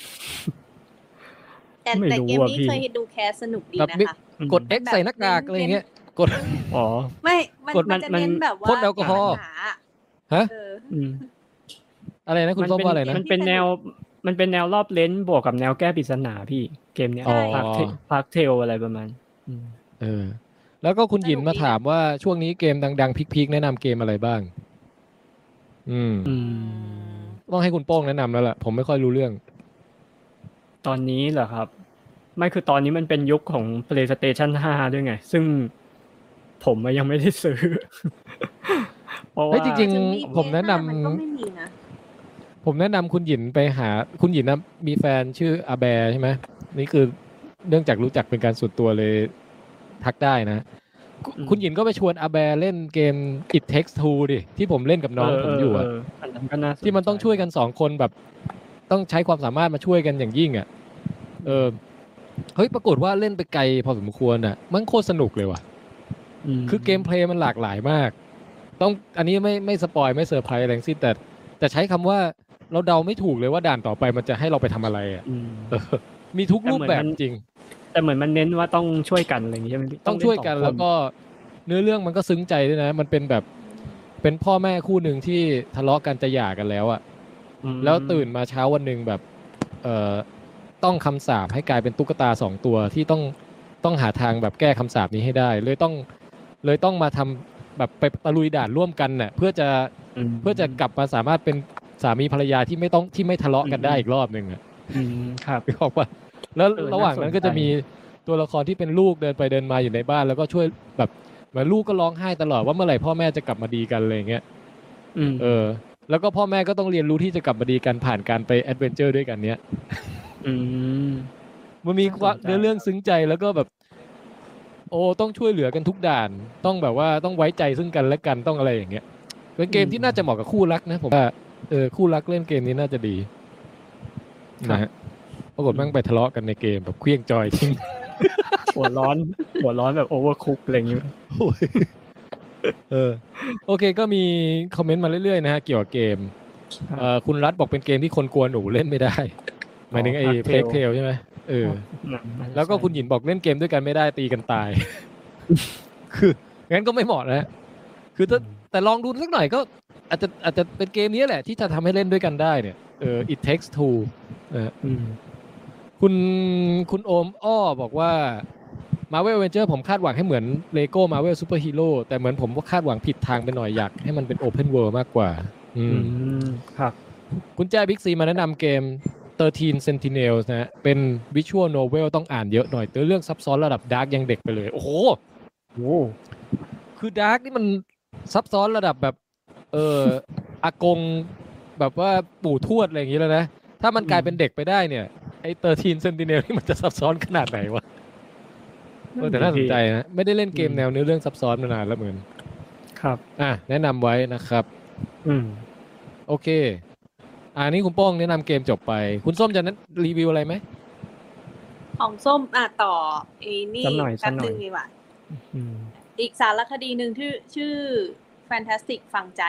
แต่เกมนี้เคยดูแคสสนุกดีนะคะกด X ใส่หน้ากากอะไรเงี้ยกดไม่มันจะเน้นแบบว่าพ่นแอลกอฮอล์ฮะอะไรนะคุณส้มว่าอะไรนะมันเป็นแนวรอบเลนส์บวกกับแนวแก้ปริศนาพี่เกมเนี้ยพาร์คเทลอะไรประมาณแล้วก็คุณหยินมาถามว่าช่วงนี้เกมดังๆพีคๆแนะนำเกมอะไรบ้างต้องให้คุณโป้งแนะนำแล้วล่ะผมไม่ค่อยรู้เรื่องตอนนี้เหรอครับไม่คือตอนนี้มันเป็นยุคของ PlayStation 5 ด้วยไงซึ่งผมยังไม่ได้ซื้อ เพราะว่าจริงๆผมแนะนำมันก็ไม่มีนะผมแนะนำคุณหยินไปหาคุณหยินนะมีแฟนชื่ออาแบร์ใช่ไหมนี่คือเนื่องจากรู้จักเป็นการส่วนตัวเลยทักได้นะคุณหยินก็ไปชวนอาแบร์เล่นเกม It Takes Two ดิที่ผมเล่นกับน้องผมอยู่อ่ะที่มันต้องช่วยกัน2คนแบบต้องใช้ความสามารถมาช่วยกันอย่างยิ่งอ่ะเฮ้ยปรากฏว่าเล่นไปไกลพอสมควรอ่ะมันโคตรสนุกเลยว่ะคือเกมเพลย์มันหลากหลายมากต้องอันนี้ไม่สปอยไม่เซอร์ไพรส์อะไรทั้งสิ้นแต่ใช้คำว่าเราเดาไม่ถูกเลยว่าด่านต่อไปมันจะให้เราไปทำอะไรอ่ะมีทุกรูปแบบจริงแต่เหมือนมันเน้นว่าต้องช่วยกันอะไรอย่างนี้ใช่ไหมต้องช่วยกันแล้วก็เนื้อเรื่องมันก็ซึ้งใจด้วยนะมันเป็นแบบเป็นพ่อแม่คู่หนึ่งที่ทะเลาะกันจะหย่ากันแล้วอ่ะแล้วตื่นมาเช้าวันหนึ่งแบบต้องคำสาปให้กลายเป็นตุ๊กตา2ตัวที่ต้องหาทางแบบแก้คำสาปนี้ให้ได้เลยต้องมาทำแบบไปตะลุยด่านร่วมกันน่ะเพื่อจะกลับมาสามารถเป็นสามีภรรยาที่ไม่ทะเลาะกันได้อีกรอบนึงอ่ะครับบอกว่าแล้วระหว่างนั้นก็จะมีตัวละครที่เป็นลูกเดินไปเดินมาอยู่ในบ้านแล้วก็ช่วยแบบเหมือนลูกก็ร้องไห้ตลอดว่าเมื่อไหร่พ่อแม่จะกลับมาดีกันอะไรอย่างเงี้ยแล้วก็พ่อแม่ก็ต้องเรียนรู้ที่จะกลับมาดีกันผ่านการไปแอดเวนเจอร์ด้วยกันเนี้ยมันมีเรื่องซึ้งใจแล้วก็แบบโอ้ต้องช่วยเหลือกันทุกด่านต้องแบบว่าต้องไว้ใจซึ่งกันและกันต้องอะไรอย่างเงี้ยเป็นเกมที่น่าจะเหมาะกับคู่รักนะผมว่าคู่รักเล่นเกมนี้น่าจะดีนะฮะปรากฏแม่งไปทะเลาะกันในเกมแบบเคลี้ยงจอยทิ้งหัวร้อนแบบโอเวอร์คุกอะไรอย่างเงี้ยโอเคก็มีคอมเมนต์มาเรื่อยๆนะฮะเกี่ยวกับเกมคุณรัฐบอกเป็นเกมที่คนกลัวหนูเล่นไม่ได้หมายถึงไอ้เพลกเทลใช่ไหมแล้วก็คุณหยินบอกเล่นเกมด้วยกันไม่ได้ตีกันตายคืองั้นก็ไม่เหมาะนะคือแต่ลองดูสักหน่อยก็อาจจะเป็นเกมนี้แหละที่จะทำให้เล่นด้วยกันได้เนี่ยIt Takes Two คุณโอมอ้อบอกว่า Marvel Avenger ผมคาดหวังให้เหมือน Lego Marvel Super Hero แต่เหมือนผมก็คาดหวังผิดทางไปหน่อยอยากให้มันเป็น Open World มากกว่าครับคุณแจ้บิ๊กซีมาแนะนำเกม13 Sentinels นะฮะเป็น Visual Novel ต้องอ่านเยอะหน่อยเรื่องซับซ้อนระดับ Dark ยังเด็กไปเลยโอ้โหคือ Dark นี่มันซับซ้อนระดับแบบอากงแบบว่าปู่ทวดอะไรอย่างงี้แล้วนะถ้ามันกลายเป็นเด็กไปได้เนี่ยไอ้13 Sentinel นี่มันจะซับซ้อนขนาดไหนวะแต่น่าสนใจนะไม่ได้เล่นเกมแนวเนื้อเรื่องซับซ้อนมานานแล้วเหมือนครับแนะนำไว้นะครับโอเคนี่คุณโป้งแนะนำเกมจบไปคุณส้มจะรีวิวอะไรไหมของส้มต่อนี่แป๊บนึงดีกว่าอีกสารคดีหนึ่งชื่อ Fantastic ฟังใจ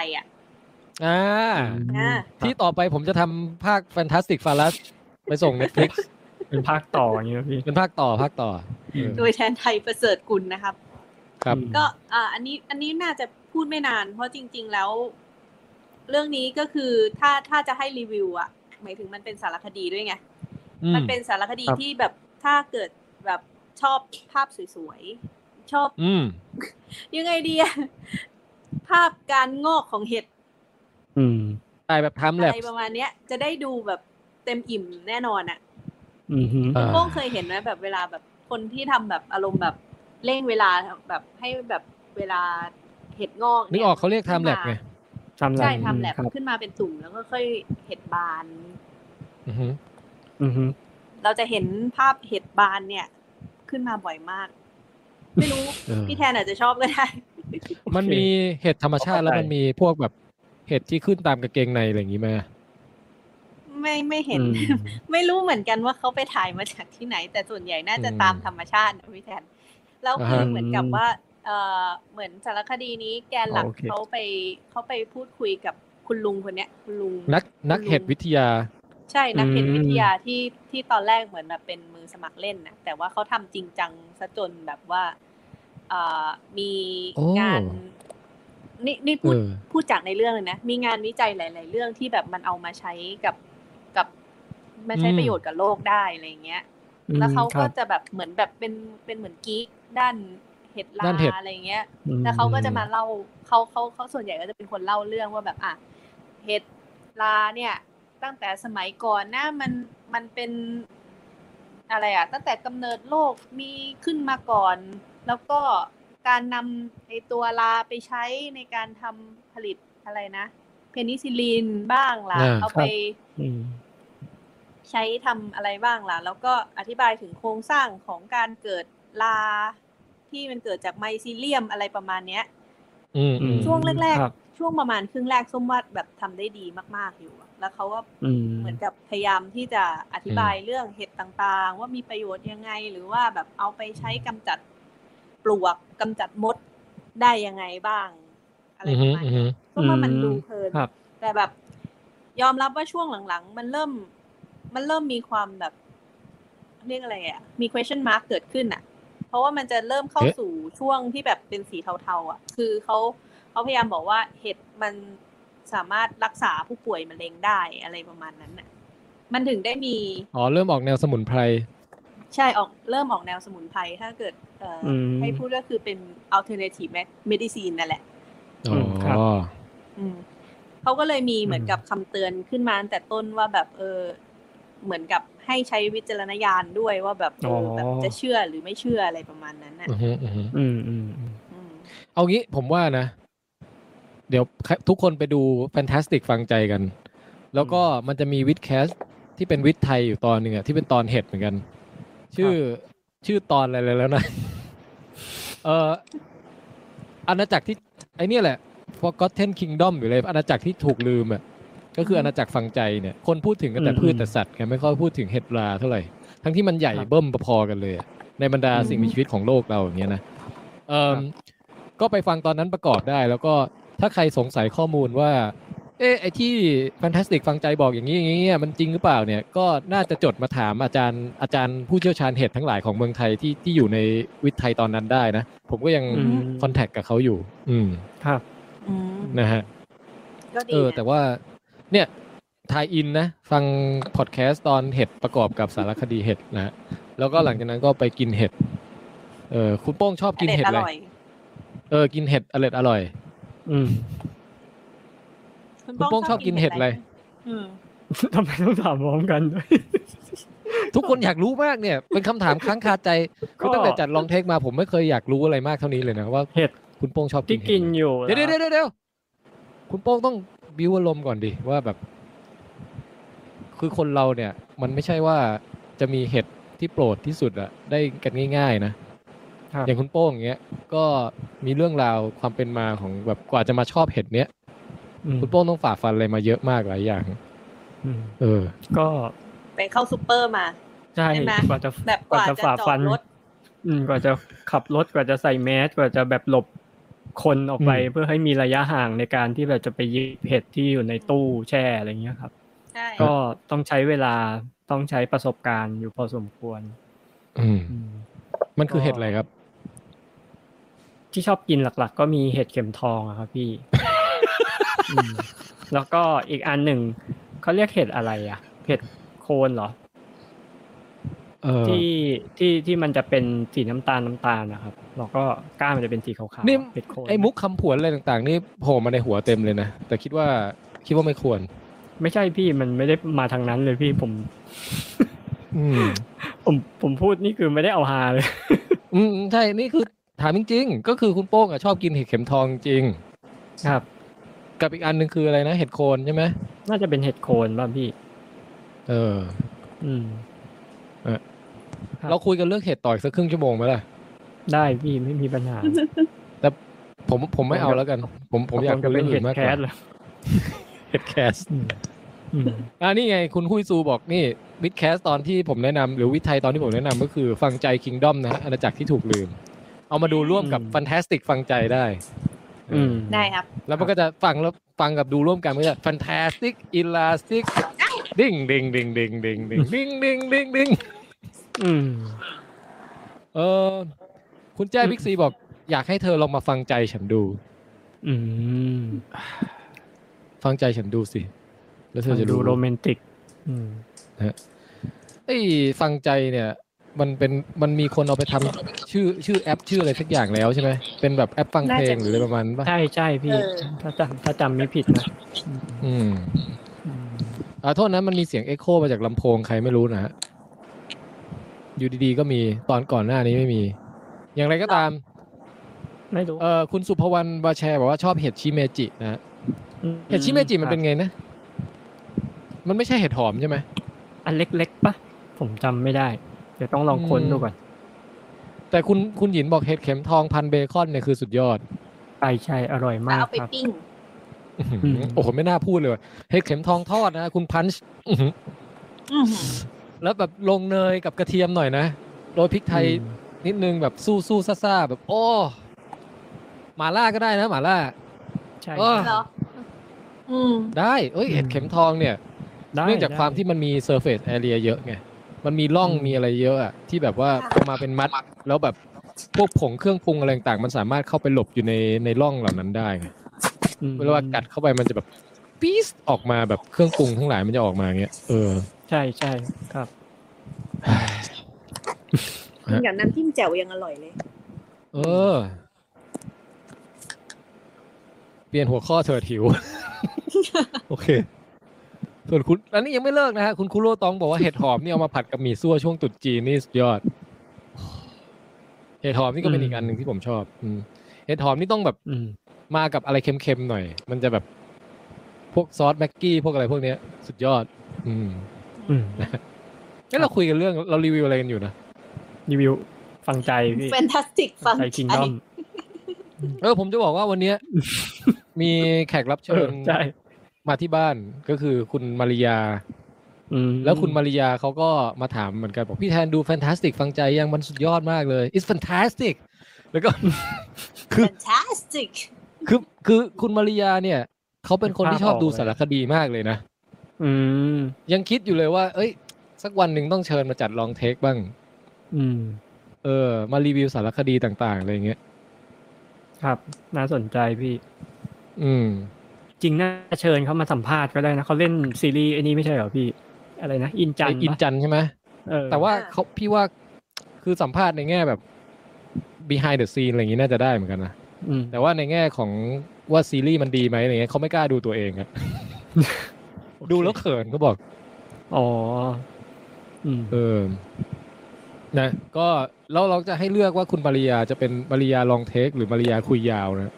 ที่ต่อไปผมจะทำภาค Fantastic Falas ไปส่ง Netflix เป็นภาคต่ออย่างเงี้ยพี่เป็นภาคต่อโดยแทนไทยประเสริฐกุลนะครับครับก็อันนี้น่าจะพูดไม่นานเพราะจริงๆแล้วเรื่องนี้ก็คือถ้าจะให้รีวิวหมายถึงมันเป็นสารคดีด้วยไงมันเป็นสารคดีที่แบบถ้าเกิดแบบชอบภาพสวยๆชอบยังไงดีภาพการงอกของเห็ดถ่ายแบบทำแลบอะไรประมาณนี้จะได้ดูแบบเต็มอิ่มแน่นอนคุณโป้งเคยเห็นไหมแบบเวลาแบบคนที่ทำแบบอารมณ์แบบเร่งเวลาแบบให้แบบเวลาเห็ดงอกนึกออกเขาเรียกทำแลบไงใช่ทำแลบขึ้นมาเป็นตุ่มแล้วก็ค่อยเห็ดบานเราจะเห็นภาพเห็ดบานเนี่ยขึ้นมาบ่อยมากไม่รู้พี่แทนอาจจะชอบก็ได้มันมีเห็ดธรรมชาติแล้วมันมีพวกแบบเห็ดที่ขึ้นตามกางเกงในอะไรอย่างนี้ไหมไม่เห็นไม่รู้เหมือนกันว่าเขาไปถ่ายมาจากที่ไหนแต่ส่วนใหญ่น่าจะตามธรรมชาตินะพี่แทนแล้วคือเหมือนกับว่าเหมือนสารคดีนี้แกนหลักเขาไปพูดคุยกับคุณลุงคนเนี้ยคุณลุงนักเห็ดวิทยาใช่นักเห็ดวิทยาที่ตอนแรกเหมือนแบบเป็นมือสมัครเล่นนะแต่ว่าเขาทำจริงจังซะจนแบบว่ามีงานนี่พูดจากในเรื่องเลยนะมีงานวิจัยหลายๆเรื่องที่แบบมันเอามาใช้กับมาใช้ประโยชน์กับโลกได้อะไรเงี้ยแล้วเขาก็จะแบบเหมือนแบบเป็นเหมือนกิ๊กด้านเห็ดลาด้านเห็ดอะไรเงี้ยแล้วเขาก็จะมาเล่าเขาส่วนใหญ่ก็จะเป็นคนเล่าเรื่องว่าแบบเห็ดลาเนี่ยตั้งแต่สมัยก่อนนะมันเป็นอะไรตั้งแต่กำเนิดโลกมีขึ้นมาก่อน แล้วก็การนำไอตัวลาไปใช้ในการทำผลิตอะไรนะเพนิซิลลินบ้างล่ะเอาไปใช้ทำอะไรบ้างล่ะแล้วก็อธิบายถึงโครงสร้างของการเกิดลาที่มันเกิดจากไมซีเลียมอะไรประมาณเนี้ยช่วงแรกๆช่วงประมาณครึ่งแรกส้มว่าแบบทำได้ดีมากๆอยู่แล้วเขาก็เหมือนกับพยายามที่จะอธิบายเรื่องเห็ดต่างๆว่ามีประโยชน์ยังไงหรือว่าแบบเอาไปใช้กำจัดปลวกกำจัดมดได้ยังไงบ้างอะไรประมาณนี้ก็ว่ามันดูเพลินแต่แบบยอมรับว่าช่วงหลังๆมันเริ่มมีความแบบเรียกอะไรมี question mark เกิดขึ้นเพราะว่ามันจะเริ่มเข้าสู่ช่วงที่แบบเป็นสีเทาๆคือเขาพยายามบอกว่าเห็ดมันสามารถรักษาผู้ป่วยมะเร็งได้อะไรประมาณนั้นมันถึงได้มีเริ่มออกแนวสมุนไพรใช่เริ่มออกแนวสมุนไพรถ้าเกิดให้พูดก็คือเป็น alternative medicine นั่นแหละเขาก็เลยมีเหมือนกับคำเตือนขึ้นมาตั้งแต่ต้นว่าแบบเหมือนกับให้ใช้วิจารณญาณด้วยว่าแบบแบบจะเชื่อหรือไม่เชื่ออะไรประมาณนั้นเอางี้ผมว่านะเดี๋ยวทุกคนไปดู Fantastic ฟังใจกันแล้วก็มันจะมีวิดแคสที่เป็นวิดไทยอยู่ตอนนึงที่เป็นตอนเห็ดเหมือนกันชื่อตอนอะไรแล้วนะอาณาจักรที่ไอ้นี่แหละ Forgotten Kingdom หรืออะไรอาณาจักรที่ถูกลืมก็คืออาณาจักรฟังใจเนี่ยคนพูดถึงกันแต่พืชแต่สัตว์ไม่ค่อยพูดถึงเห็ดราเท่าไหร่ทั้งที่มันใหญ่เบิ่มพอๆกันเลยในบรรดาสิ่งมีชีวิตของโลกเราอย่างเงี้ยนะก็ไปฟังตอนนั้นประกอบได้แล้วก็ถ้าใครสงสัยข้อมูลว่าไอ้ที่ Fantastic ฟังใจบอกอย่างนี้มันจริงหรือเปล่าเนี่ยก็น่าจะจดมาถามอาจารย์ผู้เชี่ยวชาญเห็ดทั้งหลายของเมืองไทยที่อยู่ในวิทย์ไทยตอนนั้นได้นะผมก็ยังคอนแทคกับเขาอยู่ครับนะฮะแต่ว่าเนี่ยทายอินนะฟังพอดแคสต์ตอนเห็ดประกอบกับสารคดีเห็ดนะแล้วก็หลังจากนั้นก็ไปกินเห็ดคุณโป้งชอบกินเห็ดอะไรกินเห็ดอร่อยคุณโป้งชอบกินเห็ดอะไรทำไมต้องถามพร้อมกันด้วยทุกคนอยากรู้มากเนี่ยเป็นคำถามค้างคาใจคือตั้งแต่จัดลองเทคมาผมไม่เคยอยากรู้อะไรมากเท่านี้เลยนะว่าเห็ดคุณโป้งชอบที่กินอยู่เดี๋ยวคุณโป้งต้องบิวอารมณ์ก่อนดิว่าแบบคือคนเราเนี่ยมันไม่ใช่ว่าจะมีเห็ดที่โปรดที่สุดได้กันง่ายๆนะอย่างคุณโป้งอย่างเงี้ยก็มีเรื่องราวความเป็นมาของแบบกว่าจะมาชอบเห็ดเนี้ยคุณโป้งต้องฝ่าฟันอะไรมาเยอะมากหลายอย่างก็ไปเข้าซุปเปอร์มาใช่กว่าจะฝ่าฟันกว่าจะขับรถกว่าจะใส่แมสกว่าจะแบบหลบคนออกไปเพื่อให้มีระยะห่างในการที่แบบจะไปหยิบเห็ดที่อยู่ในตู้แช่อะไรเงี้ยครับก็ต้องใช้เวลาต้องใช้ประสบการณ์อยู่พอสมควรมันคือเห็ดอะไรครับที่ชอบกินหลักๆก็มีเห็ดเข็มทองครับพี่แล้วก็อีกอันหนึ่งเขาเรียกเห็ดอะไรเห็ดโคนเหรอที่มันจะเป็นสีน้ำตาลนะครับแล้วก็ก้านมันจะเป็นสีขาวๆนี่ไอ้มุกคำผวนอะไรต่างๆนี่โผล่มาในหัวเต็มเลยนะแต่คิดว่าไม่ควรไม่ใช่พี่มันไม่ได้มาทางนั้นเลยพี่ผมพูดนี่คือไม่ได้เอาฮาเลยใช่นี่คือถามจริงๆก็คือคุณโป้งชอบกินเห็ดเข็มทองจริงครับกับอีกอันนึงคืออะไรนะเห็ดโคนใช่ไหมน่าจะเป็นเห็ดโคนป่ะพี่เราคุยกันเรื่องเห็ดต่ออีกสักครึ่งชั่วโมงไหมล่ะได้พี่ไม่มีปัญหาแต่ผมไม่เอาแล้วกันผมอยากคุยเรื่องอื่นมากกว่าเห็ดแคสนี่ไงคุณฮุยซูบอกนี่วิดแคสตอนที่ผมแนะนำหรือวิทย์ไทยตอนที่ผมแนะนำก็คือฟังใจ Kingdom นะอาณาจักรที่ถูกลืมเอามาดูร่วมกับ Fantastic ฟังใจได้ได้ครับแล้วมันก็จะฟังกับดูร่วมกันมันจะ Fantastic Elastic ดิ้งดิ้งดิ้งดิ้งดิ้งดิ้งดิ้งดิ้งดิ้งดิ้งคุณแจ้บิ๊กซีบอกอยากให้เธอลองมาฟังใจฉันดูฟังใจฉันดูสิแล้วเธอจะดูโรแมนติกไอ้ฟังใจเนี่ยมันมีคนเอาไปทำชื่อแอปชื่ออะไรสักอย่างแล้วใช่ไหมเป็นแบบแอปฟังเพลงหรืออะไรประมาณนั้นป่ะใช่พี่ถ้าจำไม่ผิดนะอืมโทษนะมันมีเสียงเอ็กโคมาจากลำโพงใครไม่รู้นะฮะอยู่ดีๆก็มีตอนก่อนหน้านี้ไม่มี อย่างไรก็ตามไม่รู้คุณสุภวรรณบาแชร์บอกว่าชอบเห็ดชิเมจินะฮะเห็ดชิเมจิมันเป็นไงนะมันไม่ใช่เห็ดหอมใช่ไหมอันเล็กๆปะผมจำไม่ได้เดี๋ยวต้องลองค้นดูก่อนแต่คุณหยินบอกเห็ดเข็มทองพันเบคอนเนี่ยคือสุดยอดใช่อร่อยมากเอาไปครับปิ้งโอ้โหไม่น่าพูดเลยว่ะเห็ดเข็มทองทอดนะคุณพันช์แล้วแบบลงเนยกับกระเทียมหน่อยนะโรยพริกไทยนิดนึงแบบสู้ซ่าแบบโอ้หม่าล่าก็ได้นะหม่าล่าใช่เหรอได้เห็ดเข็มทองเนี่ยเนื่องจากความที่มันมี surface area เยอะไงมันมีร่องมีอะไรเยอะอะที่แบบว่าพอมาเป็นมัดแล้วแบบพวกผงเครื่องปรุงอะไรต่างๆมันสามารถเข้าไปหลบอยู่ในร่องเหล่านั้นได้ไงเวลากัดเข้าไปมันจะแบบปี๊สออกมาแบบเครื่องปรุงทั้งหลายมันจะออกมาเงี้ยใช่ครับอย่างน้ำจิ้มแจ่วยังอร่อยเลยเปลี่ยนหัวข้อเถิดหิว โอเคส่วนคุณอันนี้ยังไม่เลิกนะฮะคุณคุโรตองบอกว่าเห็ดหอมนี่เอามาผัดกับหมี่ซั่วช่วงตรุษจีนนี่สุดยอดเห็ดหอมนี่ก็เป็นอีกอันหนึ่งที่ผมชอบเห็ดหอมนี่ต้องแบบมากับอะไรเค็มๆหน่อยมันจะแบบพวกซอสแม็กกี้พวกอะไรพวกเนี้ยสุดยอดเราคุยกันเรื่องเรารีวิวอะไรกันอยู่นะรีวิวฟังใจพี่ Fantastic ฟังใจ Kingdom ผมจะบอกว่าวันนี้มีแขกรับเชิญมาที่บ้านก็คือคุณมาริยาแล้วคุณมาริยาเขาก็มาถามเหมือนกันบอกพี่แทนดู Fantastic ฟังใจยังมันสุดยอดมากเลย It's fantastic แล้วก็ Fantastic คือคุณมาริยาเนี่ยเขาเป็นคนที่ชอบดูสารคดีมากเลยนะยังคิดอยู่เลยว่าสักวันหนึ่งต้องเชิญมาจัดลองเทคบ้างมารีวิวสารคดีต่างๆอะไรอย่างเงี้ยครับน่าสนใจพี่จริงน่าเชิญเขามาสัมภาษณ์ก็ได้นะเขาเล่นซีรีส์อันนี้ไม่ใช่เหรอพี่อะไรนะอินจันใช่ไหมแต่ว่าพี่ว่าคือสัมภาษณ์ในแง่แบบ behind the scene อะไรอย่างงี้น่าจะได้เหมือนกันนะแต่ว่าในแง่ของว่าซีรีส์มันดีไหมอะไรเงี้ยเขาไม่กล้าดูตัวเองครับ ดูแล้วเขินเขาบอกนะก็เราจะให้เลือกว่าคุณมาริยาจะเป็นมาริยาลองเทคหรือมาริยาคุยยาวนะ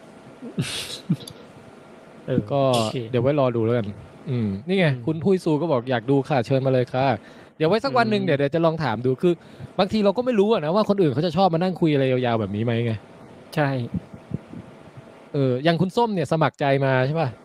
ก็เดี๋ยวไว้รอดูแล้วกันนี่ไงคุณพุ้ยซูก็บอกอยากดูค่ะเชิญมาเลยค่ะเดี๋ยวไว้สักวันหนึ่งเดี๋ยวจะลองถามดูคือบางทีเราก็ไม่รู้นะว่าคนอื่นเขาจะชอบมานั่งคุยอะไรยาวๆแบบนี้ไหมไงใช่อย่างคุณส้มเนี่ยสมัครใจมาใช่ป่ะ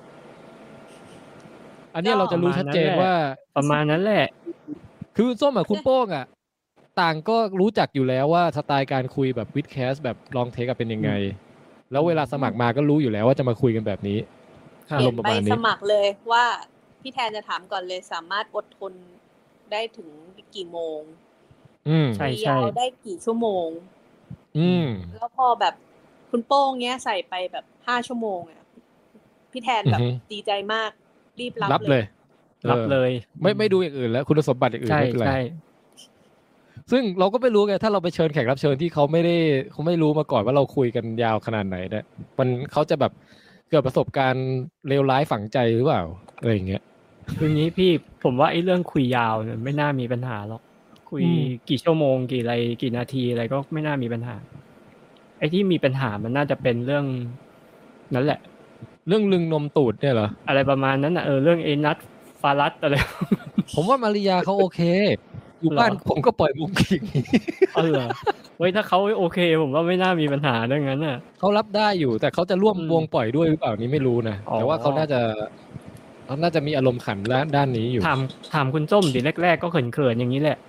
อันนี้เราจะรู้ชัดเจนว่าประมาณนั้นแหละคือคุณส้มกับคุณโป้งอ่ะต่างก็รู้จักอยู่แล้วว่าสไตล์การคุยแบบวิดแคสแบบลองเทคเป็นยังไงแล้วเวลาสมัครมาก็รู้อยู่แล้วว่าจะมาคุยกันแบบนี้เขียนใบสมัครเลยว่าพี่แทนจะถามก่อนเลยสามารถอดทนได้ถึงกี่โมงใช่ยาวได้กี่ชั่วโมงแล้วพอแบบคุณโป้งเนี้ยใส่ไปแบบ5 ชั่วโมงอ่ะพี่แทนแบบดีใจมากรีบรับเลยไม่ดูอย่างอื่นแล้วคุณสมบัติอย่างอื่นไม่เป็นไรซึ่งเราก็ไม่รู้ไงถ้าเราไปเชิญแขกรับเชิญที่เขาไม่รู้มาก่อนว่าเราคุยกันยาวขนาดไหนเนี่ยเขาจะแบบเกิดประสบการณ์เลวร้ายฝังใจหรือเปล่าอะไรอย่างเงี้ยคืองี้พี่ผมว่าไอ้เรื่องคุยยาวเนี่ยไม่น่ามีปัญหาหรอกคุยกี่ชั่วโมงกี่นาทีอะไรก็ไม่น่ามีปัญหาไอ้ที่มีปัญหามันน่าจะเป็นเรื่องนั่นแหละเรื่องลึงนมตูดเนี่ยเหรออะไรประมาณนั้นน่ะเรื่องไอ้นัทฟารัสอะไรผมว่ามาริยาเขาโอเคอยู่บ้านผมก็ปล่อยมุกอย่างนี้เหรอถ้าเขาโอเคผมว่าไม่น่ามีปัญหาเรื่องนั้นน่ะเขารับได้อยู่แต่เขาจะร่วมวงปล่อยด้วยหรือเปล่านี้ไม่รู้นะแต่ว่าเขาน่าจะมีอารมณ์ขันด้านนี้อยู่ถามคุณส้มดิแรกๆก็เขินๆอย่างนี้แหละ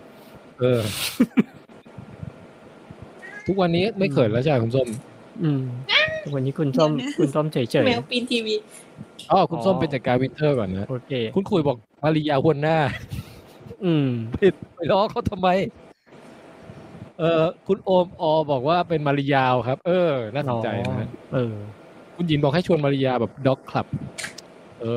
ทุกวันนี้ไม่เขินแล้วใช่คุณส้มทุกวันนี้คุณส้มเฉยๆแมวปีนทีวีคุณส้มเป็นจัดการวินเทอร์ก่อนนะโอเคคุณคุยบอกมาริยาหัวหน้าผิดไปล้อเขาทำไมคุณโอมบอกว่าเป็นมาริยาวครับน่าสนใจนะคุณหญิงบอกให้ชวนมาริยาแบบด็อกคลับ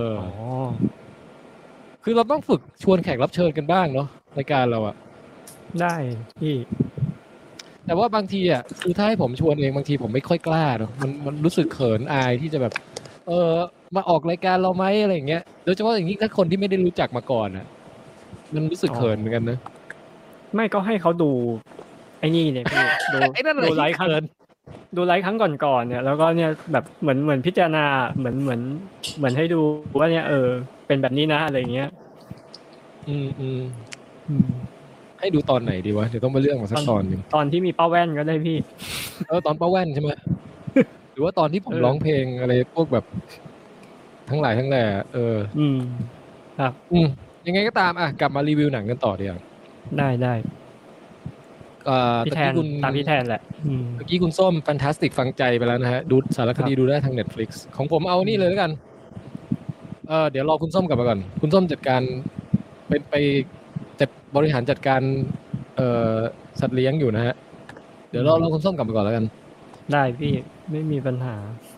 คือเราต้องฝึกชวนแขกรับเชิญกันบ้างเนาะรายการเราได้พี่แต่ว่าบางทีอ่ะคือถ้าให้ผมชวนเองบางทีผมไม่ค่อยกล้าเนอะมันรู้สึกเขินอายที่จะแบบ มาออกรายการเราไหมอะไรอย่างเงี้ยโดยเฉพาะอย่างนี้ถ้าคนที่ไม่ได้รู้จักมาก่อนอ่ะมันรู้สึกเขินเหมือนกันนะไม่ก็ให้เขาดูไอ้นี่เนี่ยพี่ดูไอ้นั่นอะไรดูไลฟ์ครั้งเขินดูไลฟ์ครั้งก่อนๆเนี่ยแล้วก็เนี่ยแบบเหมือนพิจารณาเหมือนให้ดูว่าเนี่ยเป็นแบบนี้นะอะไรอย่างเงี้ยอืมอืมให้ดูตอนไหนดีวะเดี๋ยวต้องมาเลือกมาสักตอนหนึ่งตอนที่มีป้าแว่นก็ได้พี่ตอนป้าแว่นใช่ไหม หรือว่าตอนที่ผมร้องเพลงอะไรพวกแบบทั้งหลายทั้งแหล่อืมครับยังไงก็ตามอ่ะกลับมารีวิวหนังกันต่อเดี๋ยวได้พี่แทนคุณตามพี่แทนแหละเมื่อกี้คุณส้ม Fantastic ฟังใจไปแล้วนะฮะดูสารคดีดูได้ทาง Netflix ของผมเอานี่เลยแล้วกันเดี๋ยวรอคุณส้มกลับมาก่อนคุณส้มจัดการไปจัดบริหารจัดการสัตว์เลี้ยงอยู่นะฮะเดี๋ยวรอคุณส้มกลับมาก่อนแล้วกันได้พี่ไม่มีปัญหา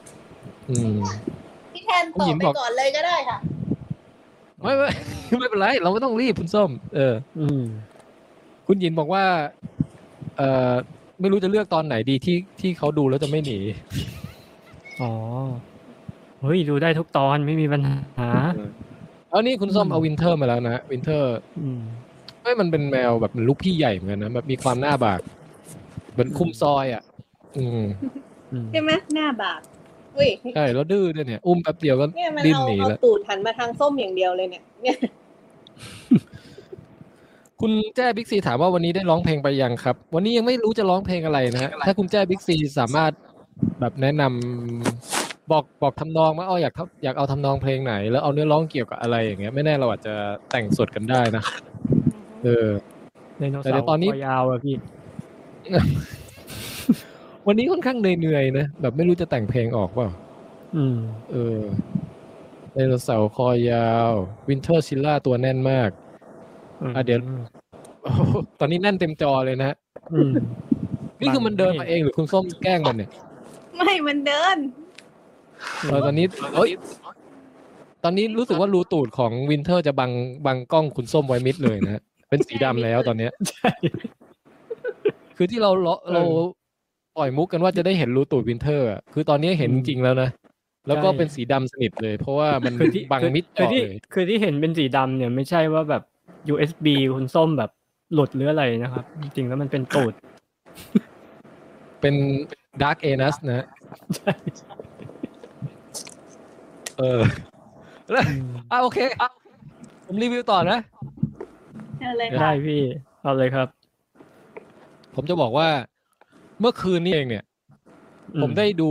พี่แทนตอบไปก่อนเลยก็ได้ค่ะไม่เป็นไรเราไม่ต้องรีบคุณส้มคุณหยินบอกว่าไม่รู้จะเลือกตอนไหนดีที่เขาดูแล้วจะไม่หนีอ๋อเฮ้ยดูได้ทุกตอนไม่มีปัญหาเอานี่คุณส้มเอาวินเทอร์มาแล้วนะวินเทอร์มันเป็นแมวแบบมันลูกพี่ใหญ่เหมือนกันนะแบบมีความหน้าบากเหมือนคุมซอยอ่ะใช่ไหมหน้าบากอุ้ยใช่แล้วดื้อด้วยเนี่ยอุ้มแป๊บเดียวก็ดิ้นหนีแล้วเอาตูดหันมาทางส้มอย่างเดียวเลยเนี่ยคุณแจ้บิ๊กซีถามว่าวันนี้ได้ร้องเพลงไปยังครับวันนี้ยังไม่รู้จะร้องเพลงอะไรนะฮะถ้าคุณแจ้บิ๊กซีสามารถแบบแนะนำบอกทำนองว่าอยากเอาทำนองเพลงไหนแล้วเอาเนื้อร้องเกี่ยวกับอะไรอย่างเงี้ยไม่แน่เราอาจจะแต่งสดกันได้นะแต่ตอนนี้ยาวอะพี่วันนี้ค่อนข้างเหนื่อยนะแบบไม่รู้จะแต่งเพลงออกเปล่าไดโนเสาร์คอยาววินเทอร์ซิลล่าตัวแน่นมากเดี๋ยวตอนนี้แน่นเต็มจอเลยนะนี่คือมันเดินมาเองหรือคุณส้มแกล้งมันเนี่ยไม่มันเดินตอนนี้รู้สึกว่ารูตูดของวินเทอร์จะบังกล้องคุณส้มไว้มิดเลยนะเป็นสีดำแล้วตอนนี้คือที่เราปล่อยมุกกันว่าจะได้เห็นรูตูดวินเทอร์คือตอนนี้เห็นจริงแล้วนะแล้วก็เป็นสีดำสนิทเลยเพราะว่ามันบังมิดจอเลยคือที่เห็นเป็นสีดำเนี่ยไม่ใช่ว่าแบบ USB คุณส้มแบบหลุดหรืออะไรนะครับจริงๆแล้วมันเป็นตูดเป็น Dark Anus นะใช่โอเคผมรีวิวต่อนะได้พี่เอาเลยครับผมจะบอกว่าเมื่อคืนนี้เองเนี่ยผมได้ดู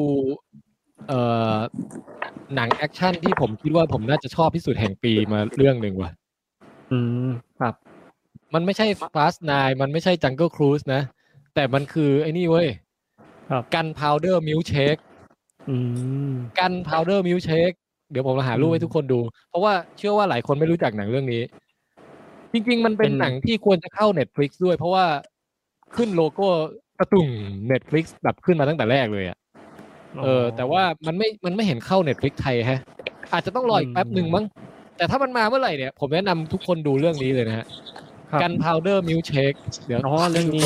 หนังแอคชั่นที่ผมคิดว่าผมน่าจะชอบที่สุดแห่งปีมาเรื่องหนึ่งว่ะครับมันไม่ใช่ Fast 9มันไม่ใช่ Jungle Cruise นะแต่มันคือไอ้นี่เว้ยGunpowder Milkshake Gunpowder Milkshake เดี๋ยวผมหารูปให้ทุกคนดูเพราะว่าเชื่อว่าหลายคนไม่รู้จักหนังเรื่องนี้จริงๆมันเป็นหนังที่ควรจะเข้า Netflix ด้วยเพราะว่าขึ้นโลโก้กระตุ่ง Netflix แบบขึ้นมาตั้งแต่แรกเลยอ่ะแต่ว่ามันไม่เห็นเข้า Netflix ไทยฮะอาจจะต้องรออีกแป๊บนึงมั้งแต่ถ้ามันมาเมื่อไหร่เนี่ยผมแนะนำทุกคนดูเรื่องนี้เลยนะฮะ Gunpowder Milkshake เดี๋ยวเรื่องนี้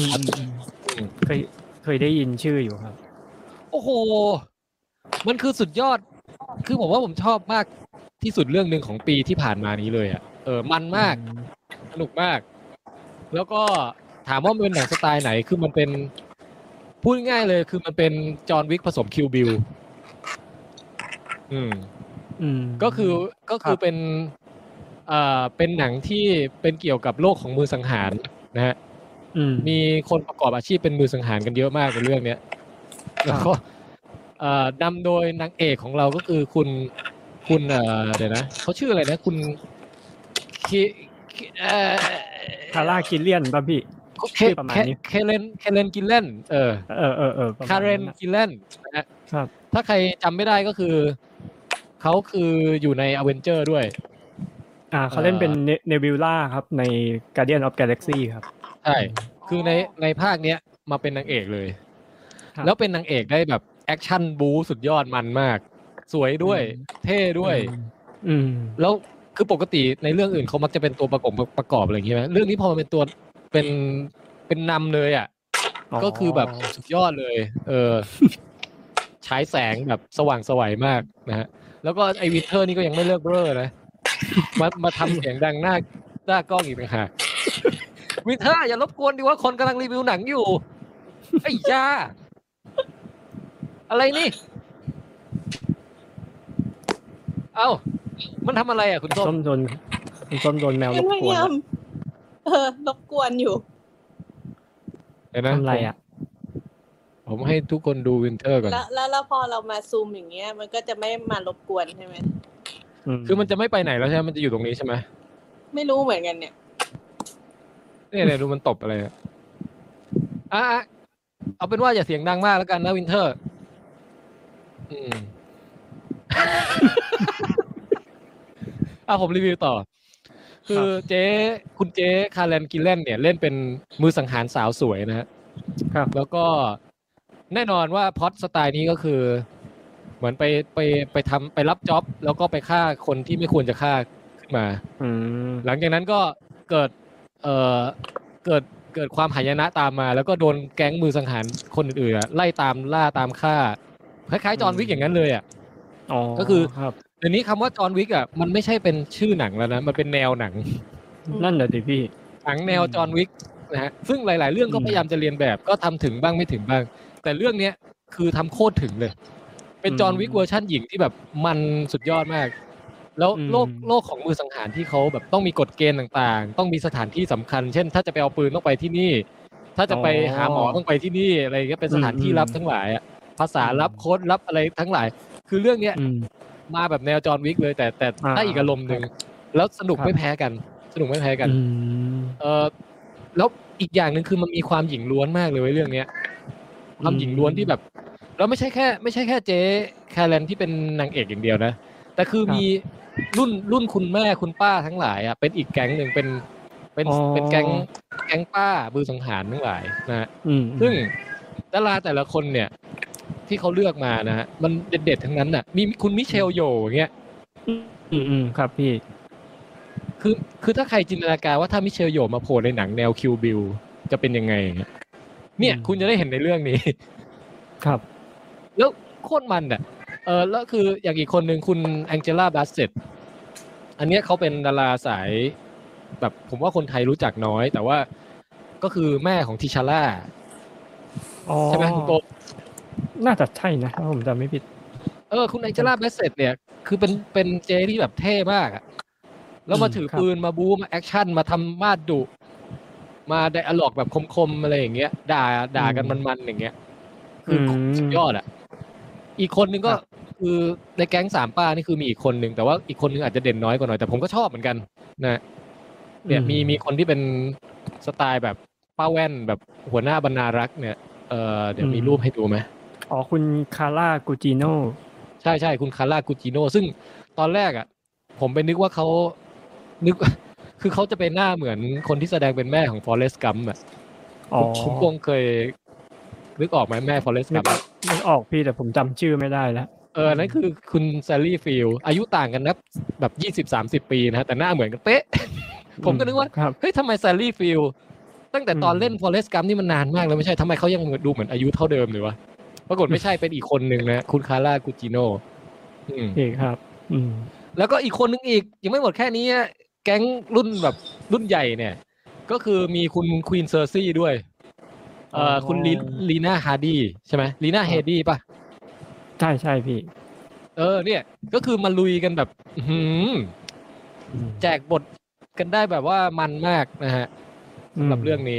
เคยได้ยินชื่ออยู่ครับโอ้โหมันคือสุดยอดคือผมว่าผมชอบมากที่สุดเรื่องนึงของปีที่ผ่านมานี้เลยอ่ะมันมากสนุกมากแล้วก็ถามว่ามันเป็นหนังสไตล์ไหนคือมันเป็นพูดง่ายเลยคือมันเป็นจอห์นวิกผสมคิลบิลก็คือเป็นหนังที่เป็นเกี่ยวกับโลกของมือสังหารนะฮะมีคนประกอบอาชีพเป็นมือสังหารกันเยอะมากในเรื่องเนี้ยแล้วก็นำโดยนางเอกของเราก็คือคุณเดี๋ยวนะเขาชื่ออะไรนะคุณคาร่ากิลเลียนป่ะพี่ประมาณนี้เคเลนกิลเลนคาเรนกิลเลนนะครับถ้าใครจำไม่ได้ก็คือเขาคืออยู่ในอเวนเจอร์ด้วยเขาเล่นเป็นเนบิวล่าครับใน Guardian of Galaxy ครับใช่คือในภาคเนี้ยมาเป็นนางเอกเลยแล้วเป็นนางเอกได้แบบแอคชั่นบู๊สุดยอดมันมากสวยด้วยเท่ด้วยแล้วคือปกติในเรื่องอื่นเขามักจะเป็นตัวประกอบอะไรอย่างเงี้ยเรื่องนี้พอมันเป็นตัวเป็นนำเลยอ่ะก็คือแบบสุดยอดเลยฉายแสงแบบสว่างไสวมากนะฮะแล้วก็ไอ้วินเทอร์นี่ก็ยังไม่เลิกเบ้อนะมาทำเสียงดังหน้ากล้องอีกนะฮะวินเทอร์อย่ารบกวนดิว่าคนกำลังรีวิวหนังอยู่ไอ้ย่าอะไรนี่เอ้ามันทำอะไรอ่ะคุณส้มโดนแมวรบกวนรบกวนอยู่เห็นไหมทำอะไรอ่ะผมให้ทุกคนดูวินเทอร์ก่อนแล้วพอเรามาซูมอย่างเงี้ยมันก็จะไม่มารบกวนใช่ไหมคือมันจะไม่ไปไหนแล้วใช่ไหมมันจะอยู่ตรงนี้ใช่ไหมไม่รู้เหมือนกันเนี่ยดูมันตบอะไรเอาเป็นว่าอย่าเสียงดังมากแล้วกันนะวินเทอร์ผมรีวิวต่อคือคุณเจ๊คาร์แลนกิลเลนเนี่ยเล่นเป็นมือสังหารสาวสวยนะฮะครับแล้วก็แน่นอนว่าพล็อตสไตล์นี้ก็คือเหมือนไปรับจ็อบแล้วก็ไปฆ่าคนที่ไม่ควรจะฆ่าขึ้นมาหลังจากนั้นก็เกิดความหายนะตามมาแล้วก็โดนแก๊งมือสังหารคนอื่นๆไล่ตามล่าตามฆ่าคล้ายๆจอห์นวิกอย่างนั้นเลยอ่ะก็คือเดี๋ยวนี้คำว่าจอห์นวิกอ่ะมันไม่ใช่เป็นชื่อหนังแล้วนะมันเป็นแนวหนังนั่นแหละดิพี่หนังแนวจอห์นวิกนะฮะซึ่งหลายๆเรื่องก็พยายามจะเรียนแบบก็ทำถึงบ้างไม่ถึงบ้างแต่เรื่องนี้คือทำโคตรถึงเลยเป็นจอห์นวิกเวอร์ชั่นหญิงที่แบบมันสุดยอดมากแล้วโลกของมือสังหารที่เขาแบบต้องมีกฎเกณฑ์ต่างๆต้องมีสถานที่สำคัญเช่นถ้าจะไปเอาปืนต้องไปที่นี่ถ้าจะไปหาหมอต้องไปที่นี่อะไรก็เป็นสถานที่ลับทั้งหลายภาษาลับโค้ดลับอะไรทั้งหลายคือเรื่องเนี้ยมาแบบแนวจอห์นวิกเลยแต่ได้อีกอารมณ์นึงแล้วสนุกไม่แพ้กันแล้วอีกอย่างนึงคือมันมีความหญิงล้วนมากเลยเรื่องเนี้ยความหญิงล้วนที่แบบแล้วไม่ใช่แค่เจ๊แคร์แลนที่เป็นนางเอกอย่างเดียวนะแต่คือมีรุ่นคุณแม่คุณป้าทั้งหลายอ่ะเป็นอีกแก๊งหนึ่งเป็นแก๊งป้ามือสังหารทั้งหลายนะซึ่งดาราแต่ละคนเนี่ยที่เขาเลือกมานะฮะมันเด็ดๆทั้งนั้นน่ะมีคุณมิเชลโยอย่างเงี้ยครับพี่คือถ้าใครจินตนาการว่าถ้ามิเชลโยมาโผล่ในหนังแนวคิวบิลจะเป็นยังไงเนี่ยคุณจะได้เห็นในเรื่องนี้ครับแล้วโคตรมันอ่ะแล้วคืออย่างอีกคนหนึ่งคุณแองเจล่าบาสเซตอันนี้เขาเป็นดาราสายแบบผมว่าคนไทยรู้จักน้อยแต่ว่าก็คือแม่ของทิชาร่าใช่ไหมคุณโตน่าจะใช่นะถ้าผมจำไม่ผิดคุณแองเจล่าบาสเซตเนี่ยคือเป็นเจที่แบบเท่มากอ่ะแล้วมาถือปืนมาบู๊มาแอคชั่นมาทำมาดดุมาไดอะล็อกแบบคมๆอะไรอย่างเงี้ยด่ากันมันๆอย่างเงี้ยคือสุดยอดอ่ะอีกคนนึงก็คือในแก๊ง3ป้านี่คือมีอีกคนนึงแต่ว่าอีกคนนึงอาจจะเด่นน้อยกว่าหน่อยแต่ผมก็ชอบเหมือนกันนะเนี่ยมีคนที่เป็นสไตล์แบบป้าแว่นแบบหัวหน้าบรรณารักษ์เนี่ยเดี๋ยวมีรูปให้ดูไหมคุณคาร่ากูจิโน่ใช่คุณคาร่ากูจิโน่ซึ่งตอนแรกอ่ะผมไปนึกว่าเขาคือเขาจะเป็นหน้าเหมือนคนที่แสดงเป็นแม่ของฟอเรสต์กัมป์อ่ะผมคงเคยนึกออกไหมแม่ฟอเรสต์กัมป์นึกออกพี่แต่ผมจำชื่อไม่ได้แล้วนั่นคือคุณแซลลี่ฟิลด์อายุต่างกันนะแบบ 20-30 ปีนะแต่หน้าเหมือนกันเป๊ะผมก็นึกว่าเฮ้ยทำไมแซลลี่ฟิลด์ตั้งแต่ตอนเล่นฟอเรสต์กัมป์นี่มันนานมากแล้วไม่ใช่ทำไมเขายังดูเหมือนอายุเท่าเดิมเลยวะปรากฏไม่ใช่เป็นอีกคนนึงนะคุณคาร่ากูจิโน่ครับแล้วก็อีกคนนึงอีกยังไม่หมดแค่นี้แก๊งรุ่นใหญ่เนี่ยก็คือมีคุณควีนเซอร์ซี่ด้วยคุณลีน่าฮาร์ดี้ใช่ไหมลีน่าเฮดดี้ป่ะใช่พี่เนี่ยก็คือมาลุยกันแบบแจกบทกันได้แบบว่ามันมากนะฮะสำหรับเรื่องนี้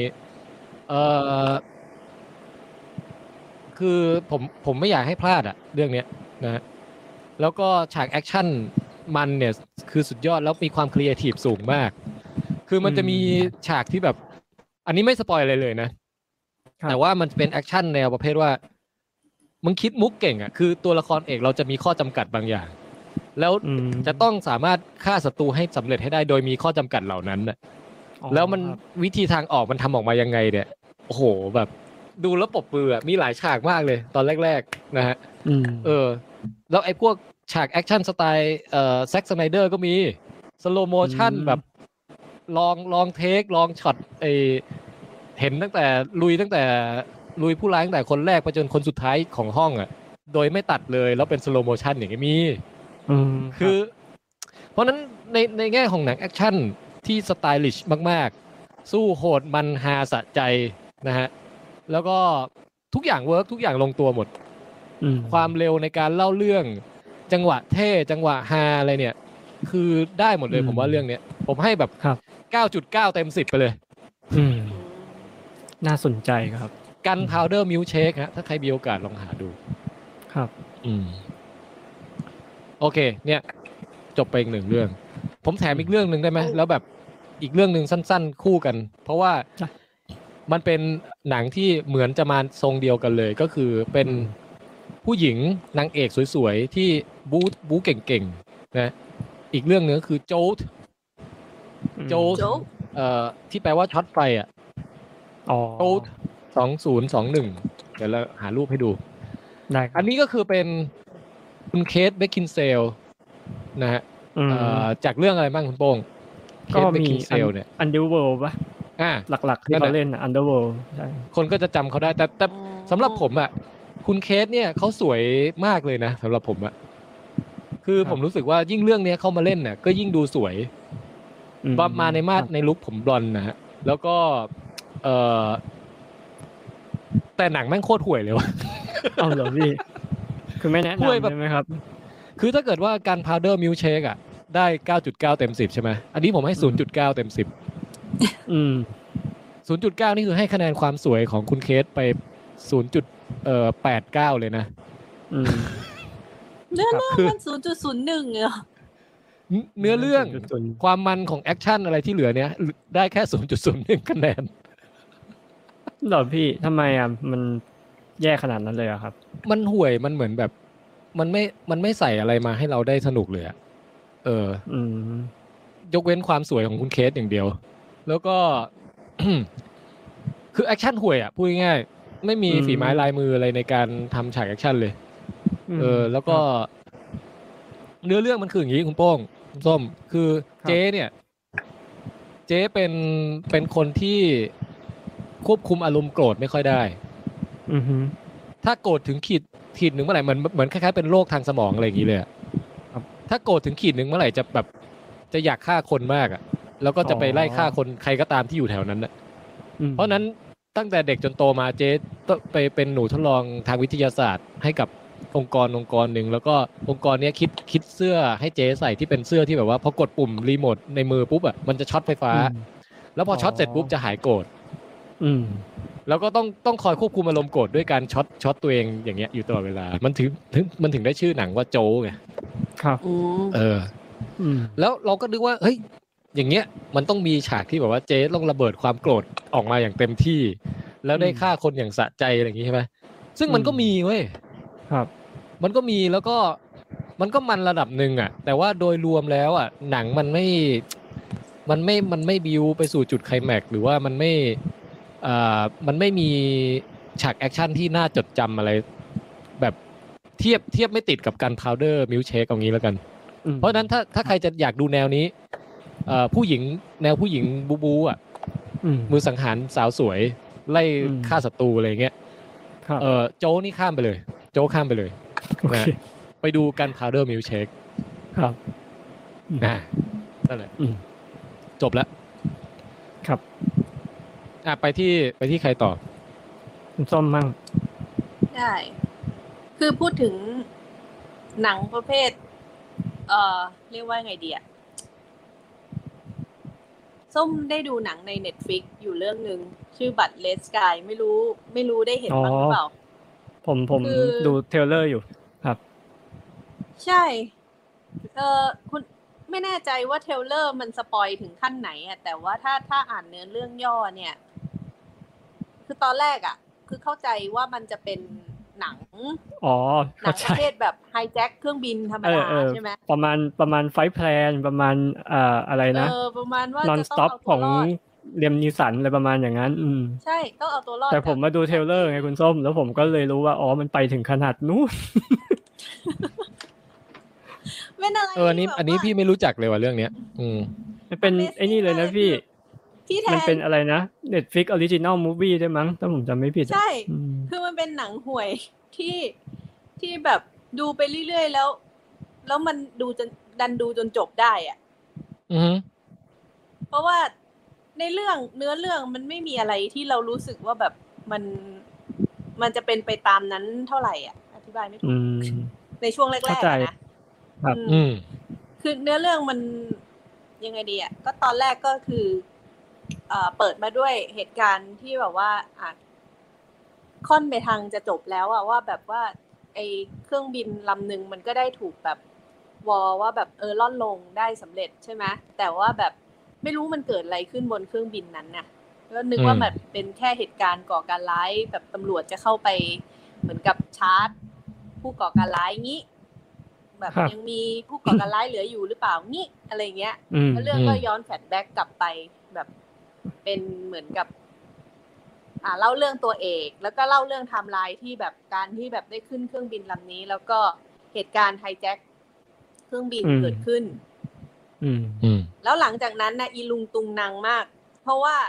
คือผมไม่อยากให้พลาดอ่ะเรื่องเนี้ยนะแล้วก็ฉากแอคชั่นมันเนี่ยคือสุดยอดแล้วมีความครีเอทีฟสูงมากคือมันจะมีฉากที่แบบอันนี้ไม่สปอยอะไรเลยนะแต่ว่ามันเป็นแอคชั่นแนวประเภทว่ามึงคิดมุกเก่งอ่ะคือตัวละครเอกเราจะมีข้อจำกัดบางอย่างแล้วจะต้องสามารถฆ่าศัตรูให้สำเร็จให้ได้โดยมีข้อจำกัดเหล่านั้นน่ะแล้วมันวิธีทางออกมันทำออกมายังไงเนี่ยโอ้โหแบบดูแล้วปรบมือมีหลายฉากมากเลยตอนแรกๆนะฮะแล้วไอ้พวกฉากแอคชั่นสไตล์แซ็กสไนเดอร์ก็มีสโลโมชั่นแบบลองเทคลองช็อตไอ้เห็นตั้งแต่ลุยผู้ร้ายตั้งแต่คนแรกไปจนคนสุดท้ายของห้องอ่ะโดยไม่ตัดเลยแล้วเป็นสโลโมชันอย่างนี้มี คือ เพราะนั้นในแง่ของหนังแอคชั่นที่สไตลิชมากๆสู้โหดมันฮาสะใจนะฮะแล้วก็ทุกอย่างเวิร์กทุกอย่างลงตัวหมดความเร็วในการเล่าเรื่องจังหวะเท่จังหวะฮาอะไรเนี่ยคือได้หมดเลยผมว่าเรื่องเนี้ยผมให้แบบ 9.9 เต็ม 10ไปเลยน่าสนใจครับกันพาวเดอร์มิลค์เชคฮะถ้าใครมีโอกาสลองหาดูครับโอเคเนี่ยจบไปอีกหนึ่งเรื่องผมแถมอีกเรื่องนึงได้ไหมแล้วแบบอีกเรื่องนึงสั้นๆคู่กันเพราะว่ามันเป็นหนังที่เหมือนจะมาทรงเดียวกันเลยก็คือเป็นผู้หญิงนางเอกสวยๆที่บู๊เก่งๆนะอีกเรื่องนึงก็คือโจ๊ตที่แปลว่าช็อตไฟอ่ะโจ๊ต2021เดี๋ยวเราหารูปให้ดูได้อันนี้ก็คือเป็นคุณเคทเบคคินเซลนะฮะจากเรื่องอะไรบ้างคุณโป้งก็มีเนี่ยอันเดอร์เวิลด์ป่ะหลักๆที่เขาเล่นอันเดอร์เวิลด์ใช่คนก็จะจำเขาได้แต่สำหรับผมอ่ะคุณเคทเนี่ยเขาสวยมากเลยนะสำหรับผมอ่ะคือผมรู้สึกว่ายิ่งเรื่องนี้เข้ามาเล่นเนี่ยก็ยิ่งดูสวยมาในลุคผมบลอนด์นะฮะแล้วก็แต่หนังแม่งโคตรห่วยเลยวะเอาเหรอพี่คือไม่แนะนำใช่ไหมครับคือถ้าเกิดว่าการพาวเดอร์มิลค์เชคอะได้ 9.9 เต็ม 10ใช่ไหมอันนี้ผมให้ 0.9 เต็ม 10 0.9 นี่คือให้คะแนนความสวยของคุณเคทไป 0.89 เลยนะเนื้อเรื่องมัน 0.01 เหรอเนื้อเรื่องความมันของแอคชั่นอะไรที่เหลือเนี้ยได้แค่ 0.01 คะแนนเหรอพี่ทำไมอ่ะมันแย่ขนาดนั้นเลยอ่ะครับมันห่วยมันเหมือนแบบมันไม่ใส่อะไรมาให้เราได้สนุกเลยอ่ะยกเว้นความสวยของคุณเคทอย่างเดียวแล้วก็ คือแอคชั่นห่วยอ่ะพูดง่ายๆไม่มีฝีไม้ลายมืออะไรในการทำฉากแอคชั่นเลยแล้วก็เนื้อเรื่องมันคืออย่างนี้คุณโป้งคุณส้มคือเจ๊เนี่ยเจ๊เป็นคนที่ควบคุมอารมณ์โกรธไม่ค่อยได้ถ้าโกรธถึงขีดหนึ่งเมื่อไหร่เหมือนคล้ายๆเป็นโรคทางสมองอะไรอย่างนี้เลยถ้าโกรธถึงขีดหนึ่งเมื่อไหร่จะแบบจะอยากฆ่าคนมากอ่ะแล้วก็จะไปไล่ฆ่าคนใครก็ตามที่อยู่แถวนั้นเพราะนั้นตั้งแต่เด็กจนโตมาเจ๊ต้องไปเป็นหนูทดลองทางวิทยาศาสตร์ให้กับองค์กรหนึ่งแล้วก็องค์กรนี้คิดเสื้อให้เจ๊ใส่ที่เป็นเสื้อที่แบบว่าพอกดปุ่มรีโมทในมือปุ๊บอ่ะมันจะช็อตไฟฟ้าแล้วพอช็อตเสร็จปุ๊บจะหายโกรธแล้วก็ต้องคอยควบคุมอารมณ์โกรธด้วยการช็อตตัวเองอย่างเงี้ยอยู่ตลอดเวลามันถึงได้ชื่อหนังว่าโจ๊ไงครับแล้วเราก็นึกว่าเฮ้ยอย่างเงี้ยมันต้องมีฉากที่แบบว่าเจ๊ต้องระเบิดความโกรธออกมาอย่างเต็มที่แล้วได้ฆ่าคนอย่างสะใจอะไรอย่างงี้ใช่ไหมซึ่งมันก็มีเว้ยครับมันก็มีแล้วก็มันก็มันระดับหนึ่งอ่ะแต่ว่าโดยรวมแล้วอ่ะหนังมันไม่บิวไปสู่จุดไคลแม็กซ์หรือว่ามันไม่มีฉากแอคชั่นที่น่าจดจำอะไรแบบเทียบไม่ติดกับการพาวเดอร์มิลค์เชคเอางี้แล้วกันเพราะฉะนั้นถ้าใครจะอยากดูแนวนี้แนวผู้หญิงบูอ่ะมือสังหารสาวสวยไล่ฆ่าศัตรูอะไรเงี้ยโจ้นี่ข้ามไปเลยโจ้ข้ามไปเลยนะไปดูการพาวเดอร์มิลค์เชคครับนั่นแหละจบแล้วครับไปที่ใครต่อคุณส้มมั่งได้คือพูดถึงหนังประเภทเรียกว่าไงดีอะส้มได้ดูหนังใน Netflix อยู่เรื่องนึงชื่อบัตรเลสกายไม่รู้ได้เห็นบ้างหรือเปล่าผมดูเทรลเลอร์อยู่ครับใช่คุณไม่แน่ใจว่าเทรลเลอร์มันสปอยถึงขั้นไหนอะแต่ว่าถ้าอ่านเนื้อเรื่องย่อเนี่ยคือตอนแรกอะคือเข้าใจว่ามันจะเป็นหนังประเภทแบบไฮแจ็คเครื่องบินธรรมดาใช่ไหมประมาณไฟท์แพลนประมาณอะไรนะประมาณว่านอนสต็อปของเลียมนีสันอะไรประมาณอย่างนั้นใช่ต้องเอาตัวรอดแต่ผมมาดูเทรลเลอร์ไงคุณส้มแล้วผมก็เลยรู้ว่ามันไปถึงขนาดนู้นเป็นอะไรอันนี้พี่ไม่รู้จักเลยว่าเรื่องเนี้ยเป็นไอ้นี่เลยนะพี่พี่แทมันเป็นนอะไรนะ Netflix Original Movie ได้มั้งถ้าผมจำไม่ผิดอะใช่อืมคือมันเป็นหนังห่วยที่แบบดูไปเรื่อยๆแล้วมันดูดันดูจนจบได้อ่ะอือฮึเพราะว่าในเนื้อเรื่องมันไม่มีอะไรที่เรารู้สึกว่าแบบมันจะเป็นไปตามนั้นเท่าไหร่อ่ะ อธิบายไม่ถูอืกมในช่วงแรเข้าก ใจๆนะครับอืมคือเนื้อเรื่องมันยังไงดีอ่ะก็ตอนแรกก็คือเปิดมาด้วยเหตุการณ์ที่แบบว่าค่อนไปทางจะจบแล้วอ่ะว่าแบบว่าไอ้เครื่องบินลำหนึ่งมันก็ได้ถูกแบบว่าแบบล่อนลงได้สำเร็จใช่ไหมแต่ว่าแบบไม่รู้มันเกิดอะไรขึ้นบนเครื่องบินนั้นน่ะก็นึกว่าแบบเป็นแค่เหตุการณ์ก่อการร้ายแบบตำรวจจะเข้าไปเหมือนกับชาร์จผู้ก่อการร้ายงี้แบบครับยังมีผู้ก่อการร้ายเหลืออยู่หรือเปล่างี้อะไรเงี้ยอืมแล้วเรื่องก็ย้อนแฟลชแบ็กกลับไปแบบเป็นเหมือนกับเล่าเรื่องตัวเอกแล้วก็เล่าเรื่องไทม์ไลน์ที่แบบการที่แบบได้ขึ้นเครื่องบินลำนี้แล้วก็เหตุการณ์ไฮแจ็คเครื่องบินเกิดขึ้นอืมอืมแล้วหลังจากนั้นนะอีลุงตุงนางมาก เพราะว่า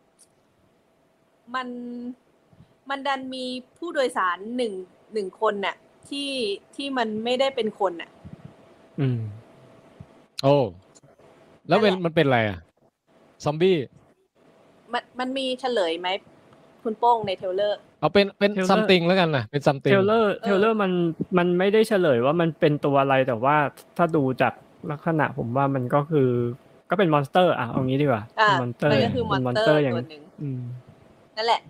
มันดันมีผู้โดยสารหนึ่งคนน่ะที่มันไม่ได้เป็นคนน่ะอืมโอ้แล้วเป็นนั่นแหละมันเป็นอะไรอ่ะซอมบี้มันมีเฉลยไหมคุณโป้งในเทรลเลอร์เอาเป็น Taylor something แล้วกันนะเป็นเท something เลอร์มันไม่ได้เฉลยว่ามันเป็นตัวอะไรแต่ว่าถ้าดูจากลักษณะผมว่ามันก็คือก็เป็นมอนสเตอร์อ่ะเอางี้ดีกว่าเป็นมอนสเตอร์มันก็คือมอนสเตอร์อย่างตัวหนึ่งอืมนั่นแหละ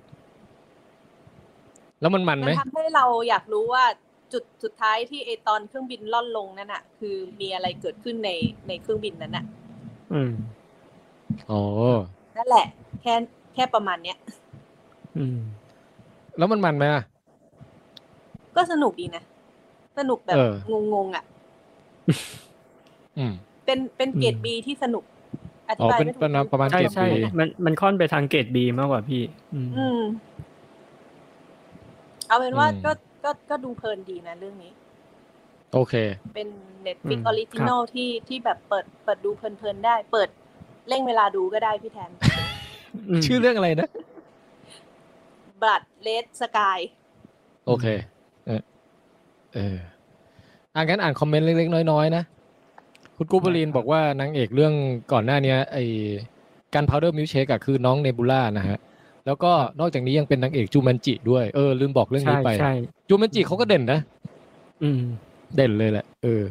แล้วมันไหมัมนทำให้เราอยากรู้ว่าจุดสุดท้ายที่ไอตอนเครื่องบินล่อนลงนั่นน่ะ คือมีอะไรเกิดขึ้นในเครื่องบินนั้นน่ะอืมอ๋อนั่นแหละ แค่ประมาณเนี้ยอืมแล้วมันไหมอ่ะก็สนุกดีนะ สนุกแบบ งงๆอ่ะอืมเป็นเกรด B ที่สนุก อธิบายเป็นไม่ถูกประมาณใช่เกรดใช่ B มันค่อนไปทางเกรดบีมากกว่าพี่อืม เอาเป็นว่าก็ดูเพลินดีนะเรื่องนี้โอเคเป็น Netflix Original ที่แบบเปิดดูเพลินๆได้ เปิดเร่งเวลาดูก็ได้พี่แทนชื่อเรื่องอะไรนะ Blood Red Sky โอเค งั้นอ่านคอมเมนต์เล็กๆน้อยๆนะ คุณกูบลีนบอกว่านางเอกเรื่องก่อนหน้านี้ไอ้การ Powder Milkshake อะคือน้องเนบูล่านะฮะ แล้วก็นอกจากนี้ยังเป็นนางเอกจูมันจิด้วยลืมบอกเรื่องนี้ไปใช่จูมันจิเขาก็เด่นนะอืมเด่นเลยแหละ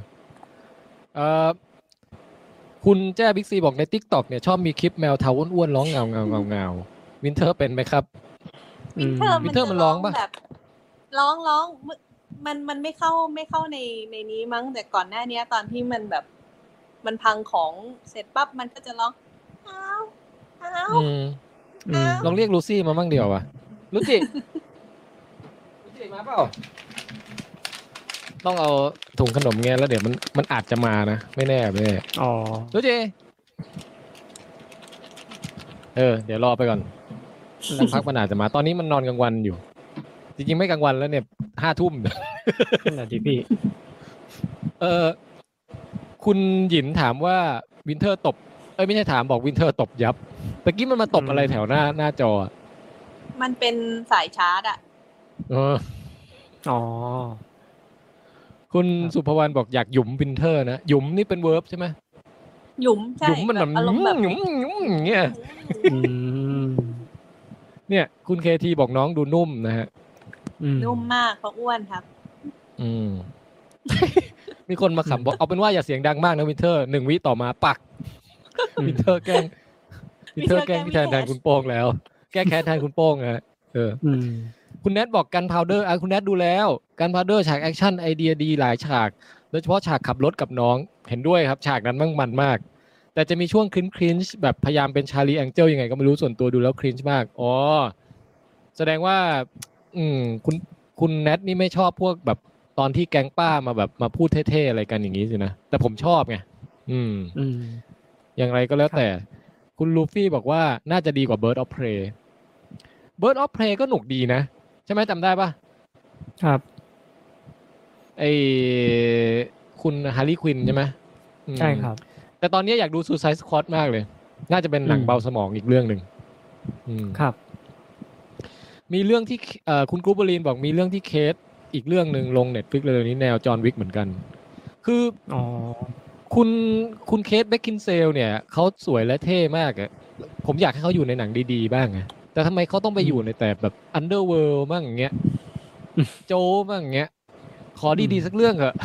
คุณแจ้บิ๊กซีบอกใน TikTok เนี่ยชอบมีคลิปแมวเทาอ้วนๆร้องเงาวินเทอร์เป็นไหมครับวินเทอร์ Winter มันร้องปะแบบร้องมันไม่เข้าในนี้มั้งแต่ก่อนหน้านี้ตอนที่มันแบบมันพังของเสร็จปั๊บมันก็จะร้องอ้าวอ้าว อ้าวลองเรียกลูซี่มามั่งเดียวอ่ะลูซี่ มาเปล่าต้องเอาถุงขนมเงี้ยแล้วเดี๋ยวมันอาจจะมานะไม่แน่อ๋อลูซี่เดี๋ยวรอไปก่อนสักพักมันอาจจะมาตอนนี้มันนอนกลางวันอยู่จริงๆไม่กลางวันแล้วเนี่ย 5 ทุ่มนั่นแหละที่พี่คุณหยินถามว่าวินเทอร์ตบไม่ใช่ถามบอกวินเทอร์ตบยับตะกี้มันมาตบอะไรแถวหน้าจอมันเป็นสายชาร์จอ่ะอ๋อคุณสุภวรรณบอกอยากหยุมวินเทอร์นะหยุมนี่เป็นเวิร์บใช่ไหมหยุมใช่หยุมมันแบบอารมณ์แบบหยุมอย่างเงี้ยอืมเนี่ยคุณเคทีบอกน้องดูนุ่มนะฮะนุ่มมากเพราะอ้วนครับมีคนมาขำบอกเอาเป็นว่าอย่าเสียงดังมากนะวินเทอร์1 วิต่อมาปักวินเทอร์แกล้งพี่แทนคุณโป้งแล้วแก้แค้นแทนคุณโป้งนะคุณแนทบอกกันพาวเดอร์คุณแนทดูแล้วกันพาวเดอร์ฉากแอคชั่นไอเดียดีหลายฉากโดยเฉพาะฉากขับรถกับน้องเห็นด้วยครับฉากนั้นมันมากแต่จะมีช่วงครินช์แบบพยายามเป็นชาลีแองเจิลยังไงก็ไม่รู้ส่วนตัวดูแล้วครินช์มากอ๋อแสดงว่าคุณแนทนี่ไม่ชอบพวกแบบตอนที่แก๊งป้ามาแบบมาพูดเท่ๆอะไรกันอย่างนี้สินะแต่ผมชอบไงอย่างไรก็แล้วแต่คุณลูฟี่บอกว่าน่าจะดีกว่า Bird of Prey Bird of Prey ก็หนุกดีนะใช่ไหมจำได้ปะครับคุณฮาร์ลีควินใช่ไหมใช่ครับแต่ตอนนี้อยากดู Suicide Squad มากเลยน่าจะเป็นหนังเบาสมองอีกเรื่องหนึ่งครับมีเรื่องที่คุณกรูบลีนบอกมีเรื่องที่เคสอีกเรื่องหนึ่งลง Netflix เลยนี้แนวจอห์นวิกเหมือนกันคือคุณเคสเบคคินเซลเนี่ยเขาสวยและเท่มากอ่ะผมอยากให้เขาอยู่ในหนังดีๆบ้างไงแต่ทำไมเขาต้องไปอยู่ในแต่แบบอันเดอร์เวิลด์บ้างอย่างเงี้ยโจบ้างอย่างเงี้ยขอดีๆสักเรื่องเถอะ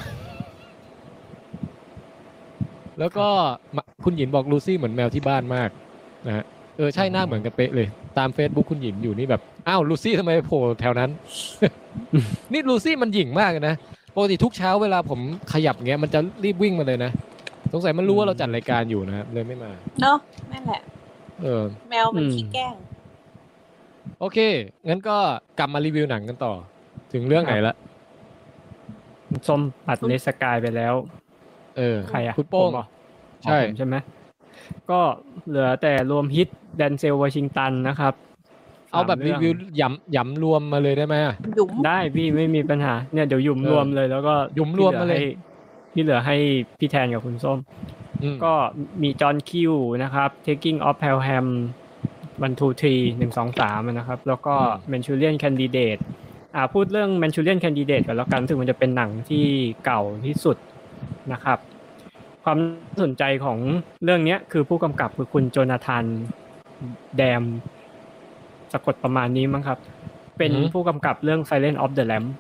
แล้วก็คุณหยินบอกลูซี่เหมือนแมวที่บ้านมากนะฮะใช่หน้าเหมือนกันเป๊ะเลยตาม Facebook คุณหยินอยู่นี่แบบอ้าวลูซี่ทำไมโผล่แถวนั้น นี่ลูซี่มันหยิ่งมากนะปกติทุกเช้าเวลาผมขยับเงี้ยมันจะรีบวิ่งมาเลยนะสงสัยมันรู้ว่าเราจัดรายการอยู่นะเลยไม่มาเนาะนั่นแหละแมวมันขี้แกล้งโอเคงั้นก็กลับมารีวิวหนังกันต่อถึงเรื่องไหนละส้มปัดในสกายไปแล้วใครอะคุณโป้งใช่ไหมก็เหลือแต่รวมฮิตแดนเซลวอชิงตันนะครับเอาแบบรีวิวหย่ำรวมมาเลยได้ไหมได้พี่ไม่มีปัญหาเนี่ยเดี๋ยวหยุมรวมเลยแล้วก็หยุมรวมมาเลยที่เหลือให้พี่แทนกับคุณส้มก็มีจอห์นคิวนะครับ Taking of Pelham 1 2 3 1 2 3นะครับแล้วก็ Manchurian Candidate พูดเรื่อง Manchurian Candidate ก่อนแล้วกันถึงมันจะเป็นหนังที่เก่าที่สุดนะครับความสนใจของเรื่องนี้คือผู้กำกับคือคุณโจนาธานแดมสะกดประมาณนี้มั้งครับเป็นผู้กำกับเรื่อง Silence of the Lambs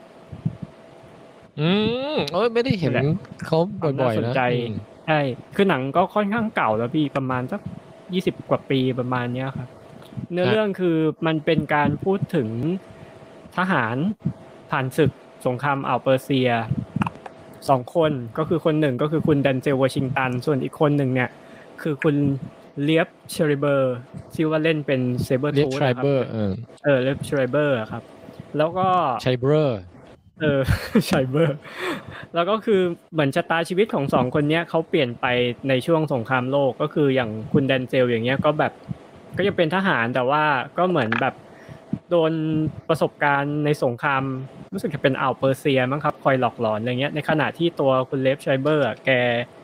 ไม่ได้เห็นเขาบ่อยๆนะใช่คือหนังก็ค่อนข้างเก่าแล้วพี่ประมาณสัก20กว่าปีประมาณนี้ครับเนื้อเรื่องคือมันเป็นการพูดถึงทหารผ่านศึกสงครามอ่าวเปอร์เซีย2คนก็คือคนหนึ่งก็คือคุณแดนเซลวอชิงตันส่วนอีกคนหนึ่งเนี่ยคือคุณเลียบเชอริเบอร์ชื่อว่าเล่นเป็นเซเบอร์ทูธนะครับเลียบเชอริเบอร์ครับแล้วก็ไชเบอร์ไชเบอร์แล้วก็คือเหมือนชะตาชีวิตของ2คนนี้เขาเปลี่ยนไปในช่วงสงครามโลกก็คืออย่างคุณแดนเซลอย่างเงี้ยก็แบบก็ยังเป็นทหารแต่ว่าก็เหมือนแบบโดนประสบการณ์ในสงครามรู้สึกจะเป็นอ่าวเปอร์เซียมั้งครับคอยหลอกหลอนอะไรเงี้ยในขณะที่ตัวคุณเลฟไชเบอร์แก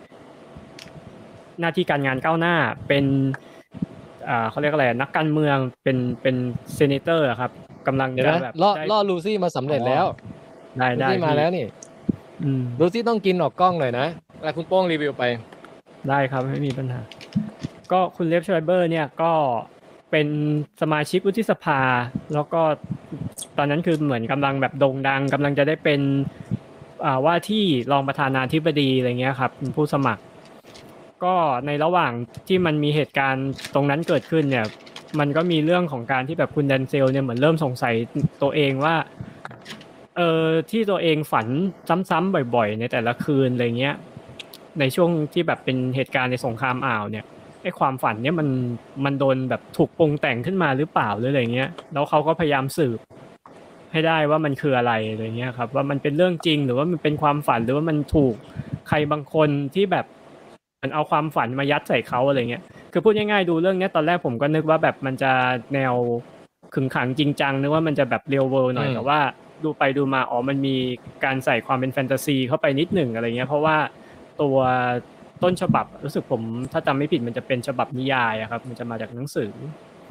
หน้าที่การงานก้าวหน้าเป็นเขาเรียกอะไรนักการเมืองเป็นเซเนเตอร์ครับกำลังจะแบบล่อลูซี่มาสำเร็จแล้วได้มาแล้วนี่ลูซี่ต้องกินออกกล้องหน่อยนะแล้วคุณโป้งรีวิวไปได้ครับไม่มีปัญหาก็คุณเลฟไชเบอร์เนี่ยก็เป็นสมาชิกวุฒิสภาแล้วก็ตอนนั้นคือเหมือนกำลังแบบโด่งดังกำลังจะได้เป็นว่าที่รองประธานาธิบดีอะไรเงี้ยครับเป็นผู้สมัครก็ในระหว่างที่มันมีเหตุการณ์ตรงนั้นเกิดขึ้นเนี่ยมันก็มีเรื่องของการที่แบบคุณแดนเซลเนี่ยเหมือนเริ่มสงสัยตัวเองว่าที่ตัวเองฝันซ้ำๆบ่อยๆในแต่ละคืนอะไรเงี้ยในช่วงที่แบบเป็นเหตุการณ์ในสงครามอ่าวเนี่ยไอ้ความฝันเนี่ยมันโดนแบบถูกปรุงแต่งขึ้นมาหรือเปล่าหรืออะไรเงี้ยแล้วเขาก็พยายามสืบให้ได้ว่ามันคืออะไรอะไรเงี้ยครับว่ามันเป็นเรื่องจริงหรือว่ามันเป็นความฝันหรือว่ามันถูกใครบางคนที่แบบมันเอาความฝันมายัดใส่เขาอะไรเงี้ยคือพูดง่ายๆดูเรื่องนี้ตอนแรกผมก็นึกว่าแบบมันจะแนวขึงขังจริงจังนึกว่ามันจะแบบเรียลเวิลด์หน่อยแต่ว่าดูไปดูมามันมีการใส่ความเป็นแฟนตาซีเข้าไปนิดหนึ่งอะไรเงี้ยเพราะว่าตัวต้นฉบับรู้สึกผมถ้าจำไม่ผิดมันจะเป็นฉบับนิยายครับมันจะมาจากหนังสือ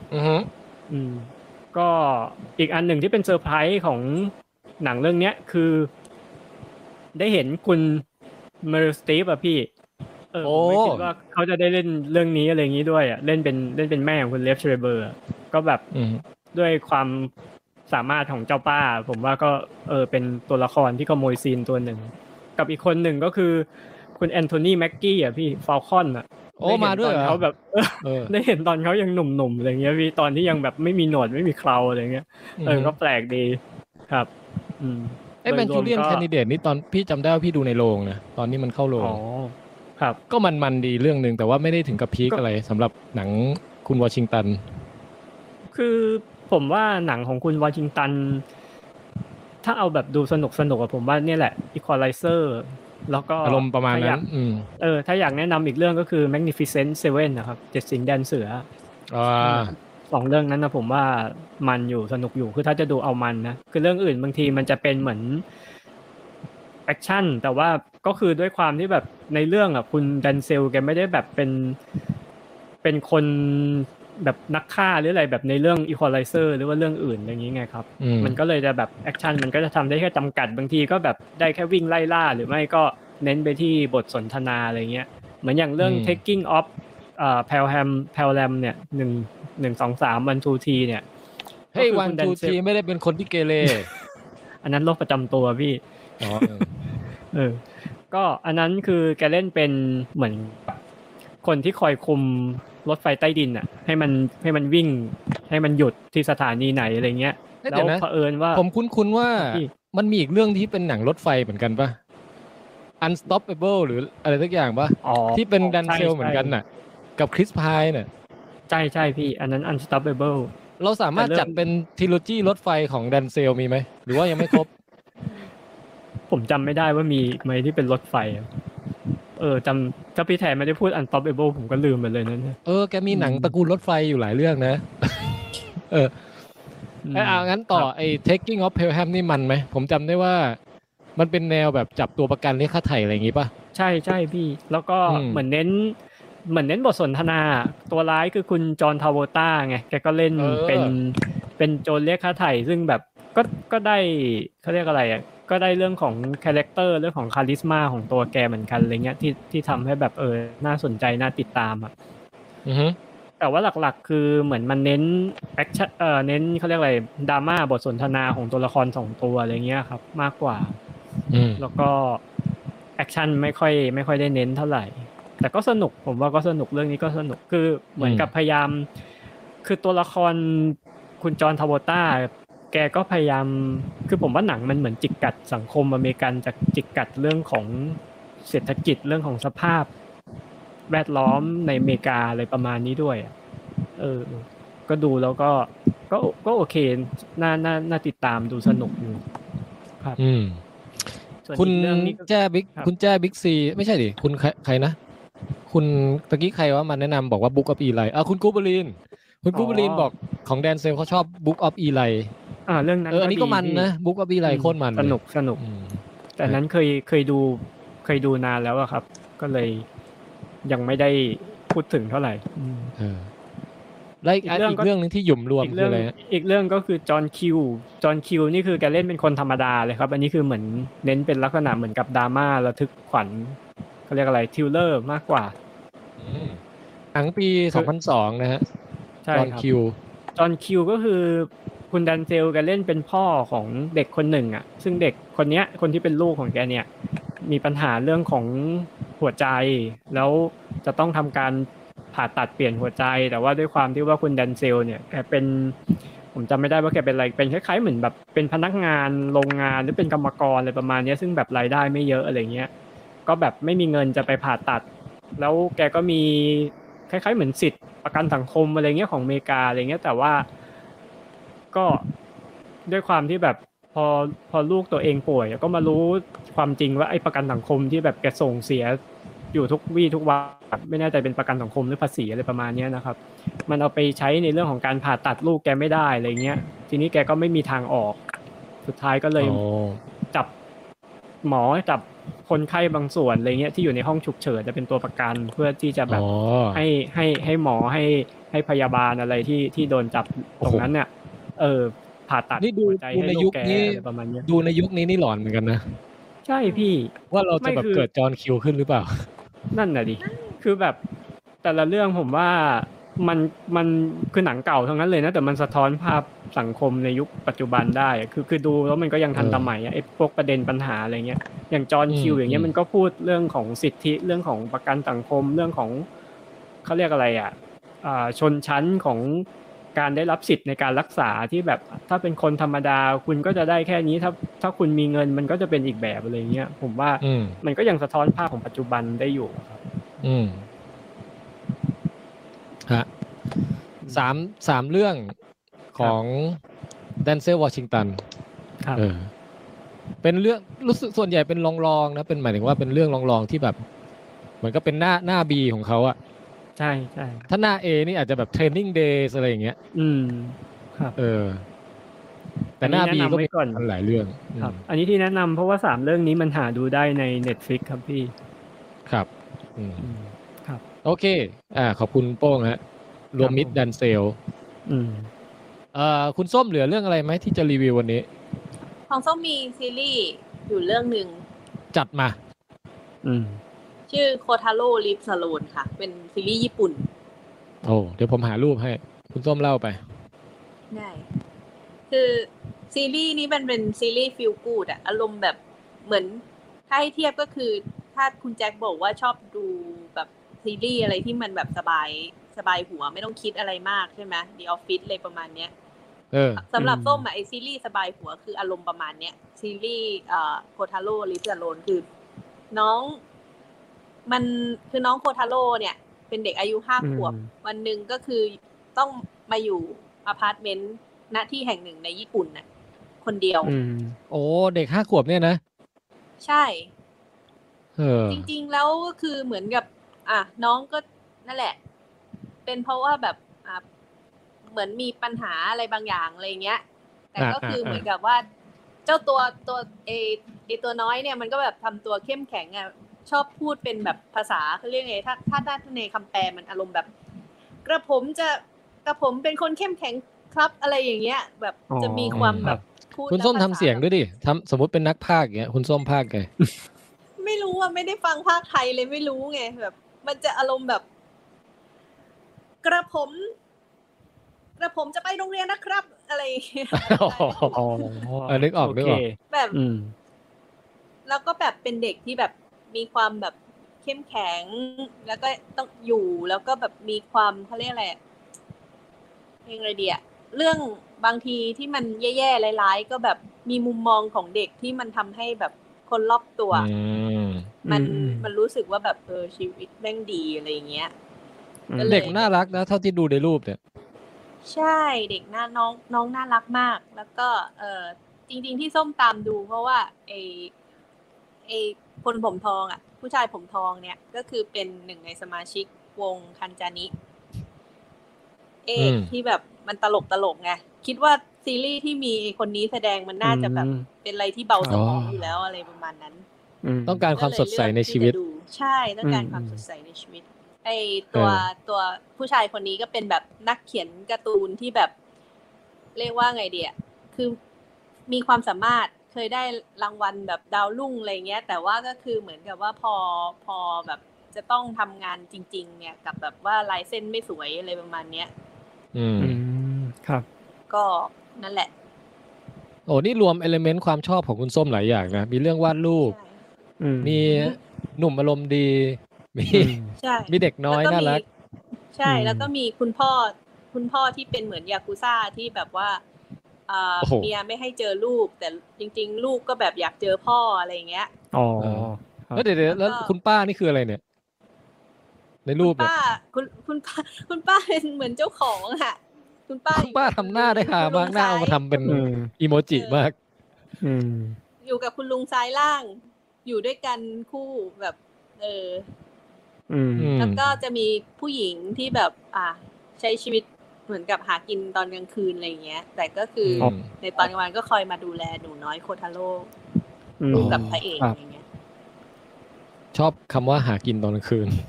ก็อีกอันหนึ่งที่เป็นเซอร์ไพรส์ของหนังเรื่องนี้คือได้เห็นคุณเมอร์สตีฟพี่ไม่คิดว่าเขาจะได้เล่นเรื่องนี้อะไรอย่างนี้ด้วยเล่นเป็นแม่ของคุณเลฟเชอร์เบอร์ก็แบบด้วยความสามารถของเจ้าป้าผมว่าก็เป็นตัวละครที่ขโมยซีนตัวหนึ่งกับอีกคนหนึ่งก็คือคุณแอนโทนีแม็กกี้พี่ฟาลคอนมาด้วยเหรอเขาแบบได้เห็นตอนเขายังหนุ่มๆอะไรเงี้ยพี่ตอนที่ยังแบบไม่มีหนวดไม่มีเคราอะไรเงี้ยก็แปลกดีครับไอ้แมนจูเรียนแคนดิเดตนี่ตอนพี่จำได้ว่าพี่ดูในโรงนะตอนนี้มันเข้าโรงครับก็มันดีเรื่องนึงแต่ว่าไม่ได้ถึงกับพีคอะไรสำหรับหนังคุณวอชิงตันคือผมว่าหนังของคุณวอชิงตันถ้าเอาแบบดูสนุกผมว่าเนี่ยแหละ Equalizer แล้วก็อารมณ์ประมาณนั้นถ้าอยากแนะนำอีกเรื่องก็คือ Magnificent Seven นะครับ7สิงห์แดนเสือ2เรื่องนั้นนะผมว่ามันอยู่สนุกอยู่คือถ้าจะดูเอามันนะคือเรื่องอื่นบางทีมันจะเป็นเหมือนแอคชั่นแต่ว่าก็คือด้วยความที่แบบในเรื่องคุณแดนเซลแกไม่ได้แบบเป็นเป็นคนแบบนักฆ่าหรืออะไรแบบในเรื่อง Equalizer หรือว่าเรื่องอื่นอย่างนี้ไงครับมันก็เลยจะแบบแอคชั่นมันก็จะทำได้แค่จำกัดบางทีก็แบบได้แค่วิ่งไล่ล่าหรือไม่ก็เน้นไปที่บทสนทนาอะไรเงี้ยเหมือนอย่างเรื่อง Taking of Pelham เนี่ย1 2 3 1 2 3เนี่ยเฮ้ย1 2 3ไม่ได้เป็นคนที่เกเรอันนั้นโรคประจำตัวพี่อ๋อก็อันนั้นคือแกเล่นเป็นเหมือนคนที่คอยคุมรถไฟใต้ดินอ่ะให้มันวิ่งให้มันหยุดที่สถานีไหนอะไรเงี้ยแล้วเผอิญว่าผมคุ้นๆว่ามันมีอีกเรื่องที่เป็นหนังรถไฟเหมือนกันป่ะ Unstoppable หรืออะไรสักอย่างป่ะที่เป็นดันเซลเหมือนกันน่ะกับคริสพายน่ะใช่ๆพี่อันนั้น Unstoppable เราสามารถจัดเป็นทริโลจีรถไฟของดันเซลมีไหมหรือว่ายังไม่ครบผมจำไม่ได้ว่ามีไหมที่เป็นรถไฟจำถ้าพี่แทนไม่ได้พูด Unstoppable ผมก็ลืมไปเลยนั่นแกมีหนังตระกูลรถไฟอยู่หลายเรื่องนะงั้นต่อไอ้ Taking of Pelham นี่มันไหมผมจำได้ว่ามันเป็นแนวแบบจับตัวประกันเรียกค่าไถ่อะไรอย่างงี้ป่ะใช่ๆพี่แล้วก็เหมือนเน้นบทสนทนาตัวร้ายคือคุณจอห์นทราโวลตาไงแกก็เล่นเป็นโจรเรียกค่าไถ่ซึ่งแบบก็ได้เขาเรียกอะไรอ่ะก็ได้เรื่องของคาแรคเตอร์เรื่องของคาลิสมาของตัวแกเหมือนกันอะไรเงี้ยที่ทำให้แบบน่าสนใจน่าติดตามอ่ะแต่ว่าหลักๆคือเหมือนมันเน้นแอคชั่นเน้นเขาเรียกอะไรดราม่าบทสนทนาของตัวละคร2ตัวอะไรเงี้ยครับมากกว่าแล้วก็แอคชั่นไม่ค่อยได้เน้นเท่าไหร่แต่ก็สนุกผมว่าก็สนุกเรื่องนี้ก็สนุกคือเหมือนกับพยายามคือตัวละครคุณจอห์นทราโวลตาแกก็พยายามคือผมว่าหนังมันเหมือนจิกกัดสังคมอเมริกันจากจิกกัดเรื่องของเศรษฐกิจเรื่องของสภาพแวดล้อมในอเมริกาอะไรประมาณนี้ด้วยก็ดูแล้วก็โอเคน่าติดตามดูสนุกอยู่ครับคุณแจ้บิ๊กซีไม่ใช่ดิคุณใครนะคุณตะกี้ใครว่ามันแนะนำบอกว่า Book of Eli คุณกูเบลีนบอกของแดนเซลเขาชอบ Book of Eli เรื่องนั้นอันนี้ก็มันนะ Book of Eli โคตรมันสนุกแต่นั้นเคยดูนานแล้วอะครับก็เลยยังไม่ได้พูดถึงเท่าไหร่แล้วอีกเรื่องนึงที่หยุ่มรวมคืออะไรอีกเรื่องก็คือจอห์นคิวนี่คือแกเล่นเป็นคนธรรมดาเลยครับอันนี้คือเหมือนเน้นเป็นลักษณะเหมือนกับดราม่าระทึกขวัญเขาเรียกอะไรทริลเลอร์มากกว่าหนังปี2002นะฮะจอห์นคิวก็คือคุณดันเซลแกเล่นเป็นพ่อของเด็กคนหนึ่งอ่ะซึ่งเด็กคนที่เป็นลูกของแกเนี่ยมีปัญหาเรื่องของหัวใจแล้วจะต้องทำการผ่าตัดเปลี่ยนหัวใจแต่ว่าด้วยความที่ว่าคุณดันเซลเนี่ยแกเป็นผมจำไม่ได้ว่าแกเป็นอะไรเป็นคล้ายๆเหมือนแบบเป็นพนักงานโรงงานหรือเป็นกรรมกรอะไรประมาณนี้ซึ่งแบบรายได้ไม่เยอะอะไรเงี้ยก็แบบไม่มีเงินจะไปผ่าตัดแล้วแกก็มีคล้ายๆเหมือนสิทธิ์ประกันสังคมอะไรเงี้ยของอเมริกาอะไรเงี้ยแต่ว่าก็ด้วยความที่แบบพอลูกตัวเองป่วยก็มารู้ความจริงว่าไอ้ประกันสังคมที่แบบแกส่งเสียอยู่ทุกวี่ทุกวันไม่แน่ใจเป็นประกันสังคมหรือภาษีอะไรประมาณนี้นะครับมันเอาไปใช้ในเรื่องของการผ่าตัดลูกแกไม่ได้อะไรเงี้ยทีนี้แกก็ไม่มีทางออกสุดท้ายก็เลยจับคนไข้บางส่วนอะไรเงี้ยที่อยู่ในห้องฉุกเฉินจะเป็นตัวประกันเพื่อที่จะแบบให้หมอให้พยาบาลอะไรที่โดนจับตรงนั้นเนี่ยผ่าตัดหัวใจให้ลูกแกประมาณนี้ดูในยุคนี้นี่หลอนเหมือนกันนะใช่พี่ว่าเราจะแบบเกิดจอห์นคิวขึ้นหรือเปล่านั่นน่ะดิคือแบบแต่ละเรื่องผมว่ามันคือหนังเก่าทั้งนั้นเลยนะแต่มันสะท้อนภาพสังคมในยุคปัจจุบันได้คือดูแล้วมันก็ยังทันสมัยไอ้พวกประเด็นปัญหาอะไรเงี้ยอย่างจอห์นคิวอย่างเงี้ยมันก็พูดเรื่องของสิทธิเรื่องของประกันสังคมเรื่องของเขาเรียกอะไรชนชั้นของการได้รับสิทธิ์ในการรักษาที่แบบถ้าเป็นคนธรรมดาคุณก็จะได้แค่นี้ถ้าคุณมีเงินมันก็จะเป็นอีกแบบอะไรเงี้ยผมว่ามันก็ยังสะท้อนภาพของปัจจุบันได้อยู่ครับฮะสามเรื่องของแดนเซลวอชิงตันครับเป็นเรื่องรู้สึกส่วนใหญ่เป็นรองๆนะเป็นหมายถึงว่าเป็นเรื่องรองๆที่แบบเหมือนก็เป็นหน้า B ของเขาอะใช่ใช่ถ้าหน้า A นี่อาจจะแบบเทรนนิ่งเดย์อะไรอย่างเงี้ยครับแต่หน้า B ก็มีหลายเรื่องครับอันนี้ที่แนะนำเพราะว่า3เรื่องนี้มันหาดูได้ใน Netflix ครับพี่ครับครับโอเคขอบคุณโป้งฮะรวมมิตรดันเซลอืมคุณส้มเหลือเรื่องอะไรไหมที่จะรีวิววันนี้ของส้มมีซีรีส์อยู่เรื่องหนึ่งจัดมาอืมชื่อโคทาโร่ลิฟซาโลนค่ะ เป็นซีรีส์ญี่ปุ่นโอ้เดี๋ยวผมหารูปให้ คุณส้มเล่าไปได้คือซีรีส์นี้มันเป็นซีรีส์ฟีลกูดอะอารมณ์แบบเหมือนถ้าให้เทียบก็คือถ้าคุณแจ็คบอกว่าชอบดูแบบซีรีส์อะไรที่มันแบบสบายหัวไม่ต้องคิดอะไรมากใช่ไหม The Office อะไรประมาณเนี้ยสำหรับส้มอะไอซีรีส์สบายหัวคืออารมณ์ประมาณเนี้ยซีรีส์โคทาโร่ลิฟซาโลนคือน้องมันคือน้องโคทาโร่เนี่ยเป็นเด็กอายุ5 ขวบวันหนึ่งก็คือต้องมาอยู่อพาร์ตเมนต์ณที่แห่งหนึ่งในญี่ปุ่นน่ะคนเดียวโอ้เด็ก5 ขวบเนี่ยนะใช่จริงๆแล้วก็คือเหมือนกับน้องก็นั่นแหละเป็นเพราะว่าแบบเหมือนมีปัญหาอะไรบางอย่างอะไรเงี้ยแต่ก็คือเหมือนกับว่าเจ้าตัวตัวน้อยเนี่ยมันก็แบบทำตัวเข้มแข็งชอบพูดเป็นแบบภาษาเขาเรียกไงถ้าในคำแปลมันอารมณ์แบบกระผมเป็นคนเข้มแข็งครับอะไรอย่างเงี้ยแบบจะมีความแบบพูดคุณส้มทำเสียงด้วยดิสมมติเป็นนักพากย์อย่างเงี้ยคุณส้มพากย์ไงไม่รู้อ่ะไม่ได้ฟังภาคไทยเลยไม่รู้ไงแบบมันจะอารมณ์แบบกระผมจะไปโรงเรียนนะครับอะไรนึกออกแบบแล้วก็แบบเป็นเด็กที่แบบมีความแบบเข้มแข็งแล้วก็ต้องอยู่แล้วก็แบบมีความเขาเรียกอะไรยังไงดีอะเรื่องบางทีที่มันแย่ๆร้ายๆก็แบบมีมุมมองของเด็กที่มันทำให้แบบคนรอบตัวมันรู้สึกว่าแบบชีวิตแม่งดีอะไรอย่างเงี้ยเด็กน่ารักนะเท่าที่ดูในรูปเนี่ยใช่เด็กน้องน่ารักมากแล้วก็จริงๆที่ส้มตามดูเพราะว่าไอคนผมทองอ่ะผู้ชายผมทองเนี่ยก็คือเป็นหนึ่งในสมาชิกวงคันจานิที่แบบมันตลกไงคิดว่าซีรีส์ที่มีคนนี้แสดงมันน่าจะแบบเป็นอะไรที่เบาสมองอยู่แล้วอะไรประมาณนั้นต้องการความสดใสในชีวิตใช่ต้องการความสดใสในชีวิตไอตัวผู้ชายคนนี้ก็เป็นแบบนักเขียนการ์ตูนที่แบบเรียกว่าไงดีอ่ะคือมีความสามารถเคยได้รางวัลแบบดาวรุ่งอะไรเงี้ยแต่ว่าก็คือเหมือนกับว่าพอแบบจะต้องทำงานจริงๆเนี่ยกับแบบว่าลายเส้นไม่สวยอะไรประมาณเนี้ยครับก็นั่นแหละโอ้นี่รวมเอลิเมนต์ความชอบของคุณส้มหลายอย่างนะมีเรื่องวาดรูปมีหนุ่มอารมณ์ดีมีเด็กน้อยน่ารักใช่แล้วก็มีคุณพ่อที่เป็นเหมือนยากุซ่าที่แบบว่าเมียไม่ให้เจอลูกแต่จริงๆลูกก็แบบอยากเจอพ่ออะไรอย่างเงี้ยแล้วเดี๋ยวแล้วคุณป้านี่คืออะไรเนี่ยในรูปเนี่ยคุณป้าเป็นเหมือนเจ้าของค่ะคุณป้าทำหน้าได้ค่ะมากหน้าเอามาทำเป็นอีโมจิมากอยู่กับคุณลุงซ้ายล่างอยู่ด้วยกันคู่แบบแล้วก็จะมีผู้หญิงที่แบบใช้ชีวิตเหมือนกับหากินตอนกลางคืนอะไรเงี้ยแต่ก็คือในตอนกลางวันก็คอยมาดูแลหนูน้อยโคทาโร่ลูกกับพระเอกอะไรเงี้ยชอบคำว่าหากินตอนกลางคืน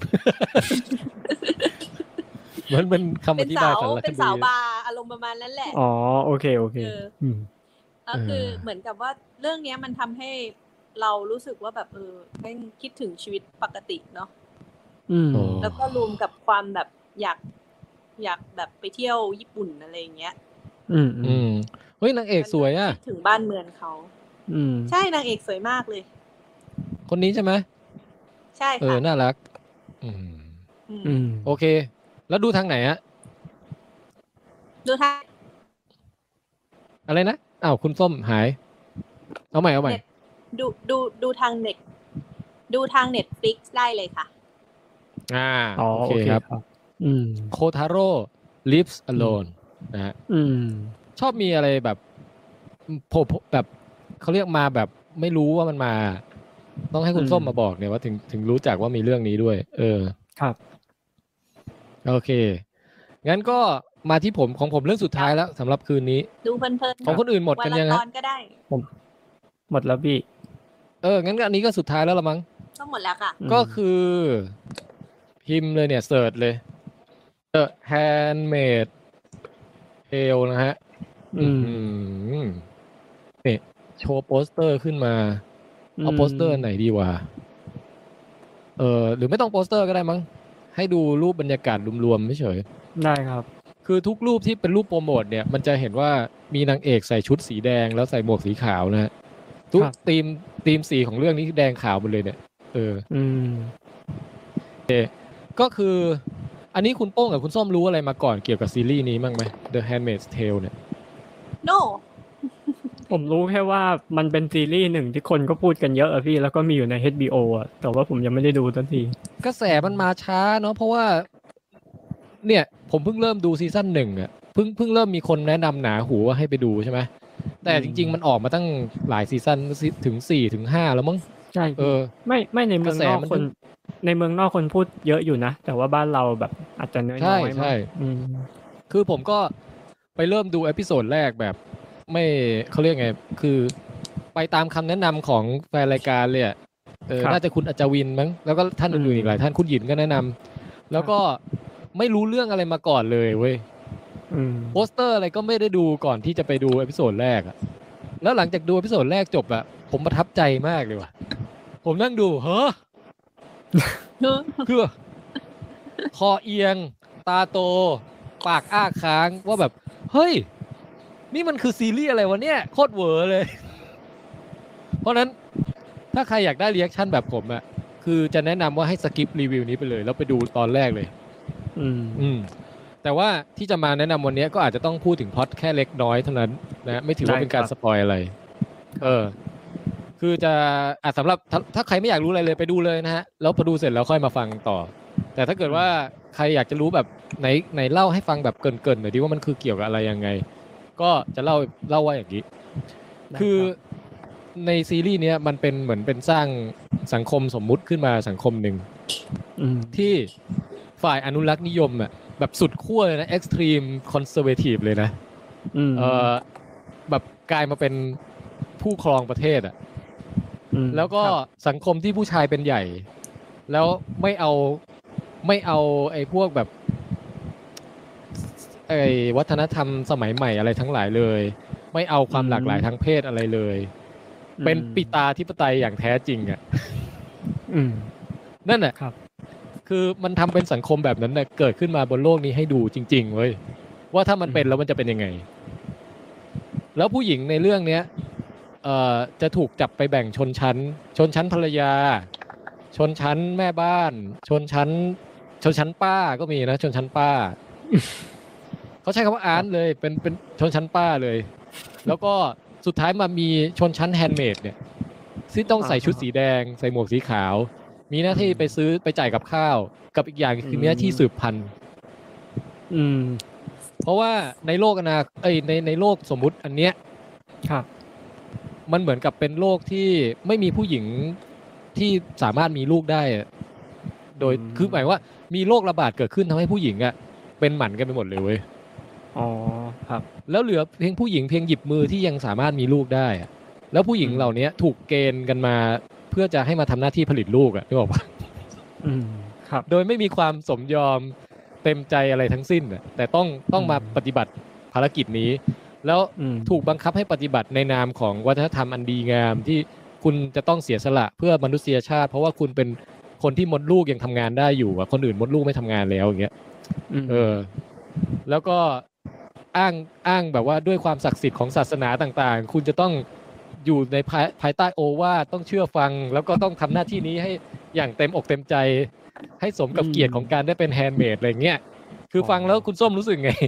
เหมือนเป็นคำอธิบายสารคดีเป็นสาวบาร์อารมณ์ประมาณนั้นแหละโอเคก็คือเหมือนกับว่าเรื่องนี้มันทำให้เรารู้สึกว่าแบบได้คิดถึงชีวิตปกติเนาะแล้วก็รวมกับความแบบอยากแบบไปเที่ยวญี่ปุ่นอะไรอย่างเงี้ยเฮ้ยนางเอกสวยอ่ะถึงบ้านเมืองเขาใช่นางเอกสวยมากเลยคนนี้ใช่ไหมใช่ค่ะน่ารักโอเคแล้วดูทางไหนฮะดูทางอะไรนะคุณส้มหายเอาใหม่ดูทางเน็ตดูทาง Netflix ได้เลยค่ะโอเคครับโคทาโร่ lives alone นะฮะชอบมีอะไรแบบแบบเขาเรียกมาแบบไม่รู้ว่ามันมาต้องให้คุณส้มมาบอกเนี่ยว่าถึงรู้จักว่ามีเรื่องนี้ด้วยครับโอเคงั้นก็มาที่ของผมเรื่องสุดท้ายแล้วสำหรับคืนนี้ดูเพลินๆของคนอื่นหมดกันยังฮะก็ได้หมดแล้วพี่งั้นอันนี้ก็สุดท้ายแล้วละมั้งก็หมดแล้วค่ะก็คือพิมพ์เลยเนี่ยเสิร์ชเลย The Handmaid's Tale นะฮะนี่โชว์โปสเตอร์ขึ้นมาเอาโปสเตอร์ไหนดีวะหรือไม่ต้องโปสเตอร์ก็ได้มั้งให้ดูรูปบรรยากาศรวมๆเฉยได้ครับคือทุกรูปที่เป็นรูปโปรโมทเนี่ยมันจะเห็นว่ามีนางเอกใส่ชุดสีแดงแล้วใส่หมวกสีขาวนะฮะทุกธีมสีของเรื่องนี้แดงขาวหมดเลยเนี่ยก็คืออันนี้คุณโป้งกับคุณส้มรู้อะไรมาก่อนเกี่ยวกับซีรีส์นี้มั้งไหม The Handmaid's Tale เนี่ย no ผมรู้แค่ว่ามันเป็นซีรีส์หนึ่งที่คนก็พูดกันเยอะอะพี่แล้วก็มีอยู่ใน HBO อ่ะแต่ว่าผมยังไม่ได้ดูสักทีกระแสมันมาช้าเนาะเพราะว่าเนี่ยผมเพิ่งเริ่มดูซีซั่น1อ่ะเพิ่งเริ่มมีคนแนะนำหนาหูว่าให้ไปดูใช่ไหมแต่จริงๆมันออกมาตั้งหลายซีซั่นถึง4ถึง5แล้วมั้งใช่ไม่ในเมืองนอกคนในเมืองนอกคนพูดเยอะอยู่นะแต่ว่าบ้านเราแบบอาจจะน้อยๆใช่คือผมก็ไปเริ่มดูเอพิโซดแรกแบบไม่เขาเรียกไงคือไปตามคำแนะนำของแฟนรายการเลยน่าจะคุณอัจวินมั้งแล้วก็ท่านอื่นๆอีกหลายท่านคุณหยินก็แนะนำแล้วก็ไม่รู้เรื่องอะไรมาก่อนเลยเว้ยโปสเตอร์อะไรก็ไม่ได้ดูก่อนที่จะไปดูเอพิโซดแรกอ่ะแล้วหลังจากดูเอพิโซดแรกจบอ่ะผมประทับใจมากเลยว่ะผมนั่งดูคือคอเอียงตาโตปากอ้าค้างว่าแบบเฮ้ยนี่มันคือซีรีส์อะไรวะเนี่ยโคตรเวอร์เลยเพราะนั้นถ้าใครอยากได้รีแอคชั่นแบบผมอ่ะคือจะแนะนำว่าให้สกิปรีวิวนี้ไปเลยแล้วไปดูตอนแรกเลยแต่ว่าที่จะมาแนะนำวันนี้ก็อาจจะต้องพูดถึงพล็อตแค่เล็กน้อยเท่านั้นนะไม่ถือว่าเป็นการสปอยอะไรคือจะสำหรับถ้าใครไม่อยากรู้อะไรเลยไปดูเลยนะฮะแล้วพอดูเสร็จแล้วค่อยมาฟังต่อแต่ถ้าเกิดว่าใครอยากจะรู้แบบไหนเล่าให้ฟังแบบเกินๆหน่อยดิว่ามันคือเกี่ยวกับอะไรยังไงก็จะเล่าว่าอย่างนี้คือในซีรีส์นี้มันเป็นเหมือนเป็นสร้างสังคมสมมุติขึ้นมาสังคมหนึ่งที่ฝ่ายอนุรักษ์นิยมอ่ะแบบสุดขั้วเลยนะ extreme conservative เลยนะแบบกลายมาเป็นผู้ครองประเทศอ่ะแล้วก็สังคมที่ผู้ชายเป็นใหญ่แล้วไม่เอาไอ้พวกแบบไอ้วัฒนธรรมสมัยใหม่อะไรทั้งหลายเลยไม่เอาความหลากหลายทางเพศอะไรเลยเป็นปิตาธิปไตยอย่างแท้จริงอ่ะนั่นแหละครับคือมันทำเป็นสังคมแบบนั้นเนี่ยเกิดขึ้นมาบนโลกนี้ให้ดูจริงๆเว้ยว่าถ้ามันเป็นแล้วมันจะเป็นยังไงแล้วผู้หญิงในเรื่องเนี้ยจะถูกจับไปแบ่งชนชั้นภรรยาชนชั้นแม่บ้านชนชั้นป้าก็มีนะชนชั้นป้า เขาใช้คำว่าอาร์ตเลยเป็นชนชั้นป้าเลยแล้วก็สุดท้ายมามีชนชั้นแฮนด์เมดเนี่ยที่ต้องใส่ชุดสีแดงใส่หมวกสีขาวมีหน้าที่ไปจ่ายกับข้าวกับอีกอย่างคือมีหน้าที่สืบพันธุ์เพราะว่าในโลกในโลกสมมุติอันเนี้ยครับมันเหมือนกับเป็นโลกที่ไม่มีผู้หญิงที่สามารถมีลูกได้โดยคือหมายว่ามีโรคระบาดเกิดขึ้นทำให้ผู้หญิงอ่ะเป็นหมันกันไปหมดเลยเว้ยอ๋อครับแล้วเหลือเพียงผู้หญิงเพียงหยิบมือที่ยังสามารถมีลูกได้แล้วผู้หญิงเหล่านี้ถูกเกณฑ์กันมาเพื่อจะให้มาทำหน้าที่ผลิตลูกนึกออกปะครับโดยไม่มีความสมยอมเต็มใจอะไรทั้งสิ้นแต่ต้องมาปฏิบัติภารกิจนี้แล้วถูกบังคับให้ปฏิบัติในนามของวัฒนธรรมอันดีงามที่คุณจะต้องเสียสละเพื่อมนุษยชาติเพราะว่าคุณเป็นคนที่มดลูกยังทำงานได้อยู่คนอื่นมดลูกไม่ทำงานแล้วอย่างเงี้ยแล้วก็อ้างแบบว่าด้วยความศักดิ์สิทธิ์ของศาสนาต่างๆคุณจะต้องอยู่ในภายใต้โอวาทต้องเชื่อฟังแล้วก็ต้องทำหน้าที่นี้ให้อย่างเต็มอกเต็มใจให้สมกับเกียรติของการได้เป็นแฮนด์เมดอะไรเงี้ยคือฟังแล้วคุณส้มรู้สึกไง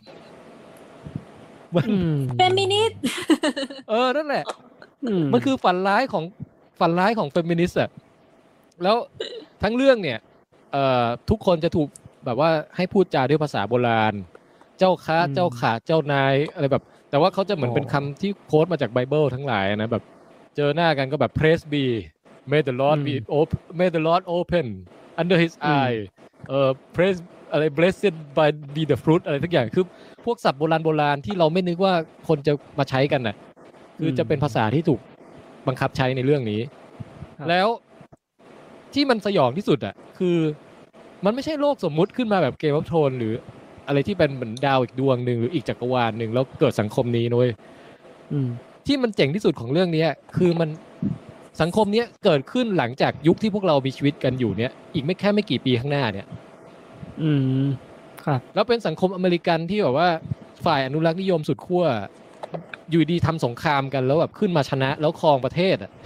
เป็นมินิสต์นั่นแหละมันคือฝันร้ายของเฟมินิสต์อ่ะแล้วทั้งเรื่องเนี่ยทุกคนจะถูกแบบว่าให้พูดจาด้วยภาษาโบราณเจ้าค้าเจ้าขาเจ้านายอะไรแบบแต่ว่าเขาจะเหมือนเป็นคำที่โค้ดมาจากไบเบิลทั้งหลายนะแบบเจอหน้ากันก็แบบ praise be may the Lord be open may the Lord open under his eye praise อะไร blessed by be the fruit อะไรทุกอย่างคือพวกศัพท์โบราณที่เราไม่นึกว่าคนจะมาใช้กันน่ะคือจะเป็นภาษาที่ถูกบังคับใช้ในเรื่องนี้แล้วที่มันสยองที่สุดอ่ะคือมันไม่ใช่โลกสมมุติขึ้นมาแบบเกมออฟโทรนหรืออะไรที่เป็นเหมือนดาวอีกดวงหนึ่งหรืออีกจักรวาลหนึ่งแล้วเกิดสังคมนี้นุ้ยที่มันเจ๋งที่สุดของเรื่องนี้คือมันสังคมนี้เกิดขึ้นหลังจากยุคที่พวกเรามีชีวิตกันอยู่เนี่ยอีกไม่กี่ปีข้างหน้าเนี่ยครับแล้วเป็นสังคมอเมริกันที่แบบว่าฝ่ายอนุรักษ์นิยมสุดขั้วอยู่ดีทำสงครามกันแล้วแบบขึ้นมาชนะแล้วครองประเทศอ่ะ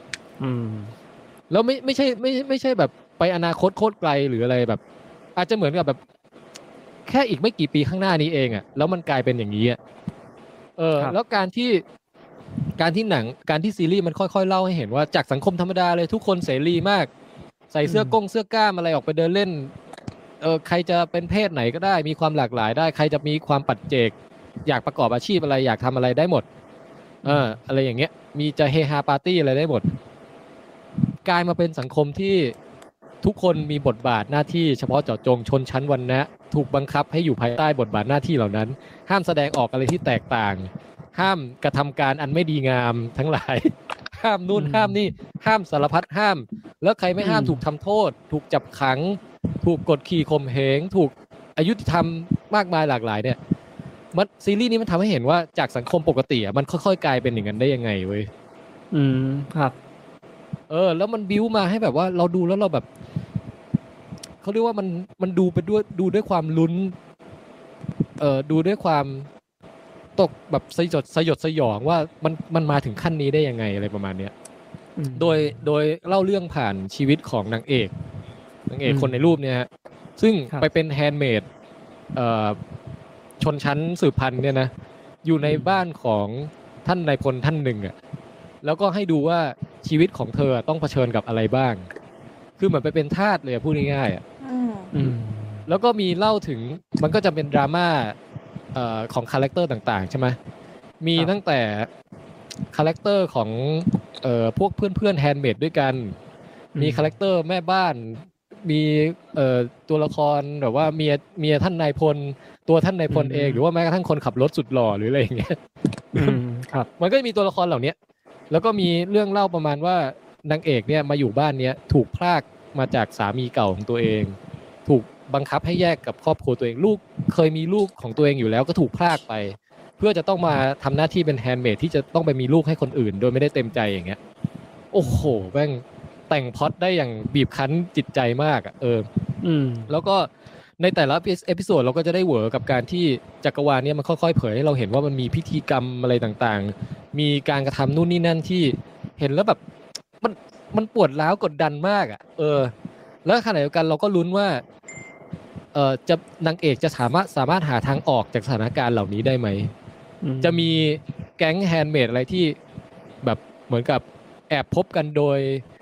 แล้วไม่ใช่แบบไปอนาคตโคตรไกลหรืออะไรแบบอาจจะเหมือนกับแบบแค่อีกไม่กี่ปีข้างหน้านี้เองอ่ะแล้วมันกลายเป็นอย่างนี้อ่ะแล้วการที่หนังการที่ซีรีส์มันค่อยๆเล่าให้เห็นว่าจากสังคมธรรมดาเลยทุกคนเสรีมากใส่เสื้อกล้ามอะไรออกไปเดินเล่นใครจะเป็นเพศไหนก็ได้มีความหลากหลายได้ใครจะมีความปัจเจกอยากประกอบอาชีพอะไรอยากทำอะไรได้หมดอะไรอย่างเงี้ยมีจะเฮฮาปาร์ตี้อะไรได้หมดกลายมาเป็นสังคมที่ทุกคนมีบทบาทหน้าที่เฉพาะเจาะจงชนชั้นวรรณะถูกบังคับให้อยู่ภายใต้บทบาทหน้าที่เหล่านั้นห้ามแสดงออกอะไรที่แตกต่างห้ามกระทำการอันไม่ดีงามทั้งหลายห้ามนู่นห้ามนี่ห้ามสารพัดห้ามแล้วใครไม่ห้ามถูกทำโทษถูกจับขังถูกกดขี่ข่มเหงถูกอยุติธรรมมากมายหลากหลายเนี่ยมันซีรีส์นี้มันทำให้เห็นว่าจากสังคมปกติมันค่อยๆกลายเป็นอย่างนั้นได้ยังไงเว้ยครับแล้วมันบิ้วมาให้แบบว่าเราดูแล้วเราแบบเขาเรียกว่ามันดูไปด้วยความลุ้นดูด้วยความตกแบบสยดสยองว่ามันมาถึงขั้นนี้ได้ยังไงอะไรประมาณเนี้ยโดยเล่าเรื่องผ่านชีวิตของนางเอกคนในรูปเนี่ยฮะซึ่งไปเป็นแฮนด์เมดชนชั้นสืบพันธุ์เนี่ยนะอยู่ในบ้านของท่านนายพลท่านหนึ่งอ่ะแล้วก็ให้ดูว่าชีวิตของเธอต้องเผชิญกับอะไรบ้างคือเหมือนไปเป็นทาสเลยพูดง่ายๆอ่ะแล้วก็มีเล่าถึงมันก็จะเป็นดราม่าของคาแรคเตอร์ต่างๆใช่ไหมมีตั้งแต่คาแรคเตอร์ของพวกเพื่อนแฮนด์เมดด้วยกันมีคาแรคเตอร์แม่บ้านมีตัวละครแบบว่าเมียท่านนายพลตัวท่านนายพลเองหรือว่าแม้กระทั่งคนขับรถสุดหล่อหรืออะไรอย่างเงี้ยครับมันก็มีตัวละครเหล่านี้แล้วก็มีเรื่องเล่าประมาณว่านางเอกเนี่ยมาอยู่บ้านเนี้ยถูกพรากมาจากสามีเก่าของตัวเองถูกบังคับให้แยกกับครอบครัวตัวเองลูกเคยมีลูกของตัวเองอยู่แล้วก็ถูกพรากไปเพื่อจะต้องมาทำหน้าที่เป็นแฮนด์เมดที่จะต้องไปมีลูกให้คนอื่นโดยไม่ได้เต็มใจอย่างเงี้ยโอ้โหแม่งแต่งพล็อตได้อย่างบีบคั้นจิตใจมากแล้วก็ในแต่ละเอพิโซดเราก็จะได้เหวอกับการที่จักรวาลเนี่ยมันค่อยๆเผยให้เราเห็นว่ามันมีพิธีกรรมอะไรต่างๆมีการกระทำนู่นนี่นั่นที่เห็นแล้วแบบมันปวดร้าวกดดันมากแล้วขณะเดียวกันเราก็ลุ้นว่าจะนางเอกจะสามารถหาทางออกจากสถานการณ์เหล่านี้ได้ไหมจะมีแก๊งแฮนด์เมดอะไรที่แบบเหมือนกับแอบพบกันโด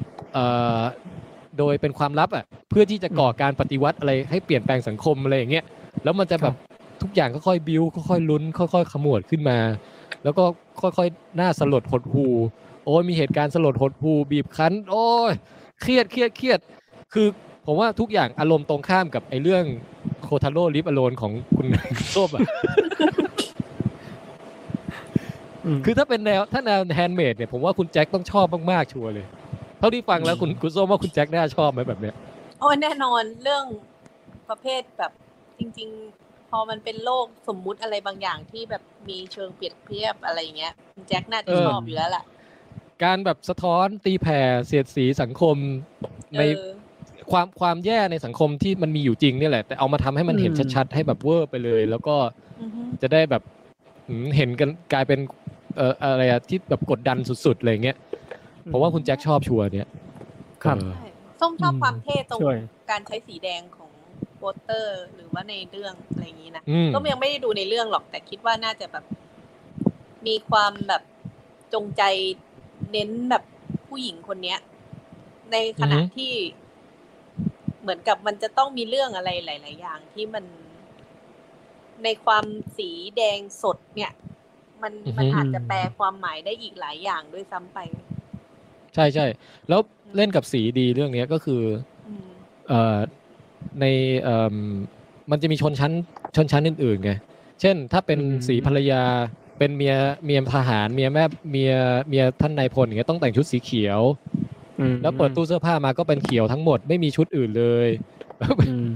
ยเป็นความลับเพื่อที่จะก่อการปฏิวัติอะไรให้เปลี่ยนแปลงสังคมอะไรอย่างเงี้ยแล้วมันจะแบบทุกอย่างค่อยๆบิ้วค่อยๆลุ้นค่อยๆขมวดขึ้นมาแล้วก็ค่อยๆน่าสลดหดหู่โอ้ยมีเหตุการณ์สลดหดหู่บีบคั้นโอ้ยเครียดคือผมว่าทุกอย่างอารมณ์ตรงข้ามกับไอ้เรื่องโคทาโร่ลิฟอโลนของคุณโซบคือถ้าแนวแฮนด์เมดเนี่ยผมว่าคุณแจ็คต้องชอบมากๆชัวร์เลยเท่าที่ฟังแล้วคุณโซมว่าคุณแจ็คน่าชอบไหมแบบเนี้ยโอ้แน่นอนเรื่องประเภทแบบจริงๆพอมันเป็นโลกสมมุติอะไรบางอย่างที่แบบมีเชิงเปรียบเทียบอะไรเงี้ยคุณแจ็คน่าจะชอบอยู่แล้วล่ะการแบบสะท้อนตีแผ่เสียดสีสังคมในความแย่ในสังคมที่มันมีอยู่จริงนี่แหละแต่เอามาทำให้มันเห็นชัดๆให้แบบเวอร์ไปเลยแล้วก็จะได้แบบเห็นกันกลายเป็นอะไรที่แบบกดดันสุดๆอะไรเงี้ยผมว่าคุณแจ็คชอบชัวร์เนี่ยครับส้มชอบความเท่ตรงการใช้สีแดงของโปสเตอร์หรือว่าในเรื่องอะไรอย่างนี้นะก็ยังไม่ได้ดูในเรื่องหรอกแต่คิดว่าน่าจะแบบมีความแบบจงใจเน้นแบบผู้หญิงคนเนี้ยในขณะที่เหมือนกับมันจะต้องมีเรื่องอะไรหลายๆอย่างที่มันในความสีแดงสดเนี่ยมันอาจจะแปลความหมายได้อีกหลายอย่างด้วยซ้ำไปใช่ๆแล้วเล่นกับสีดีเรื่องนี้ก็คือในมันจะมีชนชั้นอื่นๆไงเช่นถ้าเป็นสีภรรยาเป็นเมียทหารเมียท่านนายพลอย่างเงี้ยต้องแต่งชุดสีเขียวแล้วเปิดตู้เสื้อผ้ามาก็เป็นเขียวทั้งหมดไม่มีชุดอื่นเลยอืม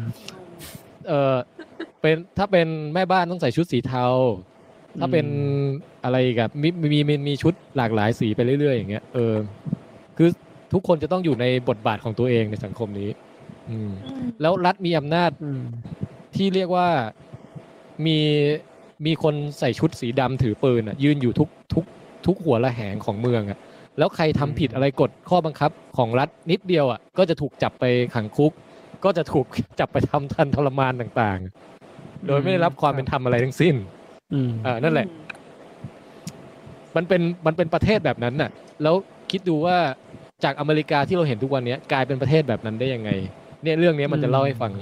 เป็นถ้าเป็นแม่บ้านต้องใส่ชุดสีเทาถ้าเป็นอะไรอีกับมีชุดหลากหลายสีไปเรื่อยๆอย่างเงี้ยคือทุกคนจะต้องอยู่ในบทบาทของตัวเองในสังคมนี้แล้วรัฐมีอำนาจที่เรียกว่ามีคนใส่ชุดสีดำถือปืนอ่ะยืนอยู่ทุกหัวระแหงของเมืองอ่ะแล้วใครทำผิดอะไรกฎข้อบังคับของรัฐนิดเดียวอ่ะก็จะถูกจับไปขังคุกก็จะถูกจับไปทรมานต่างๆโดยไม่ได้รับความเป็นธรรมอะไรทั้งสิ้นนั่นแหละมันเป็นประเทศแบบนั้นน่ะแล้วคิดดูว่าจากอเมริกาที่เราเห็นทุกวันนี้กลายเป็นประเทศแบบนั้นได้ยังไงเนี่ยเรื่องนี้มันจะเล่าให้ฟัง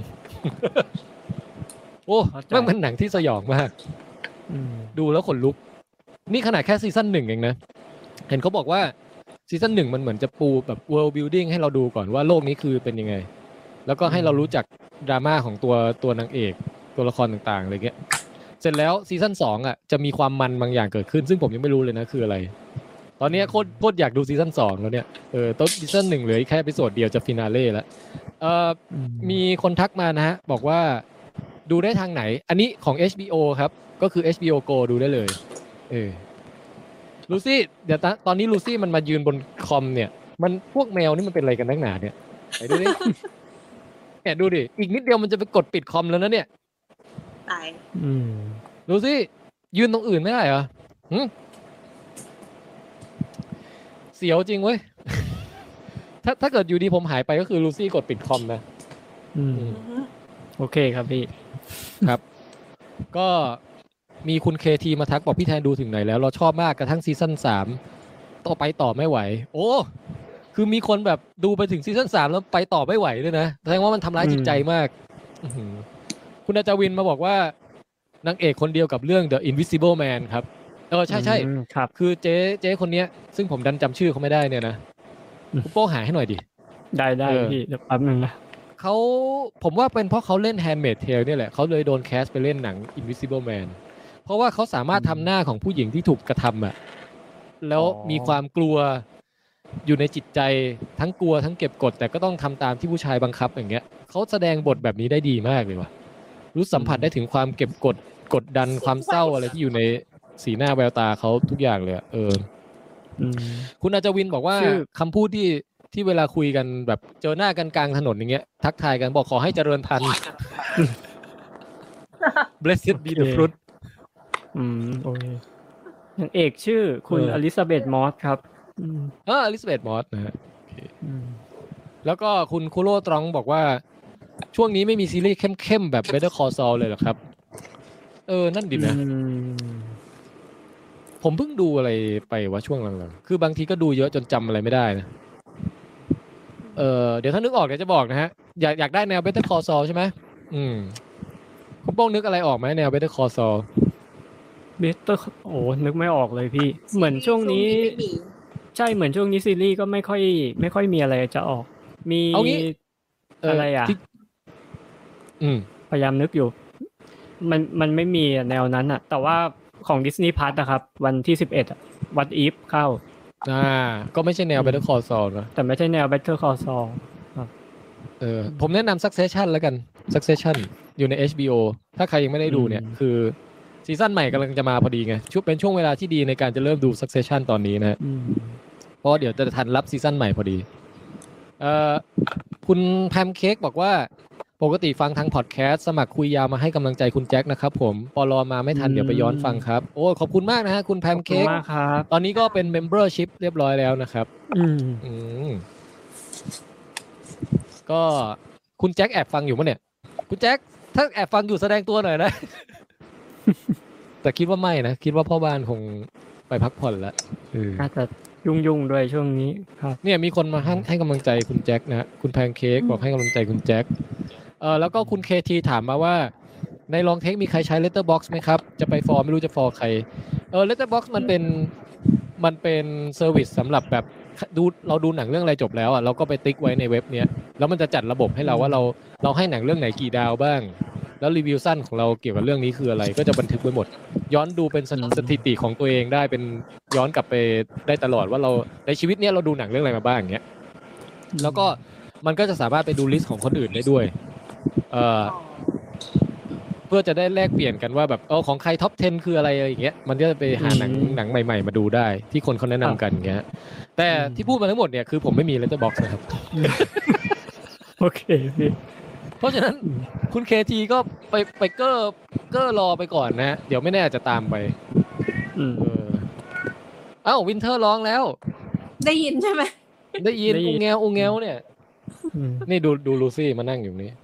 โอ้มันเป็นหนังที่สยองมากดูแล้วขนลุกนี่ขนาดแค่ซีซั่น 1เองนะเห็นเขาบอกว่าซีซั่น 1มันเหมือนจะปูแบบ world building ให้เราดูก่อนว่าโลกนี้คือเป็นยังไงแล้วก็ให้เรารู้จักดราม่าของตัวนางเอกตัวละครต่างๆอะไรเงี้ยเสร็จแล้วซีซั่น 2อ่ะจะมีความมันบางอย่างเกิดขึ้นซึ่งผมยังไม่รู้เลยนะคืออะไรตอนนี้โคตรอยากดูซีซั่น 2แล้วเนี่ยต้นซีซั่น 1เหลือแค่เอพิโซดเดียวจะฟินาเล่แล้วมีคนทักมานะฮะบอกว่าดูได้ทางไหนอันนี้ของ HBO ครับก็คือ HBO Go ดูได้เลยลูซี่เดี๋ยวตอนนี้ลูซี่มันมายืนบนคอมเนี่ยมันพวกแมวนี่มันเป็นอะไรกันนักหนาเนี่ยไปดูดิเนี่ยดูดิอีกนิดเดียวมันจะไปกดปิดคอมแล้วนะเนี่ยตายลูซี่ยืนตรงอื่นไม่ได้เหรอเสียวจริงเว้ยถ้าเกิดอยู่ดีผมหายไปก็คือลูซี่กดปิดคอมนะโอเคครับพี่ครับก็มีคุณเคทีมาทักบอกพี่แทนดูถึงไหนแล้วเราชอบมากกระทั่งซีซั่น3ต่อไม่ไหวโอ้คือมีคนแบบดูไปถึงซีซั่น3แล้วไปต่อไม่ไหวด้วยนะแสดงว่ามันทำร้ายจิตใจมากคุณอาจารย์วินมาบอกว่านางเอกคนเดียวกับเรื่อง The Invisible Man ครับใช่ครับคือเจ๊คนเนี้ยซึ่งผมดันจำชื่อเขาไม่ได้เนี่ยนะคุณโป้หาให้หน่อยดิได้พี่เดี๋ยวแป๊บนึงนะผมว่าเป็นเพราะเขาเล่น Handmaid's Tale เนี่ยแหละเขาเลยโดนแคสไปเล่นหนัง Invisible Man เพราะว่าเขาสามารถทำหน้าของผู้หญิงที่ถูกกระทำอ่ะแล้วมีความกลัวอยู่ในจิตใจทั้งกลัวทั้งเก็บกดแต่ก็ต้องทำตามที่ผู้ชายบังคับอย่างเงี้ยเขาแสดงบทแบบนี้ได้ดีมากเลยว่ะรู้สัมผัสได้ถึงความเก็บกดดันความเศร้าอะไรที่อยู่ในสีหน้าแววตาเขาทุกอย่างเลยคุณอาจารย์วินบอกว่าคำพูดที่เวลาคุยกันแบบเจอหน้ากันกลางถนนอย่างเงี้ยทักทายกันบอกขอให้เจริญพันธุ์ Blessed be the fruit โอเคอย่างเอกชื่อคุณอลิซาเบธมอสครับอลิซาเบธมอสนะฮะแล้วก็คุณคุโร่ตรองบอกว่าช่วงนี้ไม่มีซีรีส์เข้มๆแบบ Better Call Saul เลยเหรอครับนั่นดินะผมเพิ่งดูอะไรไปว่าช่วงหลังๆคือบางทีก็ดูเยอะจนจำอะไรไม่ได้นะเดี๋ยวถ้านึกออกเดี๋ยวจะบอกนะฮะอยากได้แนว Better Call Saul ใช่ไหมคุณโป้งนึกอะไรออกไหมแนว Better Call Saul Better นึกไม่ออกเลยพี่เหมือนช่วงนี้ใช่เหมือนช่วงนี้ซีรีส์ก็ไม่ค่อยมีอะไรจะออกมีอะไรพยายามนึกอยู่มันไม่มีแนวนั้นอ่ะแต่ว่าของ Disney Plus นะครับวันที่11 What If เข้าก็ไม่ใช่แนว Better Call Saul นะแต่ไม่ใช่แนว Better Call Saul ครับผมแนะนำ Succession แล้วกัน Succession อยู่ใน HBO ถ้าใครยังไม่ได้ดูเนี่ยคือซีซั่นใหม่กำลังจะมาพอดีไงเป็นช่วงเวลาที่ดีในการจะเริ่มดู Succession ตอนนี้นะเพราะเดี๋ยวจะทันรับซีซั่นใหม่พอดีคุณแพมเค้กบอกว่าปกติฟังทางพอดแคสต์สมัครคุยยาวมาให้กำลังใจคุณแจ็คนะครับผมปลมาไม่ทันเดี๋ยวไปย้อนฟังครับโอ้ขอบคุณมากนะฮะคุณแพมเค้กตอนนี้ก็เป็น membership เรียบร้อยแล้วนะครับก็คุณแจ็คแอบฟังอยู่มั้ยเนี่ยคุณแจ็คถ้าแอบฟังอยู่แสดงตัวหน่อยนะ แต่คิดว่าไม่นะคิดว่าพ่อบ้านคงไปพักผ่อนแล้วอาจจะยุ่งด้วยช่วงนี้ครับเนี่ยมีคนมาให้กำลังใจคุณแจ็คนะคุณแพนเค้กบอกให้กำลังใจคุณแจ็คแล้วก็คุณเคทีถามมาว่าในลองเทคมีใครใช้ Letterboxd ไหมครับจะไปฟอร์ไม่รู้จะฟอร์ใครLetterboxd มันเป็นเซอร์วิสสำหรับแบบเราดูหนังเรื่องอะไรจบแล้วอ่ะเราก็ไปติ๊กไว้ในเว็บเนี้ยแล้วมันจะจัดระบบให้เราว่าเราให้หนังเรื่องไหนกี่ดาวบ้างแล้วรีวิวสั้นของเราเกี่ยวกับเรื่องนี้คืออะไรก็จะบันทึกไว้หมดย้อนดูเป็นสถิติของตัวเองได้เป็นย้อนกลับไปได้ตลอดว่าเราในชีวิตเนี้ยเราดูหนังเรื่องอะไรมาบ้างอย่างเงี้ยแล้วก็มันก็จะสามารถไปดูลิสต์ของคนอื่นได้ด้วยเพื่อจะได้แลกเปลี่ยนกันว่าแบบของใครท็อป 10 คืออะไรอย่างเงี้ยมันก็จะไปหาหนังใหม่ๆมาดูได้ที่คนเขาแนะนำกันอย่างเงี้ยแต่ที่พูดมาทั้งหมดเนี่ยคือผมไม่มี Letterboxd นะครับโอเคพี่เพราะฉะนั้นคุณเคทีก็ไปเก้อรอไปก่อนนะเดี๋ยวไม่แน่อาจจะตามไปวินเทอร์ร้องแล้วได้ยินใช่ไหมได้ยินอูแงวเนี่ยนี่ดูลูซี่มานั่งอยู่นี่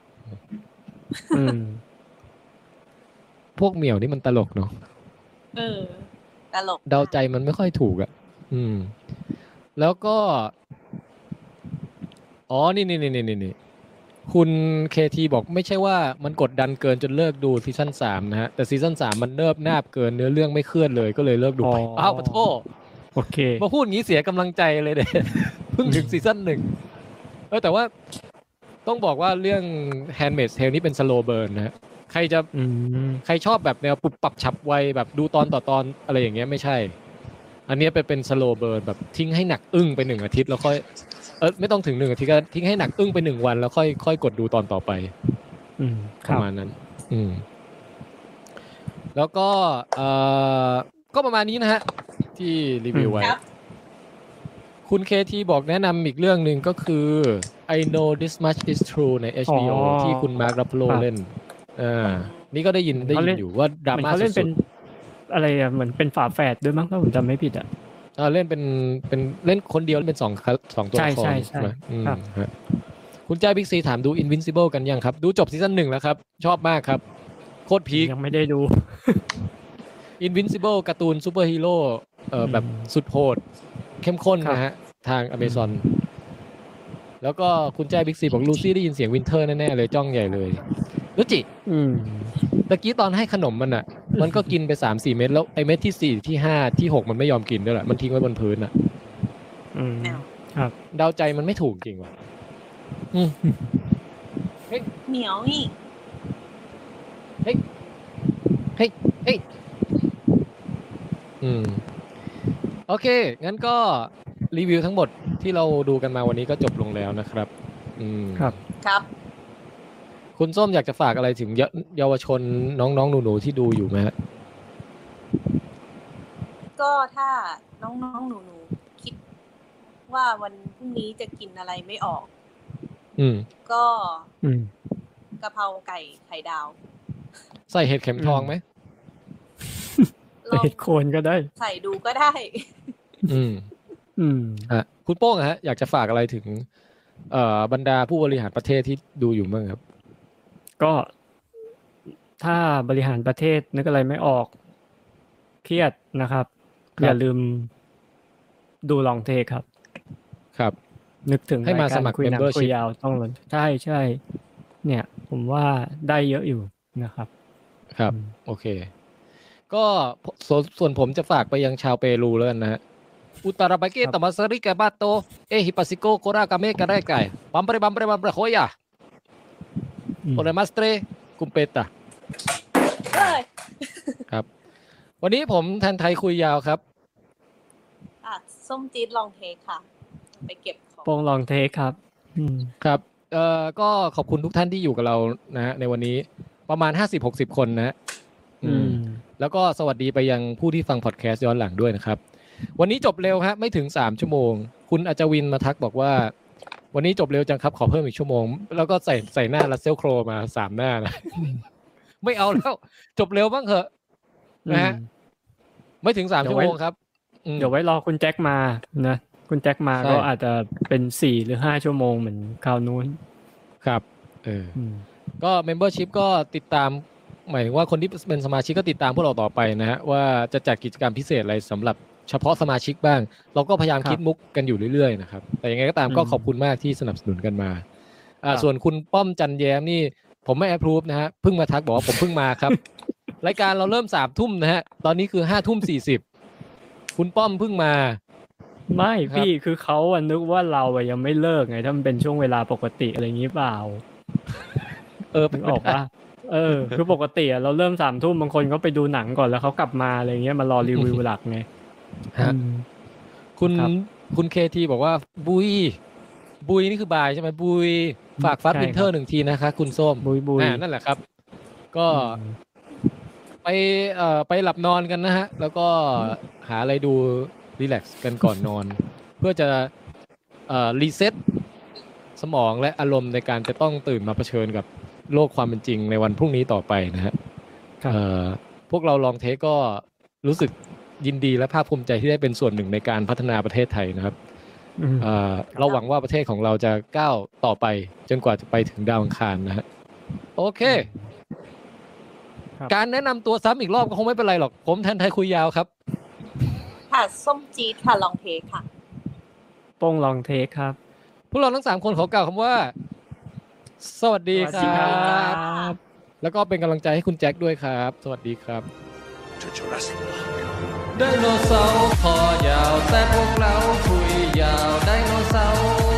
พวกเหมียวนี่มันตลกเนาะตลกเดาใจมันไม่ค่อยถูกอ่ะแล้วก็นี่คุณเคทีบอกไม่ใช่ว่ามันกดดันเกินจนเลิกดูซีซั่น3นะฮะแต่ซีซั่น3มันเนิบนาบเกินเนื้อเรื่องไม่เคลื่อนเลยก็เลยเลิกดูไปขอโทษโอเคมาพูดงี้เสียกำลังใจเลยเด้เพิ่งถึงซีซั่น1แต่ว่าต้องบอกว่าเรื่อง Handmaid's Tale นี่เป็น slow burn นะฮะใครชอบแบบแนวปุบปับฉับไวแบบดูตอนต่อตอนอะไรอย่างเงี้ยไม่ใช่อันนี้เป็น slow burn แบบทิ้งให้หนักอึ้งไป1อาทิตย์แล้วค่อยไม่ต้องถึง1อาทิตย์ก็ทิ้งให้หนักอึ้งไป1วันแล้วค่อยกดดูตอนต่อไปประมาณนั้นแล้วก็ก็ประมาณนี้นะฮะที่รีวิวไว้คุณเคทีบอกแนะนำอีกเรื่องหนึ่งก็คือ I Know This Much Is True ใน HBO ที่คุณมาร์ค รัฟฟาโลเล่นนี่ก็ได้ยินอยู่ว่าดราม่าสุดๆเป็นอะไรอ่ะเหมือนเป็นฝาแฝดด้วยมั้งถ้าผมจำไม่ผิดอ่ะเล่นเป็นเล่นคนเดียวเป็น2ตัวละครใช่คุณจ้าบิ๊กซีถามดู Invincible กันยังครับดูจบซีซั่น1แล้วครับชอบมากครับโคตรพีคยังไม่ได้ดู Invincible การ์ตูนซูเปอร์ฮีโร่แบบสุดโหดเข้มข้นนะฮะทาง Amazon แล้วก็คุณจ้าบิ๊กซีบอกลูซี่ได้ยินเสียงวินเทอร์แน่ๆเลยจ้องใหญ่เลยรุจิตะกี้ตอนให้ขนมมันอ่ะมันก็กินไป 3-4 เม็ดแล้วไอ้เม็ดที่4ที่5ที่6มันไม่ยอมกินด้วยแหละมันทิ้งไว้บนพื้นอ่ะครับเดาใจมันไม่ถูกจริงว่ะเหนียวนี่เฮ้ยโอเคงั้นก็รีวิวทั้งหมดที่เราดูกันมาวันนี้ก็จบลงแล้วนะครับครับคุณส้มอยากจะฝากอะไรถึงเยาวชนน้องๆหนูๆที่ดูอยู่ไหมฮะก็ถ้าน้องๆหนูๆคิดว่าวันพรุ่งนี้จะกินอะไรไม่ออกก็กะเพราไก่ไข่ดาวใส่เห็ดเข็มทองไหมเห็ดโคนก็ได้ใส่ดูก็ได้คุณโป้งฮะอยากจะฝากอะไรถึงบรรดาผู้บริหารประเทศที่ดูอยู่บ้างครับก็ถ้าบริหารประเทศนึกอะไรไม่ออกเครียดนะครับอย่าลืมดูลองเทคครับนึกถึงให้มาสมัคร membership ยาวต้องเลยใช่เนี่ยผมว่าได้เยอะอยู่นะครับครับโอเคก็ส่วนผมจะฝากไปยังชาวเปรูแล้วกันนะฮะอุตราบาเกตมาสริกาบาโตฮิปัสซิโกโครากาเมกะไรไกบัมเปรโคยาโอเลมาสเตรกุมเปตาครับวันนี้ผมแทนไทยคุยยาวครับส้มจี๊ดลองเทคค่ะไปเก็บของโป้งลองเทคครับครับก็ขอบคุณทุกท่านที่อยู่กับเรานะฮะในวันนี้ประมาณ 50-60 คนนะแล้วก็สวัสดีไปยังผู้ที่ฟังพอดแคสต์ย้อนหลังด้วยนะครับวันนี้จบเร็วฮะไม่ถึง3ชั่วโมงคุณอาจวินมาทักบอกว่าวันนี้จบเร็วจังครับขอเพิ่มอีกชั่วโมงแล้วก็ใส่หน้ารัสเซลโครมา3หน้านะไม่เอาแล้วจบเร็วบ้างเถอะนะฮะไม่ถึง3ชั่วโมงครับเดี๋ยวไว้รอคุณแจ็คมานะคุณแจ็คมาก็อาจจะเป็น4หรือ5ชั่วโมงเหมือนคราวนู้นครับก็ membership ก็ติดตามหมายถึงว่าคนที่เป็นสมาชิกก็ติดตามพวกเราต่อไปนะฮะว่าจะจัดกิจกรรมพิเศษอะไรสำหรับเฉพาะสมาชิกบ้างเราก็พยายามคิดมุกกันอยู่เรื่อยๆนะครับแต่ยังไงก็ตามก็ขอบคุณมากที่สนับสนุนกันมาส่วนคุณป้อมจันแย้มนี่ผมไม่แอปพรูฟนะฮะเพิ่งมาทักบอกว่าผมเพิ่งมาครับ รายการเราเริ่ม 3:00 นนะฮะตอนนี้คือ 5:40 คุณป้อมเพิ่งมาไม่พี่คือเขานึกว่าเรายังไม่เลิกไงถ้ามันเป็นช่วงเวลาปกติอะไรอย่างนี้เปล่านึกออกป่ะคือปกติเราเริ่ม 3:00 นบางคนก็ไปดูหนังก่อนแล้วเขากลับมาอะไรเงี้ยมารอรีวิวหลักไงคุณเคทีบอกว่าบุบุยนี่คือบายใช่ไหมบุยฝากฟัดวินเทอร์1ทีนะคะคุณส้มบุยนั่นแหละครับ ก็ไปหลับนอนกันนะฮะแล้วก็หาอะไรดูรีแลกซ์กันก่อนนอน เพื่อจะรีเซ็ตสมองและอารมณ์ในการจะต้องตื่นมาเผชิญกับโลกความเป็นจริงในวันพรุ่งนี้ต่อไปนะฮะพวกเราลองเทคก็รู้สึกยินดีและภาคภูมิใจที่ได้เป็นส่วนหนึ่งในการพัฒนาประเทศไทยนะครับเราหวังว่าประเทศของเราจะก้าวต่อไปจนกว่าจะไปถึงดาวอังคารนะฮะโอเคการแนะนำตัวซ้ำอีกรอบก็คงไม่เป็นไรหรอกผมแทนไทยคุยยาวครับค่ะส้มจี๊ดค่ะลองเทคค่ะโป้งลองเทคครับพวกเราทั้ง3คนขอกล่าวคำว่าสวัสดีครับแล้วก็เป็นกำลังใจให้คุณแจ็คด้วยครับสวัสดีครับ To Jurassic Park ไดโนเสาร์คอยาวแต่พวกเราคุยยาวไดโนเสาร์